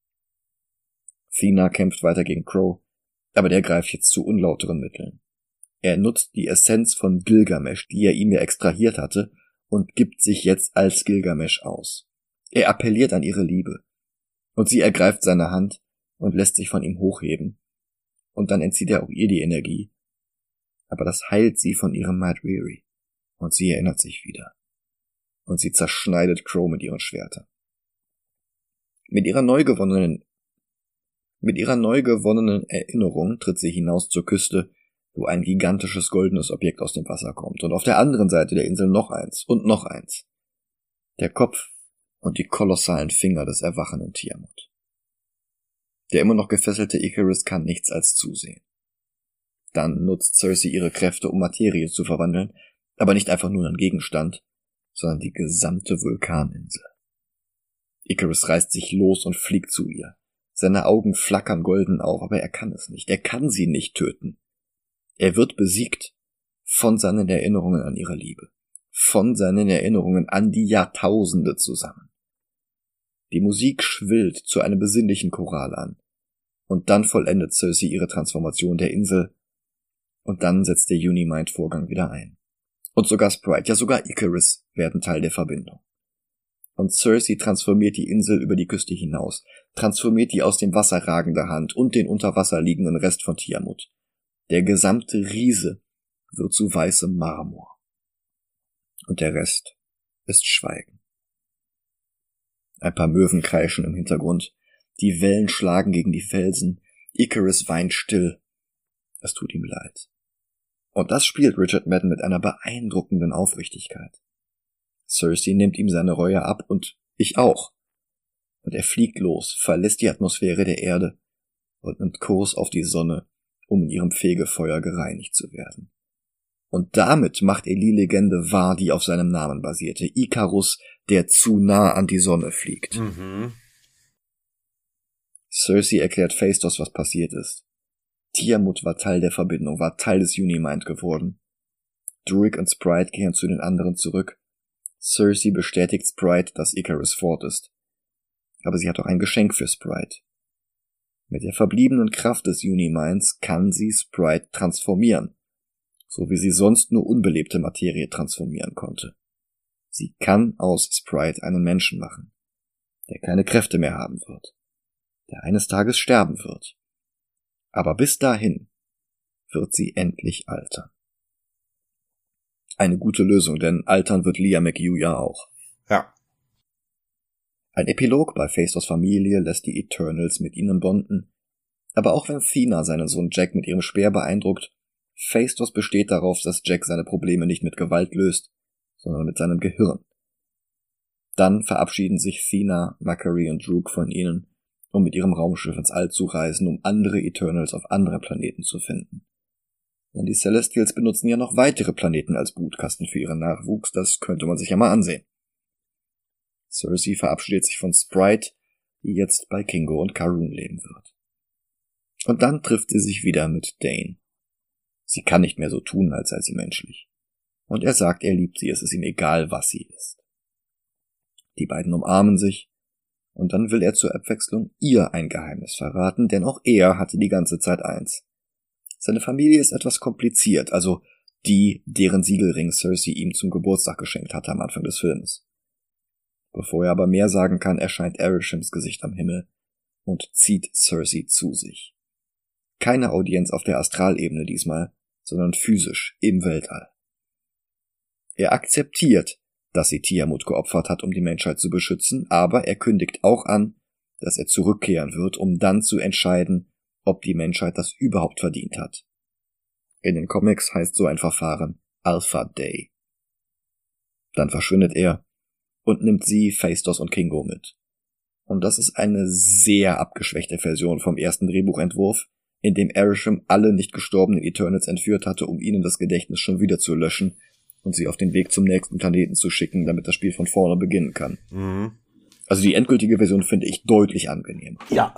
Thena kämpft weiter gegen Crow, aber der greift jetzt zu unlauteren Mitteln. Er nutzt die Essenz von Gilgamesh, die er ihm ja extrahiert hatte, und gibt sich jetzt als Gilgamesh aus. Er appelliert an ihre Liebe, und sie ergreift seine Hand und lässt sich von ihm hochheben, und dann entzieht er auch ihr die Energie, aber das heilt sie von ihrem Mad Weary, und sie erinnert sich wieder, und sie zerschneidet Crow mit ihren Schwertern. Mit ihrer neu gewonnenen Mit ihrer neu gewonnenen Erinnerung tritt sie hinaus zur Küste, wo ein gigantisches goldenes Objekt aus dem Wasser kommt und auf der anderen Seite der Insel noch eins und noch eins. Der Kopf und die kolossalen Finger des erwachenden Tiamat. Der immer noch gefesselte Icarus kann nichts als zusehen. Dann nutzt Cersei ihre Kräfte, um Materie zu verwandeln, aber nicht einfach nur einen Gegenstand, sondern die gesamte Vulkaninsel. Icarus reißt sich los und fliegt zu ihr. Seine Augen flackern golden auf, aber er kann es nicht. Er kann sie nicht töten. Er wird besiegt von seinen Erinnerungen an ihre Liebe, von seinen Erinnerungen an die Jahrtausende zusammen. Die Musik schwillt zu einem besinnlichen Choral an. Und dann vollendet Cersei ihre Transformation der Insel. Und dann setzt der Unimind-Vorgang wieder ein. Und sogar Sprite, ja sogar Icarus werden Teil der Verbindung. Und Cersei transformiert die Insel über die Küste hinaus, transformiert die aus dem Wasser ragende Hand und den unter Wasser liegenden Rest von Tiamat. Der gesamte Riese wird zu weißem Marmor. Und der Rest ist Schweigen. Ein paar Möwen kreischen im Hintergrund, die Wellen schlagen gegen die Felsen, Icarus weint still. Es tut ihm leid. Und das spielt Richard Madden mit einer beeindruckenden Aufrichtigkeit. Cersei nimmt ihm seine Reue ab und ich auch. Und er fliegt los, verlässt die Atmosphäre der Erde und nimmt Kurs auf die Sonne, um in ihrem Fegefeuer gereinigt zu werden. Und damit macht er die Legende wahr, die auf seinem Namen basierte. Icarus, der zu nah an die Sonne fliegt. Mhm. Cersei erklärt Phaistos, was passiert ist. Tiamat war Teil der Verbindung, war Teil des Unimind geworden. Druig und Sprite kehren zu den anderen zurück. Cersei bestätigt Sprite, dass Icarus fort ist. Aber sie hat auch ein Geschenk für Sprite. Mit der verbliebenen Kraft des Uniminds kann sie Sprite transformieren, so wie sie sonst nur unbelebte Materie transformieren konnte. Sie kann aus Sprite einen Menschen machen, der keine Kräfte mehr haben wird, der eines Tages sterben wird. Aber bis dahin wird sie endlich altern. Eine gute Lösung, denn altern wird Leah McHugh ja auch. Ja. Ein Epilog bei Phaistos Familie lässt die Eternals mit ihnen bonden, aber auch wenn Thena seinen Sohn Jack mit ihrem Speer beeindruckt, Phaistos besteht darauf, dass Jack seine Probleme nicht mit Gewalt löst, sondern mit seinem Gehirn. Dann verabschieden sich Thena, Macquarie und Druig von ihnen, um mit ihrem Raumschiff ins All zu reisen, um andere Eternals auf anderen Planeten zu finden. Denn die Celestials benutzen ja noch weitere Planeten als Brutkasten für ihren Nachwuchs, das könnte man sich ja mal ansehen. Cersei verabschiedet sich von Sprite, die jetzt bei Kingo und Karun leben wird. Und dann trifft sie sich wieder mit Dane. Sie kann nicht mehr so tun, als sei sie menschlich. Und er sagt, er liebt sie, es ist ihm egal, was sie ist. Die beiden umarmen sich, und dann will er zur Abwechslung ihr ein Geheimnis verraten, denn auch er hatte die ganze Zeit eins. Seine Familie ist etwas kompliziert, also die, deren Siegelring Cersei ihm zum Geburtstag geschenkt hatte am Anfang des Films. Bevor er aber mehr sagen kann, erscheint Arishems Gesicht am Himmel und zieht Cersei zu sich. Keine Audienz auf der Astralebene diesmal, sondern physisch im Weltall. Er akzeptiert, dass sie Tiamut geopfert hat, um die Menschheit zu beschützen, aber er kündigt auch an, dass er zurückkehren wird, um dann zu entscheiden, ob die Menschheit das überhaupt verdient hat. In den Comics heißt so ein Verfahren Alpha Day. Dann verschwindet er und nimmt sie, Phaistos und Kingo mit. Und das ist eine sehr abgeschwächte Version vom ersten Drehbuchentwurf, in dem Arishem alle nicht gestorbenen Eternals entführt hatte, um ihnen das Gedächtnis schon wieder zu löschen und sie auf den Weg zum nächsten Planeten zu schicken, damit das Spiel von vorne beginnen kann. Mhm. Also die endgültige Version finde ich deutlich angenehmer. Ja.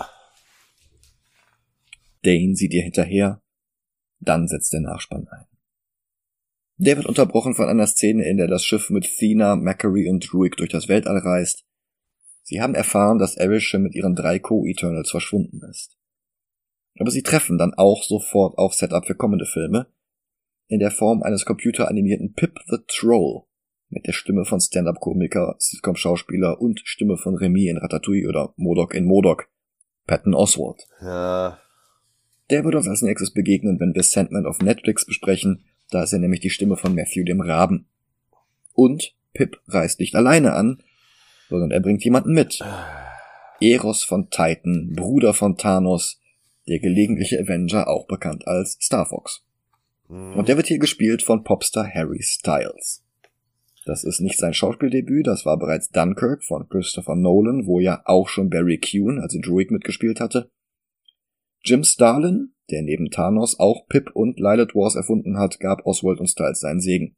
Dane sieht ihr hinterher, dann setzt der Nachspann ein. Der wird unterbrochen von einer Szene, in der das Schiff mit Thena, Macquarie und Druig durch das Weltall reist. Sie haben erfahren, dass Arishem mit ihren drei Co-Eternals verschwunden ist. Aber sie treffen dann auch sofort auf Setup für kommende Filme, in der Form eines computeranimierten Pip the Troll, mit der Stimme von Stand-Up-Komiker, Sitcom-Schauspieler und Stimme von Remy in Ratatouille oder Modok in Modok, Patton Oswalt. Ja. Der wird uns als nächstes begegnen, wenn wir Sandman auf Netflix besprechen, da ist er nämlich die Stimme von Matthew dem Raben. Und Pip reist nicht alleine an, sondern er bringt jemanden mit. Eros von Titan, Bruder von Thanos, der gelegentliche Avenger, auch bekannt als Star Fox. Und der wird hier gespielt von Popstar Harry Styles. Das ist nicht sein Schauspieldebüt, das war bereits Dunkirk von Christopher Nolan, wo ja auch schon Barry Keoghan, also Druig, mitgespielt hatte. Jim Starlin, der neben Thanos auch Pip und Lilith Wars erfunden hat, gab Oswald und Styles seinen Segen.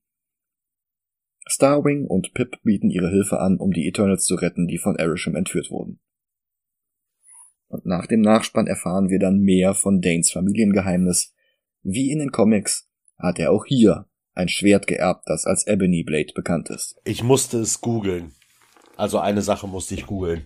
Starwing und Pip bieten ihre Hilfe an, um die Eternals zu retten, die von Arishem entführt wurden. Und nach dem Nachspann erfahren wir dann mehr von Danes Familiengeheimnis. Wie in den Comics hat er auch hier ein Schwert geerbt, das als Ebony Blade bekannt ist. Ich musste es googeln. Also eine Sache musste ich googeln.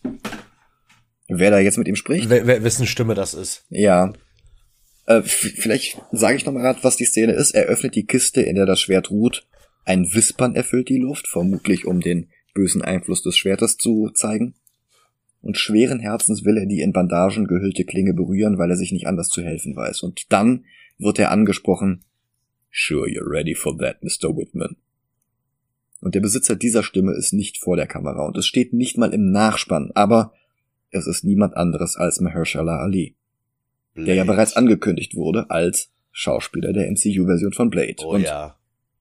Wer da jetzt mit ihm spricht? W- w- wessen Stimme das ist? Ja. Äh, f- vielleicht sage ich noch mal gerade, was die Szene ist. Er öffnet die Kiste, in der das Schwert ruht. Ein Wispern erfüllt die Luft, vermutlich um den bösen Einfluss des Schwertes zu zeigen. Und schweren Herzens will er die in Bandagen gehüllte Klinge berühren, weil er sich nicht anders zu helfen weiß. Und dann wird er angesprochen. Sure, you're ready for that, Mister Whitman. Und der Besitzer dieser Stimme ist nicht vor der Kamera und es steht nicht mal im Nachspann, aber es ist niemand anderes als Mahershala Ali, Blade, der ja bereits angekündigt wurde als Schauspieler der M C U-Version von Blade. Oh und ja.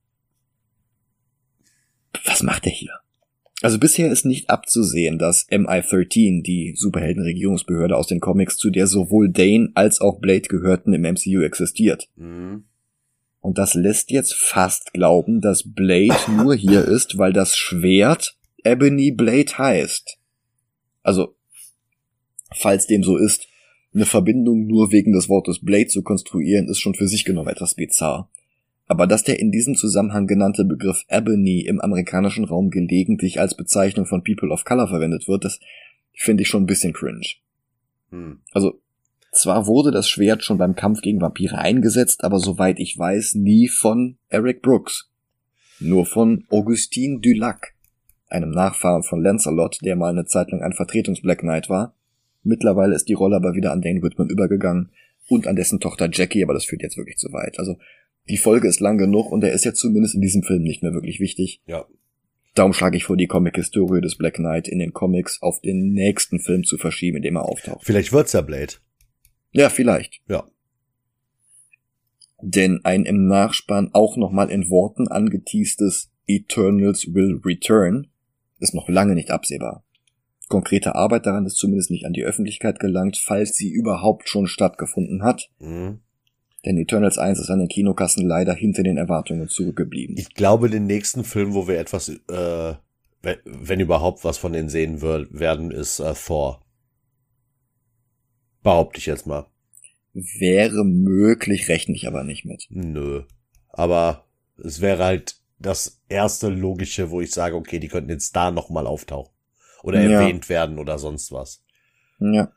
Was macht er hier? Also bisher ist nicht abzusehen, dass M I dreizehn, die Superheldenregierungsbehörde aus den Comics, zu der sowohl Dane als auch Blade gehörten, im M C U existiert. Mhm. Und das lässt jetzt fast glauben, dass Blade nur hier ist, weil das Schwert Ebony Blade heißt. Also, falls dem so ist, eine Verbindung nur wegen des Wortes Blade zu konstruieren, ist schon für sich genommen etwas bizarr. Aber dass der in diesem Zusammenhang genannte Begriff Ebony im amerikanischen Raum gelegentlich als Bezeichnung von People of Color verwendet wird, das finde ich schon ein bisschen cringe. Hm. Also, zwar wurde das Schwert schon beim Kampf gegen Vampire eingesetzt, aber soweit ich weiß, nie von Eric Brooks. Nur von Augustin Dulac, einem Nachfahren von Lancelot, der mal eine Zeit lang ein Vertretungs-Black Knight war. Mittlerweile ist die Rolle aber wieder an Dane Whitman übergegangen und an dessen Tochter Jackie, aber das führt jetzt wirklich zu weit. Also, die Folge ist lang genug und er ist jetzt zumindest in diesem Film nicht mehr wirklich wichtig. Ja. Darum schlage ich vor, die Comic-Historie des Black Knight in den Comics auf den nächsten Film zu verschieben, in dem er auftaucht. Vielleicht wird's ja Blade. Ja, vielleicht. Ja. Denn ein im Nachspann auch nochmal in Worten angeteastes Eternals will return ist noch lange nicht absehbar. Konkrete Arbeit daran ist zumindest nicht an die Öffentlichkeit gelangt, falls sie überhaupt schon stattgefunden hat. Mhm. Denn Eternals eins ist an den Kinokassen leider hinter den Erwartungen zurückgeblieben. Ich glaube, den nächsten Film, wo wir etwas, äh, wenn, wenn überhaupt was von denen sehen wird, werden, ist äh, Thor. Behaupte ich jetzt mal. Wäre möglich, rechne ich aber nicht mit. Nö. Aber es wäre halt das erste Logische, wo ich sage, okay, die könnten jetzt da nochmal auftauchen. Oder Ja. erwähnt werden oder sonst was. Ja.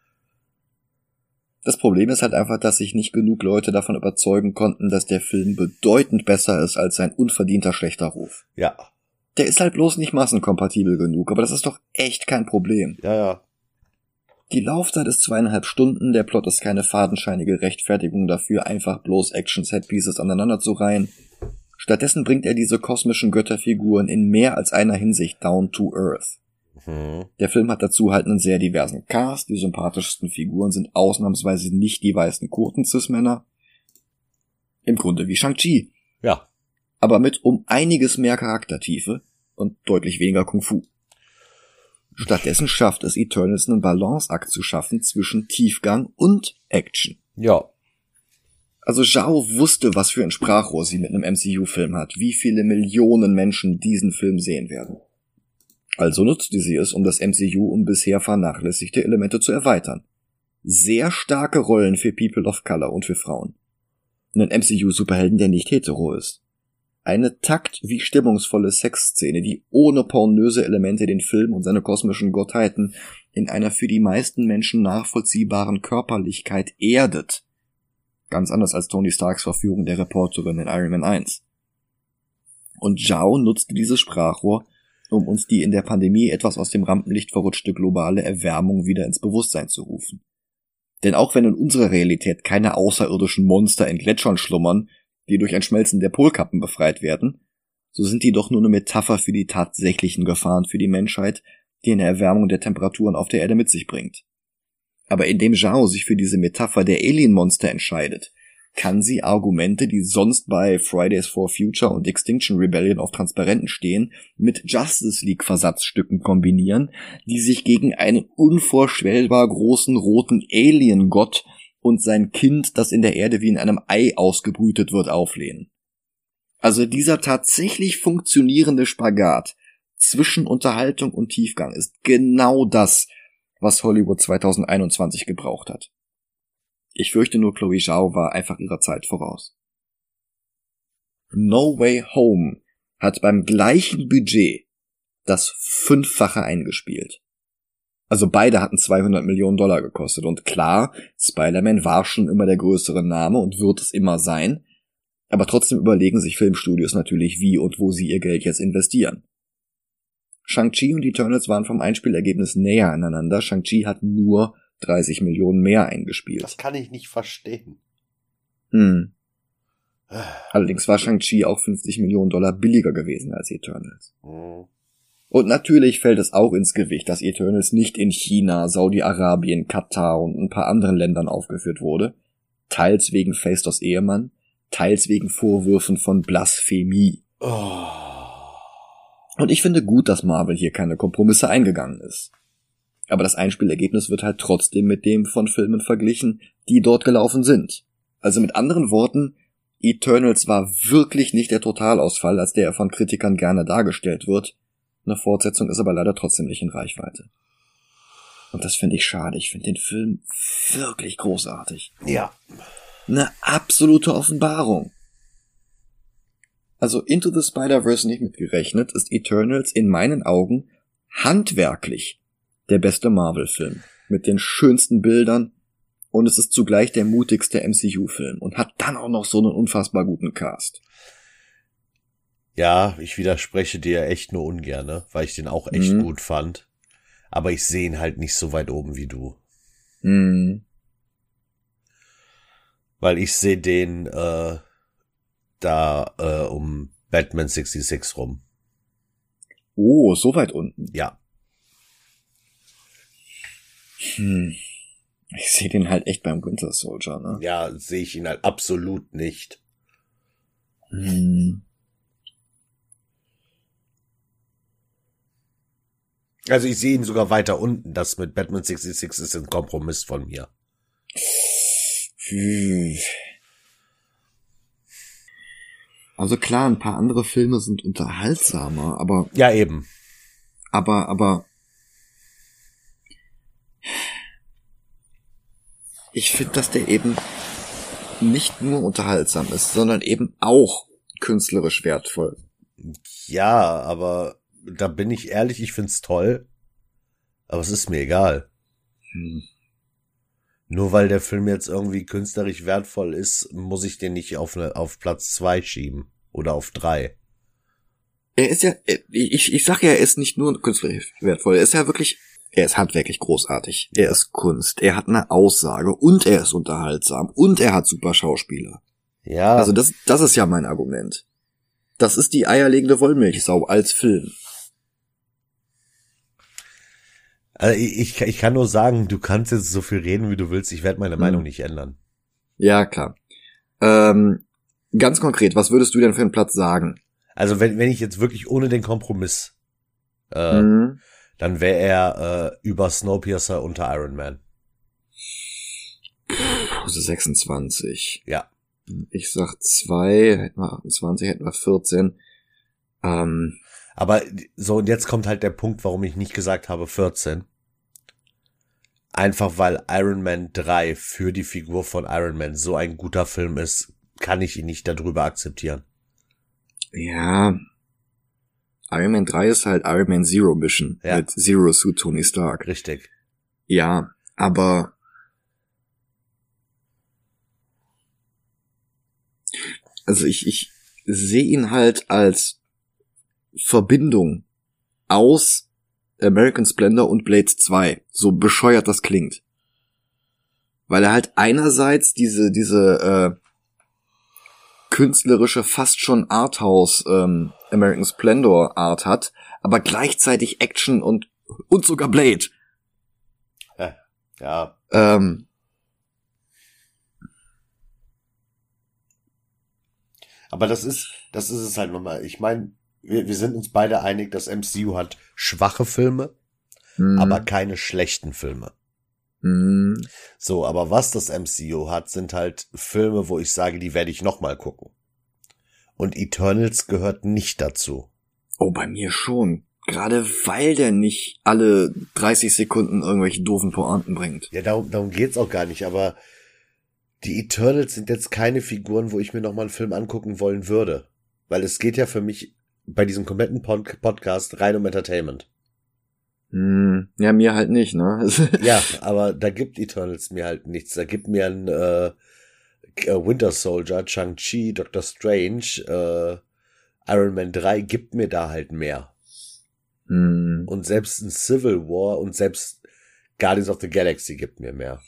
Das Problem ist halt einfach, dass sich nicht genug Leute davon überzeugen konnten, dass der Film bedeutend besser ist als sein unverdienter schlechter Ruf. Ja. Der ist halt bloß nicht massenkompatibel genug, aber das ist doch echt kein Problem. Ja, ja. Die Laufzeit ist zweieinhalb Stunden, der Plot ist keine fadenscheinige Rechtfertigung dafür, einfach bloß Action-Set-Pieces aneinander zu reihen. Stattdessen bringt er diese kosmischen Götterfiguren in mehr als einer Hinsicht down to earth. Mhm. Der Film hat dazu halt einen sehr diversen Cast, die sympathischsten Figuren sind ausnahmsweise nicht die weißen Kurten-Cis-Männer. Im Grunde wie Shang-Chi, Ja. aber mit um einiges mehr Charaktertiefe und deutlich weniger Kung-Fu. Stattdessen schafft es Eternals einen Balanceakt zu schaffen zwischen Tiefgang und Action. Ja. Also Zhao wusste, was für ein Sprachrohr sie mit einem M C U-Film hat, wie viele Millionen Menschen diesen Film sehen werden. Also nutzte sie es, um das M C U um bisher vernachlässigte Elemente zu erweitern. Sehr starke Rollen für People of Color und für Frauen. Einen M C U-Superhelden, der nicht hetero ist. Eine takt- wie stimmungsvolle Sexszene, die ohne pornöse Elemente den Film und seine kosmischen Gottheiten in einer für die meisten Menschen nachvollziehbaren Körperlichkeit erdet. Ganz anders als Tony Starks Verführung der Reporterin in Iron Man eins. Und Zhao nutzte dieses Sprachrohr, um uns die in der Pandemie etwas aus dem Rampenlicht verrutschte globale Erwärmung wieder ins Bewusstsein zu rufen. Denn auch wenn in unserer Realität keine außerirdischen Monster in Gletschern schlummern, die durch ein Schmelzen der Polkappen befreit werden, so sind die doch nur eine Metapher für die tatsächlichen Gefahren für die Menschheit, die eine Erwärmung der Temperaturen auf der Erde mit sich bringt. Aber indem Zhao sich für diese Metapher der Alien-Monster entscheidet, kann sie Argumente, die sonst bei Fridays for Future und Extinction Rebellion auf Transparenten stehen, mit Justice League-Versatzstücken kombinieren, die sich gegen einen unvorstellbar großen roten Alien-Gott und sein Kind, das in der Erde wie in einem Ei ausgebrütet wird, auflehnen. Also dieser tatsächlich funktionierende Spagat zwischen Unterhaltung und Tiefgang ist genau das, was Hollywood zwanzig einundzwanzig gebraucht hat. Ich fürchte nur, Chloe Zhao war einfach ihrer Zeit voraus. No Way Home hat beim gleichen Budget das Fünffache eingespielt. Also beide hatten zweihundert Millionen Dollar gekostet. Und klar, Spider-Man war schon immer der größere Name und wird es immer sein. Aber trotzdem überlegen sich Filmstudios natürlich, wie und wo sie ihr Geld jetzt investieren. Shang-Chi und Eternals waren vom Einspielergebnis näher aneinander. Shang-Chi hat nur dreißig Millionen mehr eingespielt. Das kann ich nicht verstehen. Hm. Allerdings war Shang-Chi auch fünfzig Millionen Dollar billiger gewesen als Eternals. Mhm. Und natürlich fällt es auch ins Gewicht, dass Eternals nicht in China, Saudi-Arabien, Katar und ein paar anderen Ländern aufgeführt wurde. Teils wegen Phaistos Ehemann, teils wegen Vorwürfen von Blasphemie. Oh. Und ich finde gut, dass Marvel hier keine Kompromisse eingegangen ist. Aber das Einspielergebnis wird halt trotzdem mit dem von Filmen verglichen, die dort gelaufen sind. Also mit anderen Worten, Eternals war wirklich nicht der Totalausfall, als der er von Kritikern gerne dargestellt wird. Eine Fortsetzung ist aber leider trotzdem nicht in Reichweite. Und das finde ich schade. Ich finde den Film wirklich großartig. Ja. Eine absolute Offenbarung. Also Into the Spider-Verse nicht mitgerechnet, ist Eternals in meinen Augen handwerklich der beste Marvel-Film. Mit den schönsten Bildern und es ist zugleich der mutigste M C U-Film und hat dann auch noch so einen unfassbar guten Cast. Ja, ich widerspreche dir echt nur ungern, ne? Weil ich den auch echt Mhm. gut fand. Aber ich sehe ihn halt nicht so weit oben wie du. Mhm. Weil ich sehe den äh, da äh, um Batman sechsundsechzig rum. Oh, so weit unten. Ja. Hm. Ich sehe den halt echt beim Winter Soldier, ne? Ja, sehe ich ihn halt absolut nicht. Hm. Also ich sehe ihn sogar weiter unten. Das mit Batman sechsundsechzig ist ein Kompromiss von mir. Hm. Also klar, ein paar andere Filme sind unterhaltsamer, aber, Ja, eben. aber, aber, ich finde, dass der eben nicht nur unterhaltsam ist, sondern eben auch künstlerisch wertvoll. Ja, aber da bin ich ehrlich, ich find's toll, aber es ist mir egal. Hm. Nur weil der Film jetzt irgendwie künstlerisch wertvoll ist, muss ich den nicht auf, ne, auf Platz zwei schieben oder auf drei. Er ist ja, ich, ich sag ja, er ist nicht nur künstlerisch wertvoll, er ist ja wirklich, er ist handwerklich großartig, er ist Kunst, er hat eine Aussage und er ist unterhaltsam und er hat super Schauspieler. Ja. Also das, das ist ja mein Argument. Das ist die eierlegende Wollmilchsau als Film. Also ich, ich kann nur sagen, du kannst jetzt so viel reden, wie du willst, ich werde meine Hm. Meinung nicht ändern. Ja, klar. Ähm, ganz konkret, was würdest du denn für einen Platz sagen? Also wenn, wenn ich jetzt wirklich ohne den Kompromiss, äh, Hm. dann wäre er äh, über Snowpiercer unter Iron Man. Also sechsundzwanzig. Ja. Ich sag zwei, hätten wir achtundzwanzig, hätten wir vierzehn. Ähm, Aber so, und jetzt kommt halt der Punkt, warum ich nicht gesagt habe vierzehn. Einfach weil Iron Man drei für die Figur von Iron Man so ein guter Film ist, kann ich ihn nicht darüber akzeptieren. ja. Iron Man drei ist halt Iron Man Zero Mission. Ja. Mit Zero Suit Tony Stark. Richtig. Ja, aber also ich, ich sehe ihn halt als Verbindung aus American Splendor und Blade zwei, so bescheuert das klingt. Weil er halt einerseits diese diese äh, künstlerische, fast schon Arthouse ähm, American Splendor Art hat, aber gleichzeitig Action und und sogar Blade. Ja. Ja. Ähm, Aber das ist, das ist es halt nochmal. Ich meine, wir, wir sind uns beide einig, dass M C U hat schwache Filme, mh, aber keine schlechten Filme. mh. So, aber was das M C U hat, sind halt Filme, wo ich sage, die werde ich nochmal gucken. Und Eternals gehört nicht dazu. Oh, bei mir schon. Gerade weil der nicht alle dreißig Sekunden irgendwelche doofen Pointen bringt. Ja, darum, darum geht's auch gar nicht, aber die Eternals sind jetzt keine Figuren, wo ich mir nochmal einen Film angucken wollen würde. Weil es geht ja für mich bei diesem kompletten Pod- Podcast rein um Entertainment. Hm, ja, mir halt nicht, ne? Ja, aber da gibt Eternals mir halt nichts. Da gibt mir ein äh, Winter Soldier, Shang-Chi, Doctor Strange, äh, Iron Man drei gibt mir da halt mehr. hm. Und selbst ein Civil War und selbst Guardians of the Galaxy gibt mir mehr.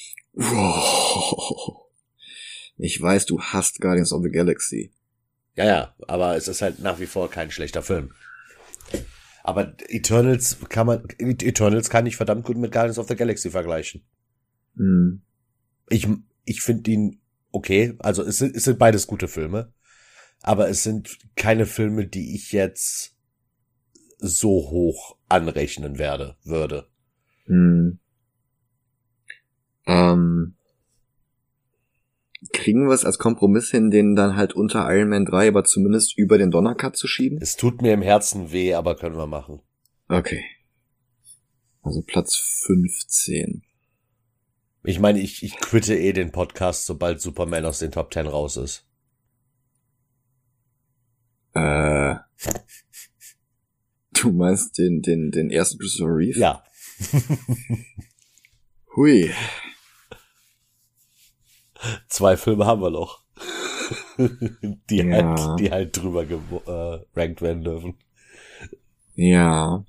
Ich weiß, du hasst Guardians of the Galaxy. Ja, ja, aber es ist halt nach wie vor kein schlechter Film. Aber Eternals kann man, Eternals kann ich verdammt gut mit Guardians of the Galaxy vergleichen. Hm. Ich, ich finde ihn okay, also es sind, es sind beides gute Filme, aber es sind keine Filme, die ich jetzt so hoch anrechnen werde, würde. Hm. Ähm, kriegen wir es als Kompromiss hin, den dann halt unter Iron Man drei, aber zumindest über den Donnercut zu schieben? Es tut mir im Herzen weh, aber können wir machen. Okay. Also Platz fünfzehn. Ich meine, ich, ich quitte eh den Podcast, sobald Superman aus den Top Ten raus ist. Äh, du meinst den, den, den ersten Christopher Reeve? Ja. Hui. Zwei Filme haben wir noch. die, Ja. halt, die halt drüber gerankt äh, werden dürfen. Ja.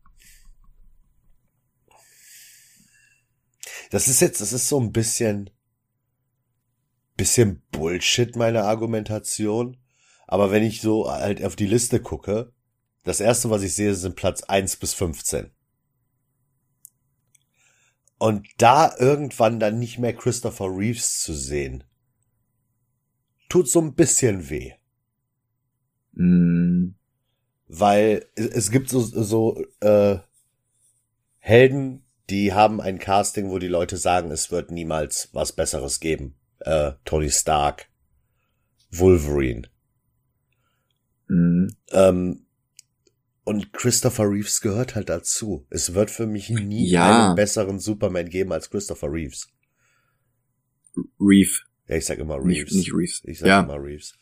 Das ist jetzt, das ist so ein bisschen, bisschen Bullshit, meine Argumentation. Aber wenn ich so halt auf die Liste gucke, das erste, was ich sehe, sind Platz eins bis fünfzehn. Und da irgendwann dann nicht mehr Christopher Reeves zu sehen, tut so ein bisschen weh. Mm. Weil es, es gibt so, so äh, Helden, die haben ein Casting, wo die Leute sagen, es wird niemals was Besseres geben. Äh, Tony Stark, Wolverine. Mm. Ähm, und Christopher Reeves gehört halt dazu. Es wird für mich nie Ja. einen besseren Superman geben als Christopher Reeves. Reeve. Ja, ich sag immer Nicht, Reeves. nicht Reeves. Ich sag ja. immer Reeves.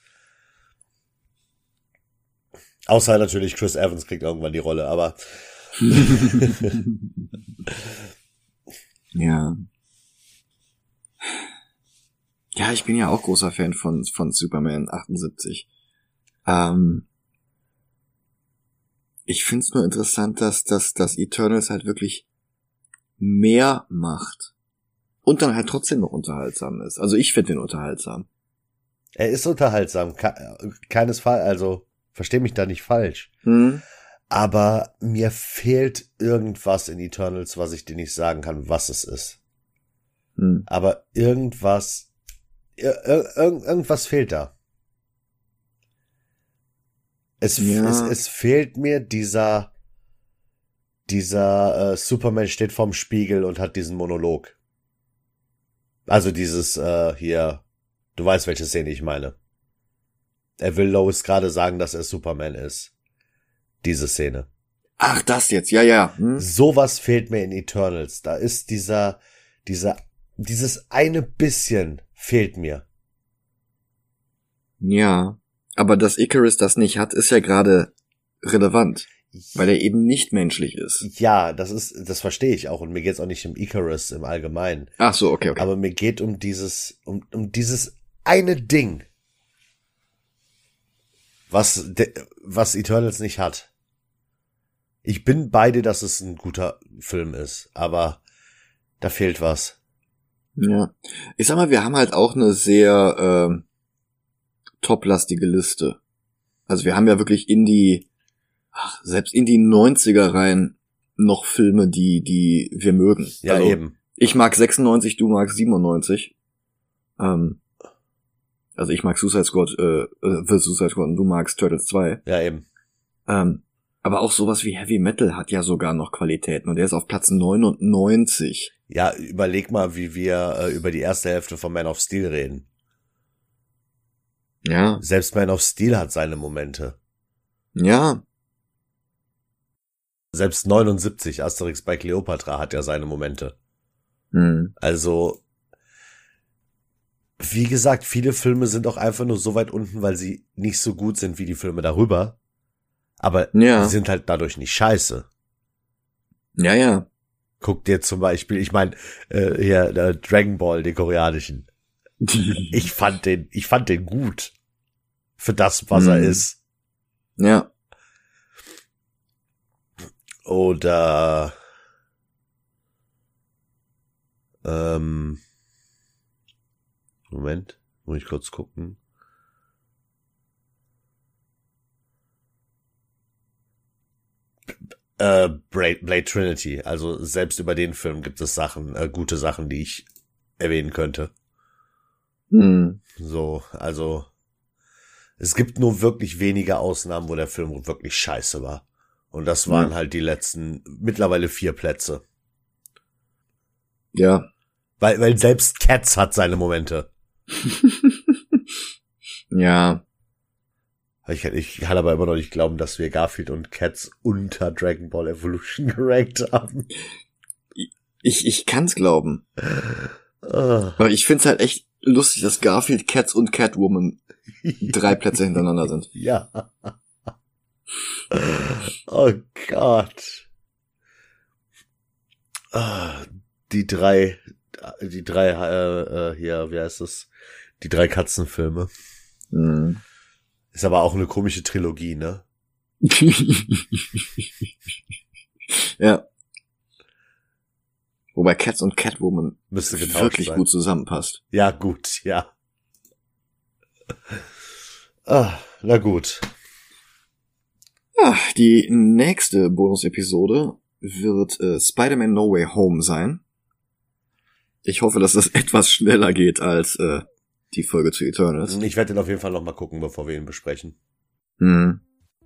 Außer natürlich Chris Evans kriegt irgendwann die Rolle, aber ja. Ja, ich bin ja auch großer Fan von, von Superman achtundsiebzig. Ähm, ich find's nur interessant, dass, dass, dass Eternals halt wirklich mehr macht. Und dann halt trotzdem noch unterhaltsam ist. Also ich finde den unterhaltsam. er ist unterhaltsam, ke- keinesfalls, also versteh mich da nicht falsch. Hm? Aber mir fehlt irgendwas in Eternals, was ich dir nicht sagen kann, was es ist. Hm. Aber irgendwas, ir- ir- ir- irgendwas fehlt da. Es, Ja. es, es fehlt mir dieser, dieser äh, Superman steht vorm Spiegel und hat diesen Monolog. Also dieses äh, hier, du weißt, welche Szene ich meine. Er will Lois gerade sagen, dass er Superman ist. Diese Szene. Ach, das jetzt, ja, ja. Hm? Sowas fehlt mir in Eternals. Da ist dieser, dieser, dieses eine bisschen fehlt mir. Ja. Aber dass Icarus das nicht hat, ist ja gerade relevant. Weil er eben nicht menschlich ist. Ja, das ist, das verstehe ich auch. Und mir geht's auch nicht um Icarus im Allgemeinen. Ach so, okay, okay. Aber mir geht um dieses, um, um dieses eine Ding, was, de, was Eternals nicht hat. Ich bin bei dir, dass es ein guter Film ist, aber da fehlt was. Ja. Ich sag mal, wir haben halt auch eine sehr ähm, toplastige Liste. Also wir haben ja wirklich in die, ach, selbst in die neunziger rein noch Filme, die die wir mögen. Ja, also, eben. Ich mag sechsundneunzig, du magst siebenundneunzig. Ähm, also ich mag Suicide Squad, äh, The Suicide Squad und du magst Turtles zwei. Ja, eben. Ähm, aber auch sowas wie Heavy Metal hat ja sogar noch Qualitäten und der ist auf Platz neunundneunzig. Ja, überleg mal, wie wir äh, über die erste Hälfte von Man of Steel reden. Ja. Selbst Man of Steel hat seine Momente. Ja. Selbst neunundsiebzig, Asterix bei Cleopatra, hat ja seine Momente. Hm. Also, wie gesagt, viele Filme sind auch einfach nur so weit unten, weil sie nicht so gut sind wie die Filme darüber. Aber Ja. sie sind halt dadurch nicht scheiße. Ja, ja. Guck dir zum Beispiel, ich meine, äh, hier, äh, Dragon Ball, den koreanischen. Ich fand den, ich fand den gut. Für das, was er Hm. ist. Ja. Oder, ähm, Moment, muss ich kurz gucken. Äh, Blade, Blade Trinity, also selbst über den Film gibt es Sachen, äh, gute Sachen, die ich erwähnen könnte. Hm. So, also es gibt nur wirklich wenige Ausnahmen, wo der Film wirklich scheiße war. Und das waren Ja. halt die letzten, mittlerweile vier Plätze. Ja. Weil, weil selbst Cats hat seine Momente. Ja. Ich, ich kann aber immer noch nicht glauben, dass wir Garfield und Cats unter Dragon Ball Evolution gerankt haben. Ich, ich kann's glauben. Ah. Aber ich find's halt echt lustig, dass Garfield, Cats und Catwoman drei Plätze hintereinander sind. Ja. Oh Gott. Ah, die drei, die drei, äh, äh, hier, wie heißt es? Die drei Katzenfilme. Hm. Ist aber auch eine komische Trilogie, ne? Ja. Wobei Cats und Catwoman Müsste getauscht wirklich sein. gut zusammenpasst. Ja, gut, ja. Ah, na gut. Ja, die nächste Bonus-Episode wird äh, Spider-Man No Way Home sein. Ich hoffe, dass das etwas schneller geht als äh, die Folge zu Eternals. Ich werde den auf jeden Fall noch mal gucken, bevor wir ihn besprechen. Hm.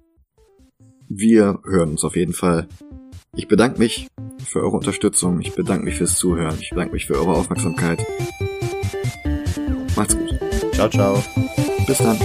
Wir hören uns auf jeden Fall. Ich bedanke mich für eure Unterstützung. Ich bedanke mich fürs Zuhören. Ich bedanke mich für eure Aufmerksamkeit. Macht's gut. Ciao, ciao. Bis dann.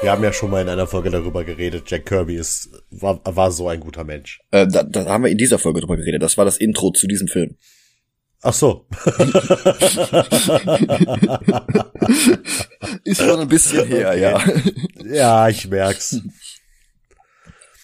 Wir haben ja schon mal in einer Folge darüber geredet. Jack Kirby ist war, war so ein guter Mensch. Äh, da, da haben wir in dieser Folge drüber geredet. Das war das Intro zu diesem Film. Ach so. Ist schon ein bisschen her, ja. Ja, ich merk's.